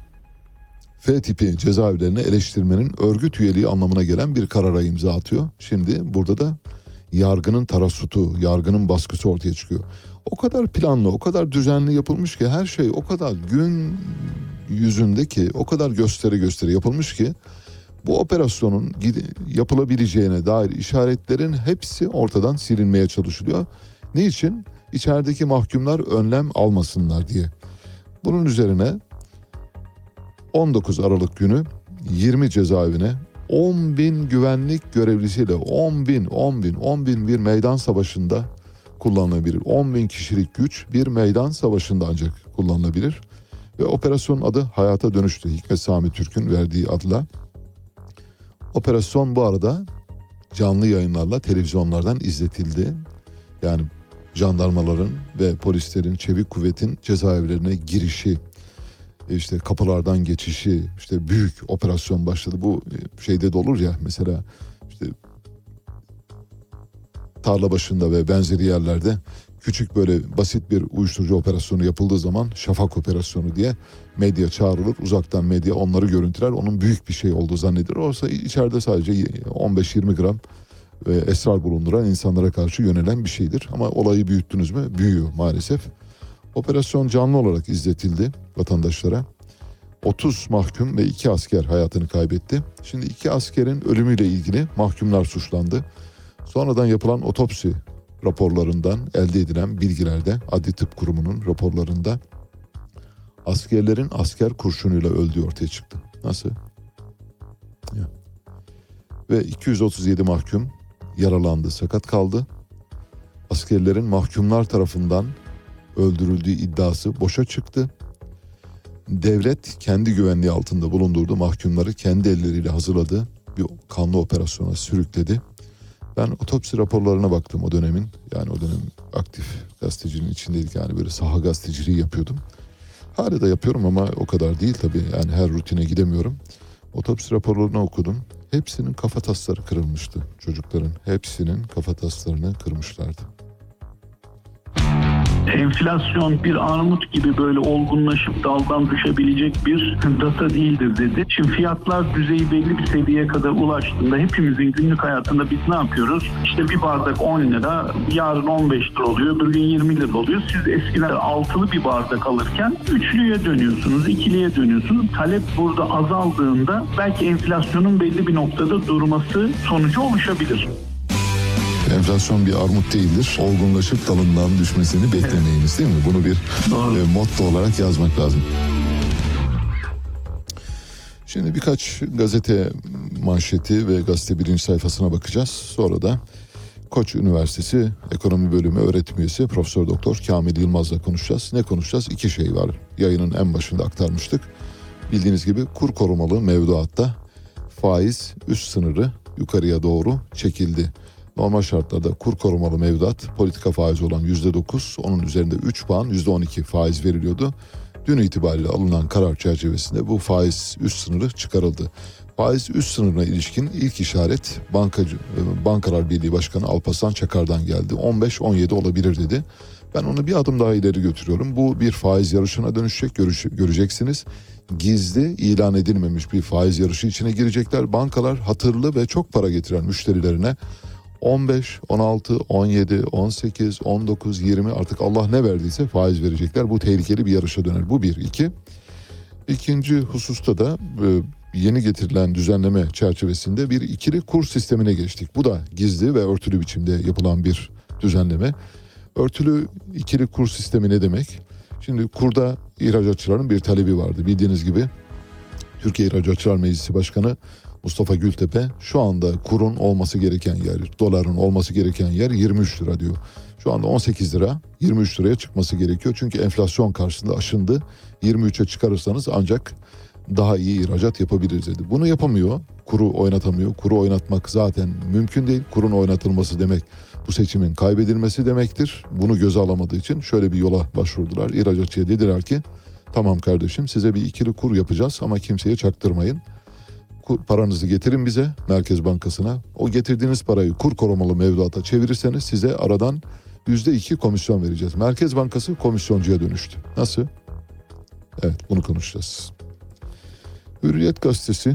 F tipi cezaevlerine eleştirmenin örgüt üyeliği anlamına gelen bir karara imza atıyor. Şimdi burada da yargının tarasutu, yargının baskısı ortaya çıkıyor. O kadar planlı, o kadar düzenli yapılmış ki her şey o kadar gün yüzündeki, o kadar gösteri gösteri yapılmış ki bu operasyonun yapılabileceğine dair işaretlerin hepsi ortadan silinmeye çalışılıyor. Niçin? İçerideki mahkumlar önlem almasınlar diye. Bunun üzerine on dokuz Aralık günü yirmi cezaevine on bin güvenlik görevlisiyle on bin, on bin, on bin bir meydan savaşında kullanılabilir. on bin kişilik güç bir meydan savaşında ancak kullanılabilir. Ve operasyonun adı hayata dönüştü. Hikmet Sami Türk'ün verdiği adla. Operasyon bu arada canlı yayınlarla televizyonlardan izletildi. Yani jandarmaların ve polislerin, çevik kuvvetin cezaevlerine girişi, işte kapılardan geçişi, işte büyük operasyon başladı. Bu şeyde de olur ya, mesela işte tarla başında ve benzeri yerlerde küçük böyle basit bir uyuşturucu operasyonu yapıldığı zaman Şafak operasyonu diye medya çağrılır. Uzaktan medya onları görüntüler. Onun büyük bir şey olduğu zannedilir. Oysa içeride sadece on beş yirmi gram ve esrar bulunduran insanlara karşı yönelen bir şeydir. Ama olayı büyüttünüz mü? Büyüyor maalesef. Operasyon canlı olarak izletildi vatandaşlara. otuz mahkum ve iki asker hayatını kaybetti. Şimdi iki askerin ölümüyle ilgili mahkumlar suçlandı. Sonradan yapılan otopsi raporlarından elde edilen bilgilerde, Adli Tıp Kurumu'nun raporlarında askerlerin asker kurşunuyla öldüğü ortaya çıktı. Nasıl? Ya. Ve iki yüz otuz yedi mahkum yaralandı, sakat kaldı. Askerlerin mahkumlar tarafından öldürüldüğü iddiası boşa çıktı. Devlet kendi güvenliği altında bulundurdu. Mahkumları kendi elleriyle hazırladı. Bir kanlı operasyona sürükledi. Ben otopsi raporlarına baktım o dönemin. Yani o dönem aktif gazeteciliğin içindeydik. Yani böyle saha gazeteciliği yapıyordum. Hala da yapıyorum ama o kadar değil tabii. Yani her rutine gidemiyorum. Otopsi raporlarını okudum. Hepsinin kafatasları kırılmıştı çocukların. Hepsinin kafataslarını kırmışlardı. Enflasyon bir armut gibi böyle olgunlaşıp daldan düşebilecek bir data değildir dedi. Şimdi fiyatlar düzeyi belli bir seviyeye kadar ulaştığında hepimizin günlük hayatında biz ne yapıyoruz? İşte bir bardak on lira, yarın on beş lira oluyor, bir gün yirmi lira oluyor. Siz eskiden altılı bir bardak alırken üçlüye dönüyorsunuz, ikiliye dönüyorsunuz. Talep burada azaldığında belki enflasyonun belli bir noktada durması sonucu oluşabilir. Enflasyon bir armut değildir. Olgunlaşıp dalından düşmesini beklemeyiniz, değil mi? Bunu bir e, motto olarak yazmak lazım. Şimdi birkaç gazete manşeti ve gazete birinci sayfasına bakacağız. Sonra da Koç Üniversitesi Ekonomi Bölümü öğretim üyesi Profesör Doktor Kamil Yılmaz'la konuşacağız. Ne konuşacağız? İki şey var. Yayının en başında aktarmıştık. Bildiğiniz gibi kur korumalı mevduatta faiz üst sınırı yukarıya doğru çekildi. Normal şartlarda kur korumalı mevduat politika faizi olan yüzde dokuz, onun üzerinde üç puan yüzde on iki faiz veriliyordu. Dün itibariyle alınan karar çerçevesinde bu faiz üst sınırı çıkarıldı. Faiz üst sınırına ilişkin ilk işaret Bankacı, Bankalar Birliği Başkanı Alparslan Çakar'dan geldi. on beş on yedi olabilir dedi. Ben onu bir adım daha ileri götürüyorum. Bu bir faiz yarışına dönüşecek, görüş, göreceksiniz. Gizli, ilan edilmemiş bir faiz yarışı içine girecekler. Bankalar hatırlı ve çok para getiren müşterilerine on beş, on altı, on yedi, on sekiz, on dokuz, yirmi artık Allah ne verdiyse faiz verecekler. Bu tehlikeli bir yarışa döner. Bu bir. iki. İkinci hususta da yeni getirilen düzenleme çerçevesinde bir ikili kur sistemine geçtik. Bu da gizli ve örtülü biçimde yapılan bir düzenleme. Örtülü ikili kur sistemi ne demek? Şimdi kurda ihracatçıların bir talebi vardı. Bildiğiniz gibi Türkiye İhracatçılar Meclisi Başkanı Mustafa Gültepe şu anda kurun olması gereken yer, doların olması gereken yer yirmi üç lira diyor. Şu anda on sekiz lira, yirmi üç liraya çıkması gerekiyor. Çünkü enflasyon karşısında aşındı. yirmi üçe çıkarırsanız ancak daha iyi ihracat yapabiliriz dedi. Bunu yapamıyor, kuru oynatamıyor. Kuru oynatmak zaten mümkün değil. Kurun oynatılması demek bu seçimin kaybedilmesi demektir. Bunu göze alamadığı için şöyle bir yola başvurdular. İhracatçıya dediler ki tamam kardeşim size bir ikili kur yapacağız ama kimseye çaktırmayın. Paranızı getirin bize Merkez Bankası'na. O getirdiğiniz parayı kur korumalı mevduata çevirirseniz size aradan yüzde iki komisyon vereceğiz. Merkez Bankası komisyoncuya dönüştü. Nasıl? Evet, bunu konuşacağız. Hürriyet gazetesi,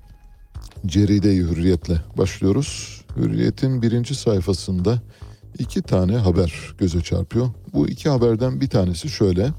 Ceride-i Hürriyet'le başlıyoruz. Hürriyet'in birinci sayfasında iki tane haber göze çarpıyor. Bu iki haberden bir tanesi şöyle.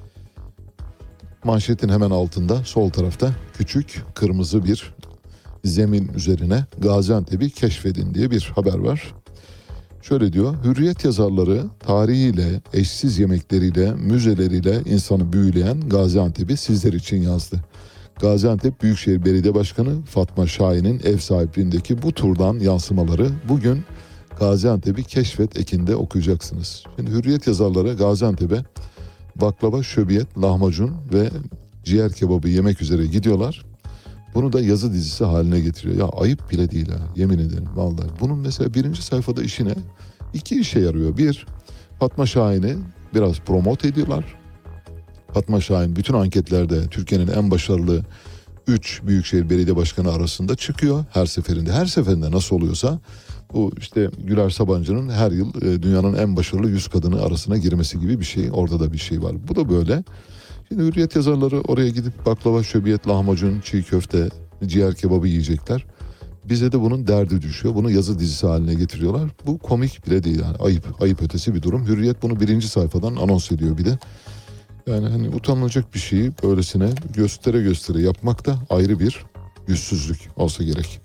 Manşetin hemen altında sol tarafta küçük kırmızı bir zemin üzerine Gaziantep'i keşfedin diye bir haber var. Şöyle diyor, Hürriyet yazarları tarihiyle, eşsiz yemekleriyle, müzeleriyle insanı büyüleyen Gaziantep'i sizler için yazdı. Gaziantep Büyükşehir Belediye Başkanı Fatma Şahin'in ev sahipliğindeki bu turdan yansımaları bugün Gaziantep'i keşfet ekinde okuyacaksınız. Şimdi Hürriyet yazarları Gaziantep'e baklava, şöbiyet, lahmacun ve ciğer kebabı yemek üzere gidiyorlar. Bunu da yazı dizisi haline getiriyor. Ya ayıp bile değil ha, yemin ederim vallahi. Bunun mesela birinci sayfada işine iki işe yarıyor. Bir, Fatma Şahin'i biraz promote ediyorlar. Fatma Şahin bütün anketlerde Türkiye'nin en başarılı üç büyükşehir belediye başkanı arasında çıkıyor. Her seferinde, her seferinde nasıl oluyorsa bu işte Güler Sabancı'nın her yıl dünyanın en başarılı yüz kadını arasına girmesi gibi bir şey. Orada da bir şey var. Bu da böyle. Şimdi Hürriyet yazarları oraya gidip baklava, şöbiyet, lahmacun, çiğ köfte, ciğer kebabı yiyecekler. Bize de bunun derdi düşüyor. Bunu yazı dizisi haline getiriyorlar. Bu komik bile değil. Yani ayıp, ayıp ötesi bir durum. Hürriyet bunu birinci sayfadan anons ediyor bir de. Yani hani utanılacak bir şeyi böylesine göstere göstere yapmak da ayrı bir yüzsüzlük olsa gerek.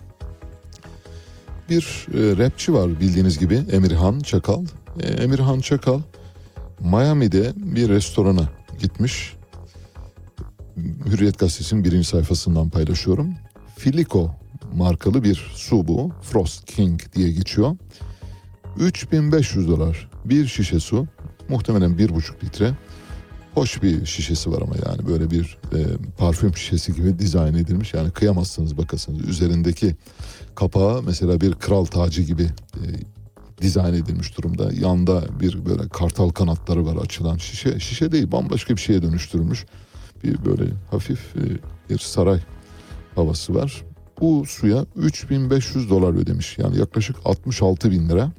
Bir e, rapçi var bildiğiniz gibi, Emirhan Çakal. E, Emirhan Çakal Miami'de bir restorana gitmiş. Hürriyet Gazetesi'nin birinci sayfasından paylaşıyorum. Filico markalı bir su bu. Frost King diye geçiyor. üç bin beş yüz dolar bir şişe su. Muhtemelen bir buçuk litre. Hoş bir şişesi var ama yani böyle bir e, parfüm şişesi gibi dizayn edilmiş. Yani kıyamazsınız bakasınız. Üzerindeki kapağı mesela bir kral tacı gibi e, dizayn edilmiş durumda. Yanda bir böyle kartal kanatları var açılan şişe. Şişe değil, bambaşka bir şeye dönüştürülmüş. Bir böyle hafif e, bir saray havası var. Bu suya üç bin beş yüz dolar ödemiş. Yani yaklaşık altmış altı bin lira.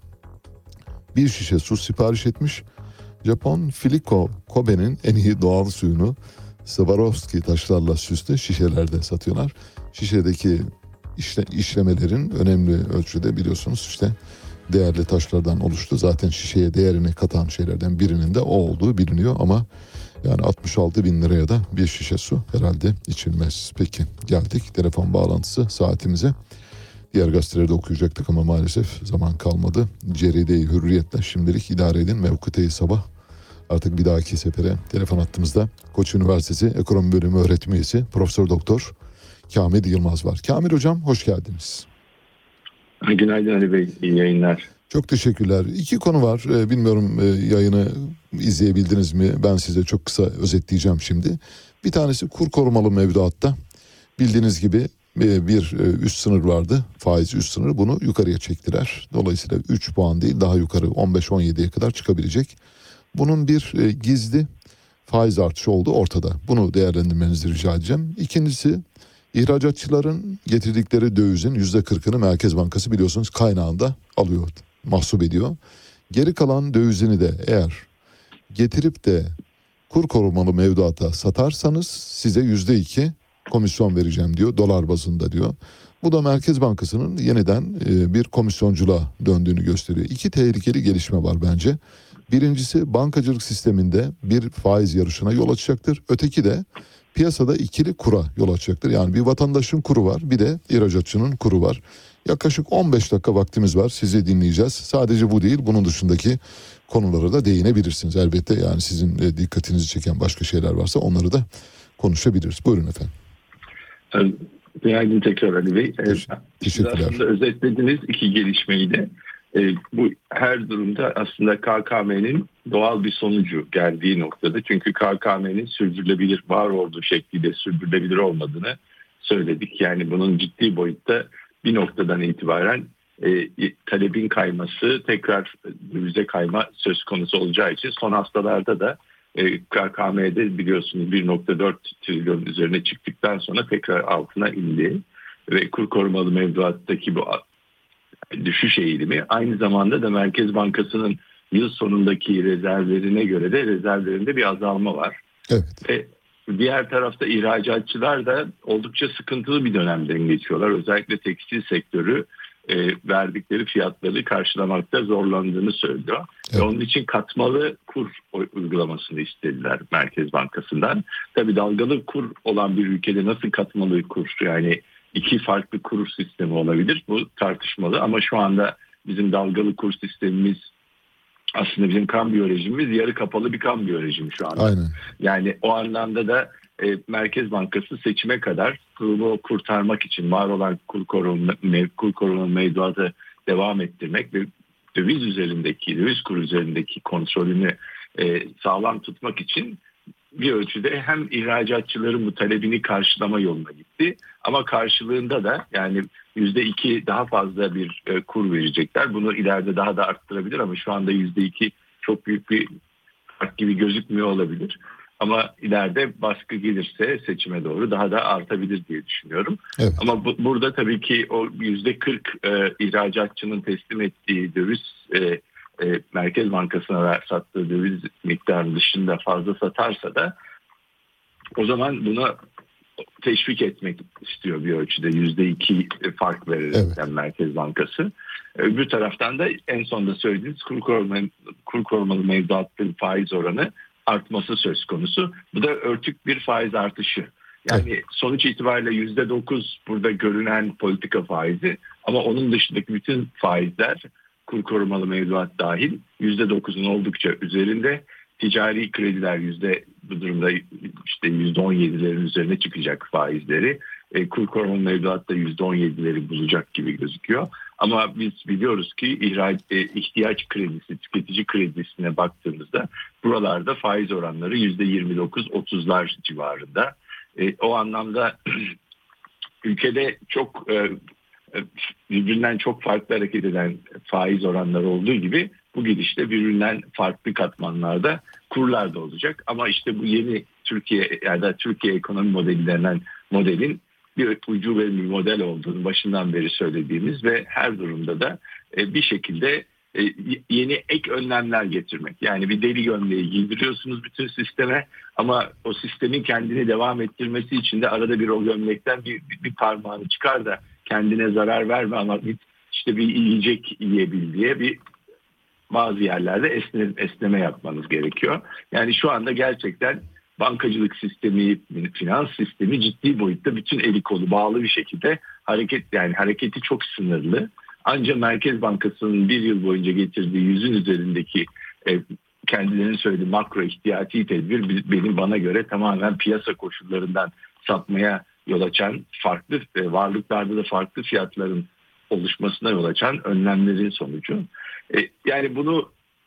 Bir şişe su sipariş etmiş. Japon Filico Kobe'nin en iyi doğal suyunu Swarovski taşlarla süslü şişelerde satıyorlar. Şişedeki işle, işlemelerin önemli ölçüde biliyorsunuz işte değerli taşlardan oluştu. Zaten şişeye değerini katan şeylerden birinin de o olduğu biliniyor ama yani altmış altı bin liraya da bir şişe su herhalde içilmez. Peki geldik telefon bağlantısı saatimize. Diğer gazeteleri okuyacaktık ama maalesef zaman kalmadı. Ceride-i Hürriyet'le şimdilik idare edin. Mevkute-i Sabah artık bir dahaki sefere telefon hattımızda Koç Üniversitesi Ekonomi Bölümü öğretim üyesi Profesör Doktor Kamil Yılmaz var. Kamil Hocam hoş geldiniz. Günaydın Ali Bey, iyi yayınlar. Çok teşekkürler. İki konu var. Ee, bilmiyorum e, yayını izleyebildiniz mi? Ben size çok kısa özetleyeceğim şimdi. Bir tanesi kur korumalı mevduatta. Bildiğiniz gibi e, bir e, üst sınır vardı. Faiz üst sınırı, bunu yukarıya çektiler. Dolayısıyla üç puan değil daha yukarı on beş on yediye kadar çıkabilecek. Bunun bir e, gizli faiz artışı olduğu ortada. Bunu değerlendirmenizi rica edeceğim. İkincisi, İhracatçıların getirdikleri dövizin yüzde kırkını Merkez Bankası biliyorsunuz kaynağında alıyor, mahsup ediyor. Geri kalan dövizini de eğer getirip de kur korumalı mevduata satarsanız size yüzde iki komisyon vereceğim diyor, dolar bazında diyor. Bu da Merkez Bankası'nın yeniden bir komisyonculuğa döndüğünü gösteriyor. İki tehlikeli gelişme var bence. Birincisi, bankacılık sisteminde bir faiz yarışına yol açacaktır. Öteki de piyasada ikili kura yol açacaktır. Yani bir vatandaşın kuru var, bir de ihracatçının kuru var. Yaklaşık on beş dakika vaktimiz var, sizi dinleyeceğiz. Sadece bu değil, bunun dışındaki konulara da değinebilirsiniz. Elbette yani sizin dikkatinizi çeken başka şeyler varsa onları da konuşabiliriz. Buyurun efendim. Günaydın tekrar Ali Bey. Teşekkürler. Siz aslında özetlediniz iki gelişmeyi de. E, bu her durumda aslında K K M'nin doğal bir sonucu geldiği noktada. Çünkü K K M'nin sürdürülebilir, var olduğu şekliyle sürdürülebilir olmadığını söyledik. Yani bunun ciddi boyutta bir noktadan itibaren e, talebin kayması, tekrar dövize kayma söz konusu olacağı için son haftalarda da e, K K M'de biliyorsunuz bir nokta dört trilyon üzerine çıktıktan sonra tekrar altına indi. Ve kur korumalı mevduattaki bu düşüş eğilimi aynı zamanda da Merkez Bankası'nın yıl sonundaki rezervlerine göre de rezervlerinde bir azalma var. Evet. Ve diğer tarafta ihracatçılar da oldukça sıkıntılı bir dönemden geçiyorlar. Özellikle tekstil sektörü e, verdikleri fiyatları karşılamakta zorlandığını söylüyor. Evet. Ve onun için katmalı kur uygulamasını istediler Merkez Bankası'ndan. Tabii dalgalı kur olan bir ülkede nasıl katmalı kur, yani İki farklı kur sistemi olabilir. Bu tartışmalı ama şu anda bizim dalgalı kur sistemimiz aslında bizim kambiyo rejimimiz yarı kapalı bir kambiyo rejimi şu anda. Aynen. Yani o anlamda da e, Merkez Bankası seçime kadar kuru kurtarmak için var olan kur koruma, kur koruma mevduatı devam ettirmek ve döviz üzerindeki, döviz kuru üzerindeki kontrolünü e, sağlam tutmak için bir ölçüde hem ihracatçıların bu talebini karşılama yoluna gitti ama karşılığında da yani yüzde iki daha fazla bir e, kur verecekler. Bunu ileride daha da arttırabilir ama şu anda yüzde iki çok büyük bir fark gibi gözükmüyor olabilir. Ama ileride baskı gelirse seçime doğru daha da artabilir diye düşünüyorum. Evet. Ama bu, burada tabii ki o yüzde kırk e, ihracatçının teslim ettiği döviz e, e, Merkez Bankası'na ver, sattığı döviz miktarının dışında fazla satarsa da o zaman buna teşvik etmek istiyor bir ölçüde yüzde iki fark vererek evet. Merkez Bankası. Öbür taraftan da en sonunda söylediğiniz kur korumalı, kur korumalı mevduatların faiz oranı artması söz konusu. Bu da örtük bir faiz artışı. Yani evet. Sonuç itibariyle yüzde dokuz burada görünen politika faizi ama onun dışındaki bütün faizler kur korumalı mevduat dahil yüzde dokuzun oldukça üzerinde. Ticari krediler yüzde bu durumda işte yüzde on yedilerin üzerine çıkacak faizleri. E, kur korumalı mevduat da yüzde on yedileri bulacak gibi gözüküyor. Ama biz biliyoruz ki ihraç, e, ihtiyaç kredisi, tüketici kredisine baktığımızda buralarda faiz oranları yüzde yirmi dokuz otuzlar civarında. E, o anlamda ülkede çok e, birbirinden çok farklı hareket eden faiz oranları olduğu gibi bu gidişte birbirinden farklı katmanlarda kurlar da olacak. Ama işte bu yeni Türkiye ya da Türkiye ekonomi modeli denen modelin bir ucube bir model olduğunu başından beri söylediğimiz ve her durumda da bir şekilde yeni ek önlemler getirmek. Yani bir deri gömleği giydiriyorsunuz bütün sisteme ama o sistemin kendini devam ettirmesi için de arada bir o gömlekten bir, bir parmağını çıkar da kendine zarar verme ama işte bir yiyecek yiyebil diye bir bazı yerlerde esne, esneme yapmanız gerekiyor. Yani şu anda gerçekten bankacılık sistemi, finans sistemi ciddi boyutta bütün eli kolu bağlı bir şekilde hareket yani hareketi çok sınırlı. Ancak Merkez Bankası'nın bir yıl boyunca getirdiği yüzün üzerindeki e, kendilerinin söylediği makro ihtiyati tedbir benim bana göre tamamen piyasa koşullarından sapmaya yol açan farklı e, varlıklarda da farklı fiyatların oluşmasına yol açan önlemlerin sonucu. E, yani bunu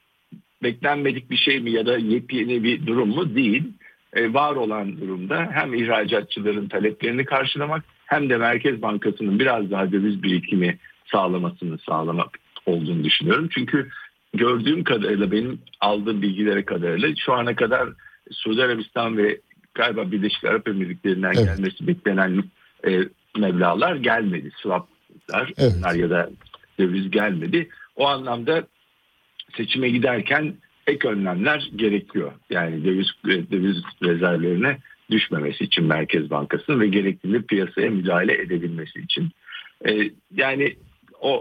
beklenmedik bir şey mi ya da yepyeni bir durum mu değil. E, var olan durumda hem ihracatçıların taleplerini karşılamak hem de Merkez Bankası'nın biraz daha döviz birikimi sağlamasını sağlamak olduğunu düşünüyorum. Çünkü gördüğüm kadarıyla benim aldığım bilgilere kadarıyla şu ana kadar Suudi Arabistan ve galiba Birleşik Arap Emirlikleri'nden evet. gelmesi beklenen e, meblağlar gelmedi. Swaplar evet. ya da döviz gelmedi. O anlamda seçime giderken ek önlemler gerekiyor. Yani döviz, döviz rezervlerine düşmemesi için Merkez Bankası'nın ve gerektiğinde piyasaya müdahale edebilmesi için. Ee, yani o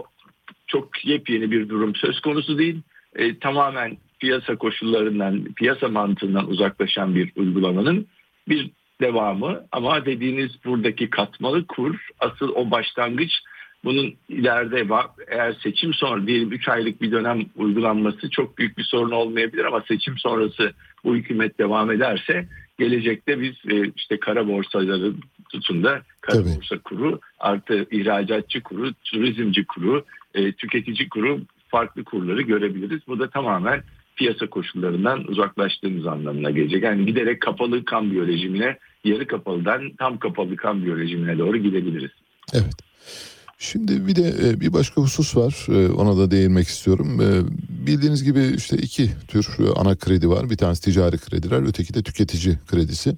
çok yepyeni bir durum söz konusu değil. Ee, tamamen piyasa koşullarından, piyasa mantığından uzaklaşan bir uygulamanın bir devamı. Ama dediğiniz buradaki katmalı kur asıl o başlangıç. Bunun ileride eğer seçim sonra diyelim üç aylık bir dönem uygulanması çok büyük bir sorun olmayabilir ama seçim sonrası bu hükümet devam ederse gelecekte biz işte kara borsaları tutunda kara Tabii. borsa kuru artı ihracatçı kuru, turizmci kuru, tüketici kuru farklı kurları görebiliriz. Bu da tamamen piyasa koşullarından uzaklaştığımız anlamına gelecek. Yani giderek kapalı kambiyo rejimine, yarı kapalıdan tam kapalı kambiyo rejimine doğru gidebiliriz. Evet. Şimdi bir de bir başka husus var, ona da değinmek istiyorum. Bildiğiniz gibi işte iki tür ana kredi var. Bir tanesi ticari krediler, öteki de tüketici kredisi.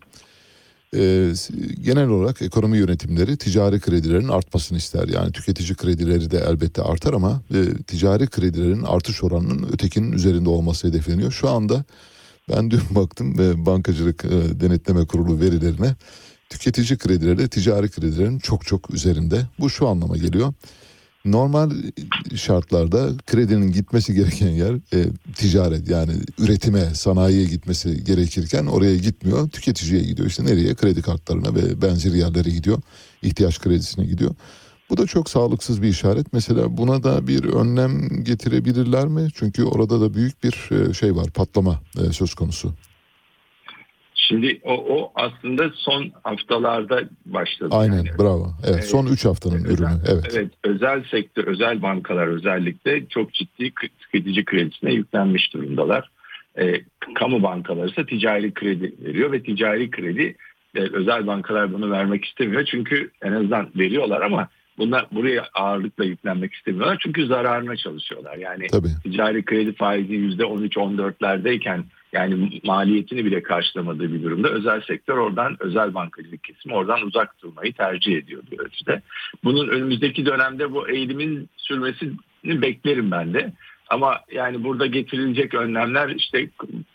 Genel olarak ekonomi yönetimleri ticari kredilerin artmasını ister. Yani tüketici kredileri de elbette artar ama ticari kredilerin artış oranının ötekinin üzerinde olması hedefleniyor. Şu anda ben dün baktım Bankacılık Denetleme Kurulu verilerine. Tüketici kredileri ticari kredilerin çok çok üzerinde. Bu şu anlama geliyor. Normal şartlarda kredinin gitmesi gereken yer e, ticaret, yani üretime, sanayiye gitmesi gerekirken oraya gitmiyor. Tüketiciye gidiyor. İşte nereye? Kredi kartlarına ve benzeri yerlere gidiyor. İhtiyaç kredisine gidiyor. Bu da çok sağlıksız bir işaret. Mesela buna da bir önlem getirebilirler mi? Çünkü orada da büyük bir şey var, patlama söz konusu. Şimdi o, o aslında son haftalarda başladı. Aynen yani. Bravo. Evet, evet. Son üç haftanın özel, ürünü. Evet. Evet. Özel sektör, özel bankalar özellikle çok ciddi tüketici kredisine yüklenmiş durumdalar. E, kamu bankaları ise ticari kredi veriyor ve ticari kredi e, özel bankalar bunu vermek istemiyor. Çünkü en azından veriyorlar ama bunlar buraya ağırlıkla yüklenmek istemiyorlar. Çünkü zararına çalışıyorlar. Yani Tabii. ticari kredi faizi yüzde on üç on dörtlerdeyken yani maliyetini bile karşılamadığı bir durumda özel sektör oradan, özel bankacılık kesimi oradan uzak durmayı tercih ediyor bir ölçüde. Bunun önümüzdeki dönemde bu eğilimin sürmesini beklerim ben de. Ama yani burada getirilecek önlemler işte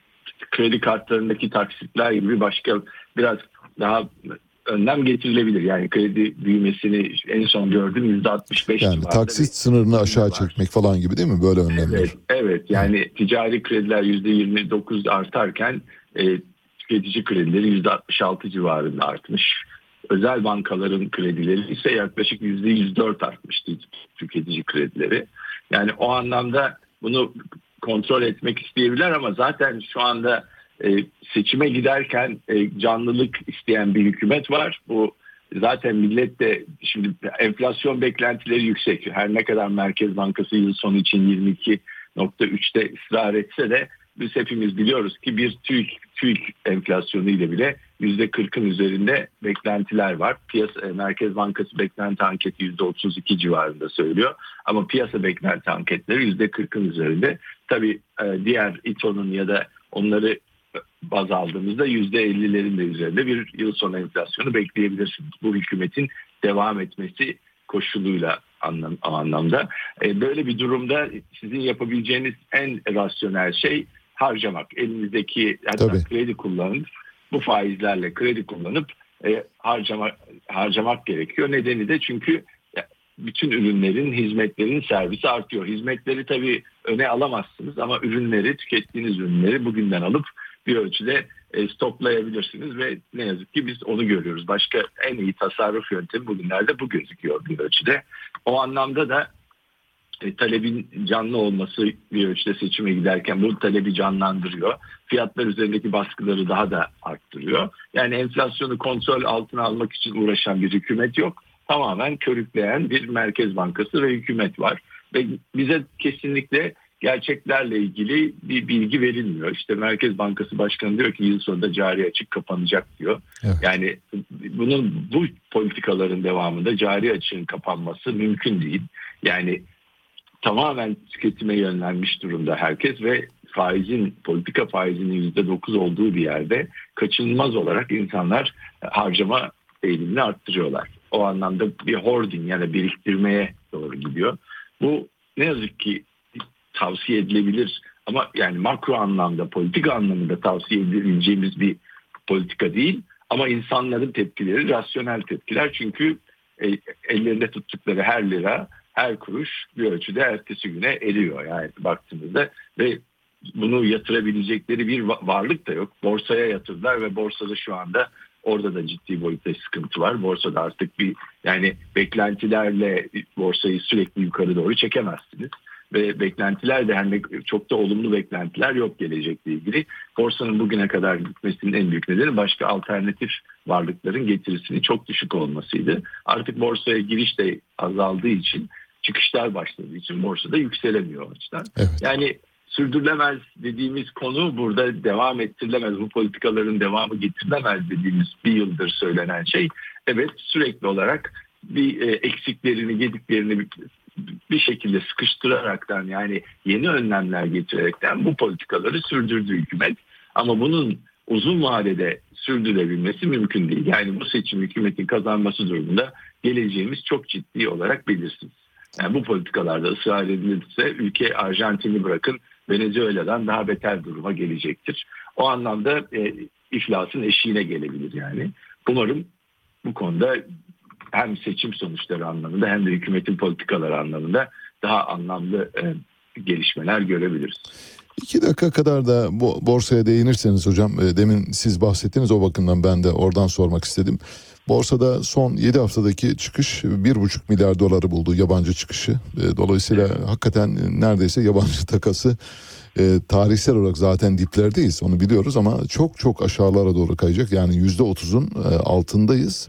kredi kartlarındaki taksitler gibi başka biraz daha önlem getirilebilir. Yani kredi büyümesini en son gördüğüm yüzde altmış beş Yani taksit sınırını aşağı var. Çekmek falan gibi değil mi böyle önlemler? Evet, evet. Yani evet. Ticari krediler yüzde yirmi dokuz artarken e, tüketici kredileri yüzde altmış altı civarında artmış. Özel bankaların kredileri ise yaklaşık yüzde yüz dört artmıştı tüketici kredileri. Yani o anlamda bunu kontrol etmek isteyebilirler ama zaten şu anda e, seçime giderken e, canlılık isteyen bir hükümet var. Bu zaten millet de şimdi enflasyon beklentileri yüksek. Her ne kadar Merkez Bankası yıl sonu için yirmi iki nokta üçte ısrar etse de biz hepimiz biliyoruz ki bir TÜİK, TÜİK enflasyonu ile bile yüzde kırkın üzerinde beklentiler var. Piyasa, Merkez Bankası beklenti anketi yüzde otuz iki civarında söylüyor. Ama piyasa beklenti anketleri yüzde kırkın üzerinde. Tabii diğer İTO'nun ya da onları baz aldığımızda yüzde ellilerin de üzerinde bir yıl sonu enflasyonu bekleyebilirsiniz. Bu hükümetin devam etmesi koşuluyla anlam, anlamda. Böyle bir durumda sizin yapabileceğiniz en rasyonel şey harcamak. Elinizdeki hatta Tabii. kredi kullanıp bu faizlerle kredi kullanıp e, harcamak harcamak gerekiyor. Nedeni de çünkü bütün ürünlerin, hizmetlerin servisi artıyor. Hizmetleri tabii öne alamazsınız ama ürünleri, tükettiğiniz ürünleri bugünden alıp bir ölçüde e, stoklayabilirsiniz ve ne yazık ki biz onu görüyoruz. Başka en iyi tasarruf yöntemi bugünlerde bu gözüküyor bir ölçüde. O anlamda da E, talebin canlı olması bir ölçüde seçime giderken bu talebi canlandırıyor. Fiyatlar üzerindeki baskıları daha da arttırıyor. Yani enflasyonu kontrol altına almak için uğraşan bir hükümet yok. Tamamen körükleyen bir Merkez Bankası ve hükümet var. Ve bize kesinlikle gerçeklerle ilgili bir bilgi verilmiyor. İşte Merkez Bankası Başkanı diyor ki yıl sonunda cari açık kapanacak diyor. Evet. Yani bunun bu politikaların devamında cari açığın kapanması mümkün değil. Yani tamamen tüketime yönlenmiş durumda herkes ve faizin, politika faizinin yüzde dokuz olduğu bir yerde kaçınılmaz olarak insanlar harcama eğilimini arttırıyorlar. O anlamda bir hoarding yani biriktirmeye doğru gidiyor. Bu ne yazık ki tavsiye edilebilir ama yani makro anlamda, politika anlamında tavsiye edilebileceğimiz bir politika değil. Ama insanların tepkileri rasyonel tepkiler çünkü ellerinde tuttukları her lira, her kuruş bir ölçüde ertesi güne eriyor yani baktığımızda ve bunu yatırabilecekleri bir varlık da yok. Borsaya yatırdılar ve borsada şu anda orada da ciddi boyutta sıkıntı var. Borsada artık bir yani beklentilerle borsayı sürekli yukarı doğru çekemezsiniz. Ve beklentiler de hani çok da olumlu beklentiler yok gelecekle ilgili. Borsanın bugüne kadar gitmesinin en büyük nedeni başka alternatif varlıkların getirisinin çok düşük olmasıydı. Artık borsaya giriş de azaldığı için, çıkışlar başladığı için borsada yükselemiyor o açıdan. Evet. Yani sürdürülemez dediğimiz konu burada devam ettirilemez, bu politikaların devamı getirilemez dediğimiz bir yıldır söylenen şey. Evet sürekli olarak bir e, eksiklerini, gediklerini bir şekilde sıkıştıraraktan yani yeni önlemler getirerekten bu politikaları sürdürdü hükümet. Ama bunun uzun vadede sürdürülebilmesi mümkün değil. Yani bu seçim hükümetin kazanması durumunda geleceğimiz çok ciddi olarak belirsiz. Yani bu politikalarda ısrar edilirse ülke Arjantin'i bırakın Venezuela'dan daha beter duruma gelecektir. O anlamda e, iflasın eşiğine gelebilir yani. Umarım bu konuda hem seçim sonuçları anlamında hem de hükümetin politikaları anlamında daha anlamlı e, gelişmeler görebiliriz. İki dakika kadar da bu borsaya değinirseniz hocam, e, demin siz bahsettiniz, o bakımdan ben de oradan sormak istedim. Borsada son yedi haftadaki çıkış bir buçuk milyar doları buldu, yabancı çıkışı. E, dolayısıyla hakikaten neredeyse yabancı takası e, tarihsel olarak zaten diplerdeyiz, onu biliyoruz ama çok çok aşağılara doğru kayacak. Yani yüzde otuzun e, altındayız.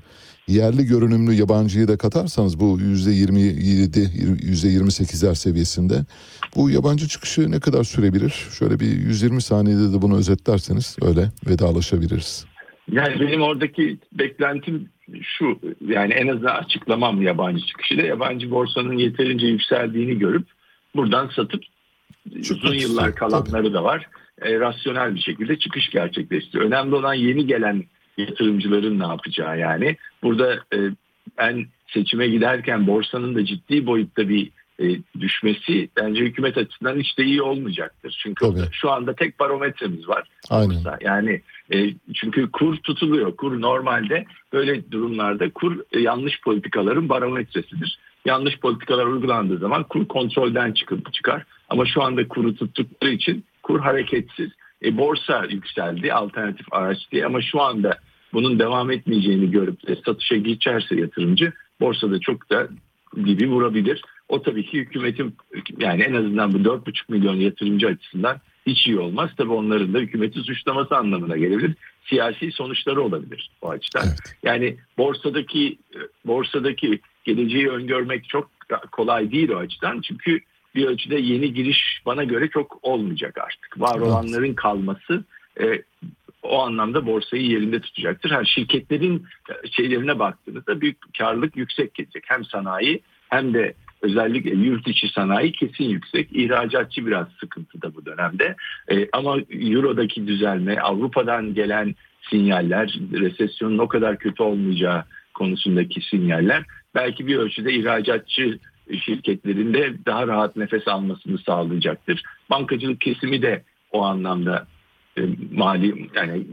yerli görünümlü yabancıyı da katarsanız bu yüzde yirmi yedi, yüzde yirmi sekizler seviyesinde, bu yabancı çıkışı ne kadar sürebilir? Şöyle bir yüz yirmi saniyede de bunu özetlerseniz öyle vedalaşabiliriz. Yani benim oradaki beklentim şu, yani en azından açıklamam yabancı çıkışıyla, yabancı borsanın yeterince yükseldiğini görüp buradan satıp uzun yıllar kalanları tabii da var. E, rasyonel bir şekilde çıkış gerçekleştiriyor. Önemli olan yeni gelen yatırımcıların ne yapacağı yani. Burada e, ben seçime giderken borsanın da ciddi boyutta bir e, düşmesi bence hükümet açısından hiç de iyi olmayacaktır. Çünkü orada, şu anda tek barometremiz var. Aynen. Borsa. Yani e, çünkü kur tutuluyor. Kur normalde böyle durumlarda kur e, yanlış politikaların barometresidir. Yanlış politikalar uygulandığı zaman kur kontrolden çıkıp çıkar. Ama şu anda kuru tuttukları için kur hareketsiz. E, borsa yükseldi alternatif araç diye, ama şu anda bunun devam etmeyeceğini görüp de satışa geçerse yatırımcı, borsada çok da dibi vurabilir. O tabii ki hükümetin, yani en azından bu dört buçuk milyon yatırımcı açısından hiç iyi olmaz. Tabii onların da hükümeti suçlaması anlamına gelebilir. Siyasi sonuçları olabilir o açıdan. Evet. Yani borsadaki borsadaki geleceği öngörmek çok kolay değil o açıdan. Çünkü bir ölçüde yeni giriş bana göre çok olmayacak artık. Var olanların kalması e, o anlamda borsayı yerinde tutacaktır. Ha, şirketlerin şeylerine baktığınızda büyük karlılık yüksek gelecek. Hem sanayi hem de özellikle yurt içi sanayi kesin yüksek. İhracatçı biraz sıkıntıda bu dönemde. E, ama Euro'daki düzelme, Avrupa'dan gelen sinyaller, resesyonun o kadar kötü olmayacağı konusundaki sinyaller belki bir ölçüde ihracatçı şirketlerinde daha rahat nefes almasını sağlayacaktır. Bankacılık kesimi de o anlamda e, mali, yani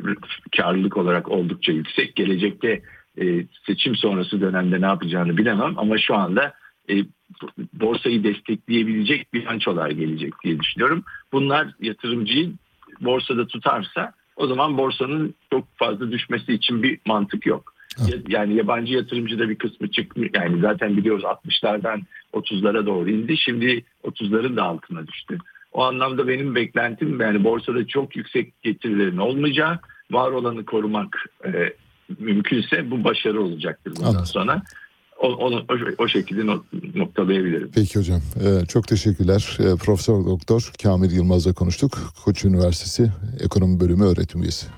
karlılık olarak oldukça yüksek. Gelecekte e, seçim sonrası dönemde ne yapacağını bilemem, ama şu anda e, borsayı destekleyebilecek bilançolar gelecek diye düşünüyorum. Bunlar yatırımcıyı borsada tutarsa o zaman borsanın çok fazla düşmesi için bir mantık yok. Yani yabancı yatırımcıda bir kısmı çıkmıyor. Yani zaten biliyoruz altmışlardan otuzlara doğru indi. Şimdi otuzların da altına düştü. O anlamda benim beklentim, yani borsada çok yüksek getirilerin olmayacağı, var olanı korumak e, mümkünse bu başarı olacaktır bundan Anladım. sonra. O, onu, o, o şekilde not, noktalayabilirim. Peki hocam. Ee, çok teşekkürler. Ee, Profesör Doktor Kamil Yılmaz'la konuştuk. Koç Üniversitesi Ekonomi Bölümü öğretim üyesi.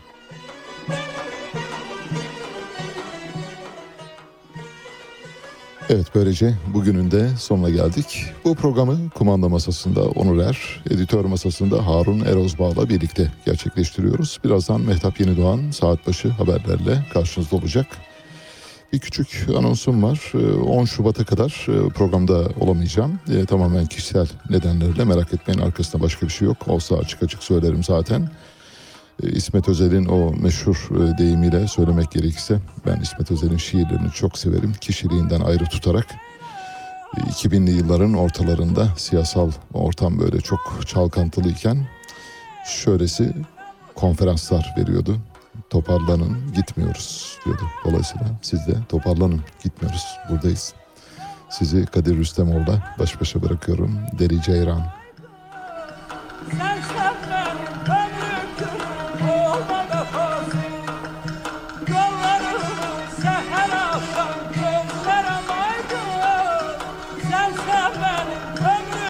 Evet, böylece bugünün de sonuna geldik. Bu programı kumanda masasında Onur Er, editör masasında Harun Erozbağ'la birlikte gerçekleştiriyoruz. Birazdan Mehtap Yenidoğan saat başı haberlerle karşınızda olacak. Bir küçük anonsum var. on Şubat'a kadar programda olamayacağım. E, tamamen kişisel nedenlerle, merak etmeyin, arkasında başka bir şey yok. Olsa açık açık söylerim zaten. İsmet Özel'in o meşhur deyimiyle söylemek gerekirse, ben İsmet Özel'in şiirlerini çok severim. Kişiliğinden ayrı tutarak iki binli yılların ortalarında siyasal ortam böyle çok çalkantılıyken şöylesi konferanslar veriyordu. Toparlanın, gitmiyoruz diyordu. Dolayısıyla siz de toparlanın, gitmiyoruz, buradayız. Sizi Kadir Rüstemoğlu'la baş başa bırakıyorum. Deli Ceyran. Sen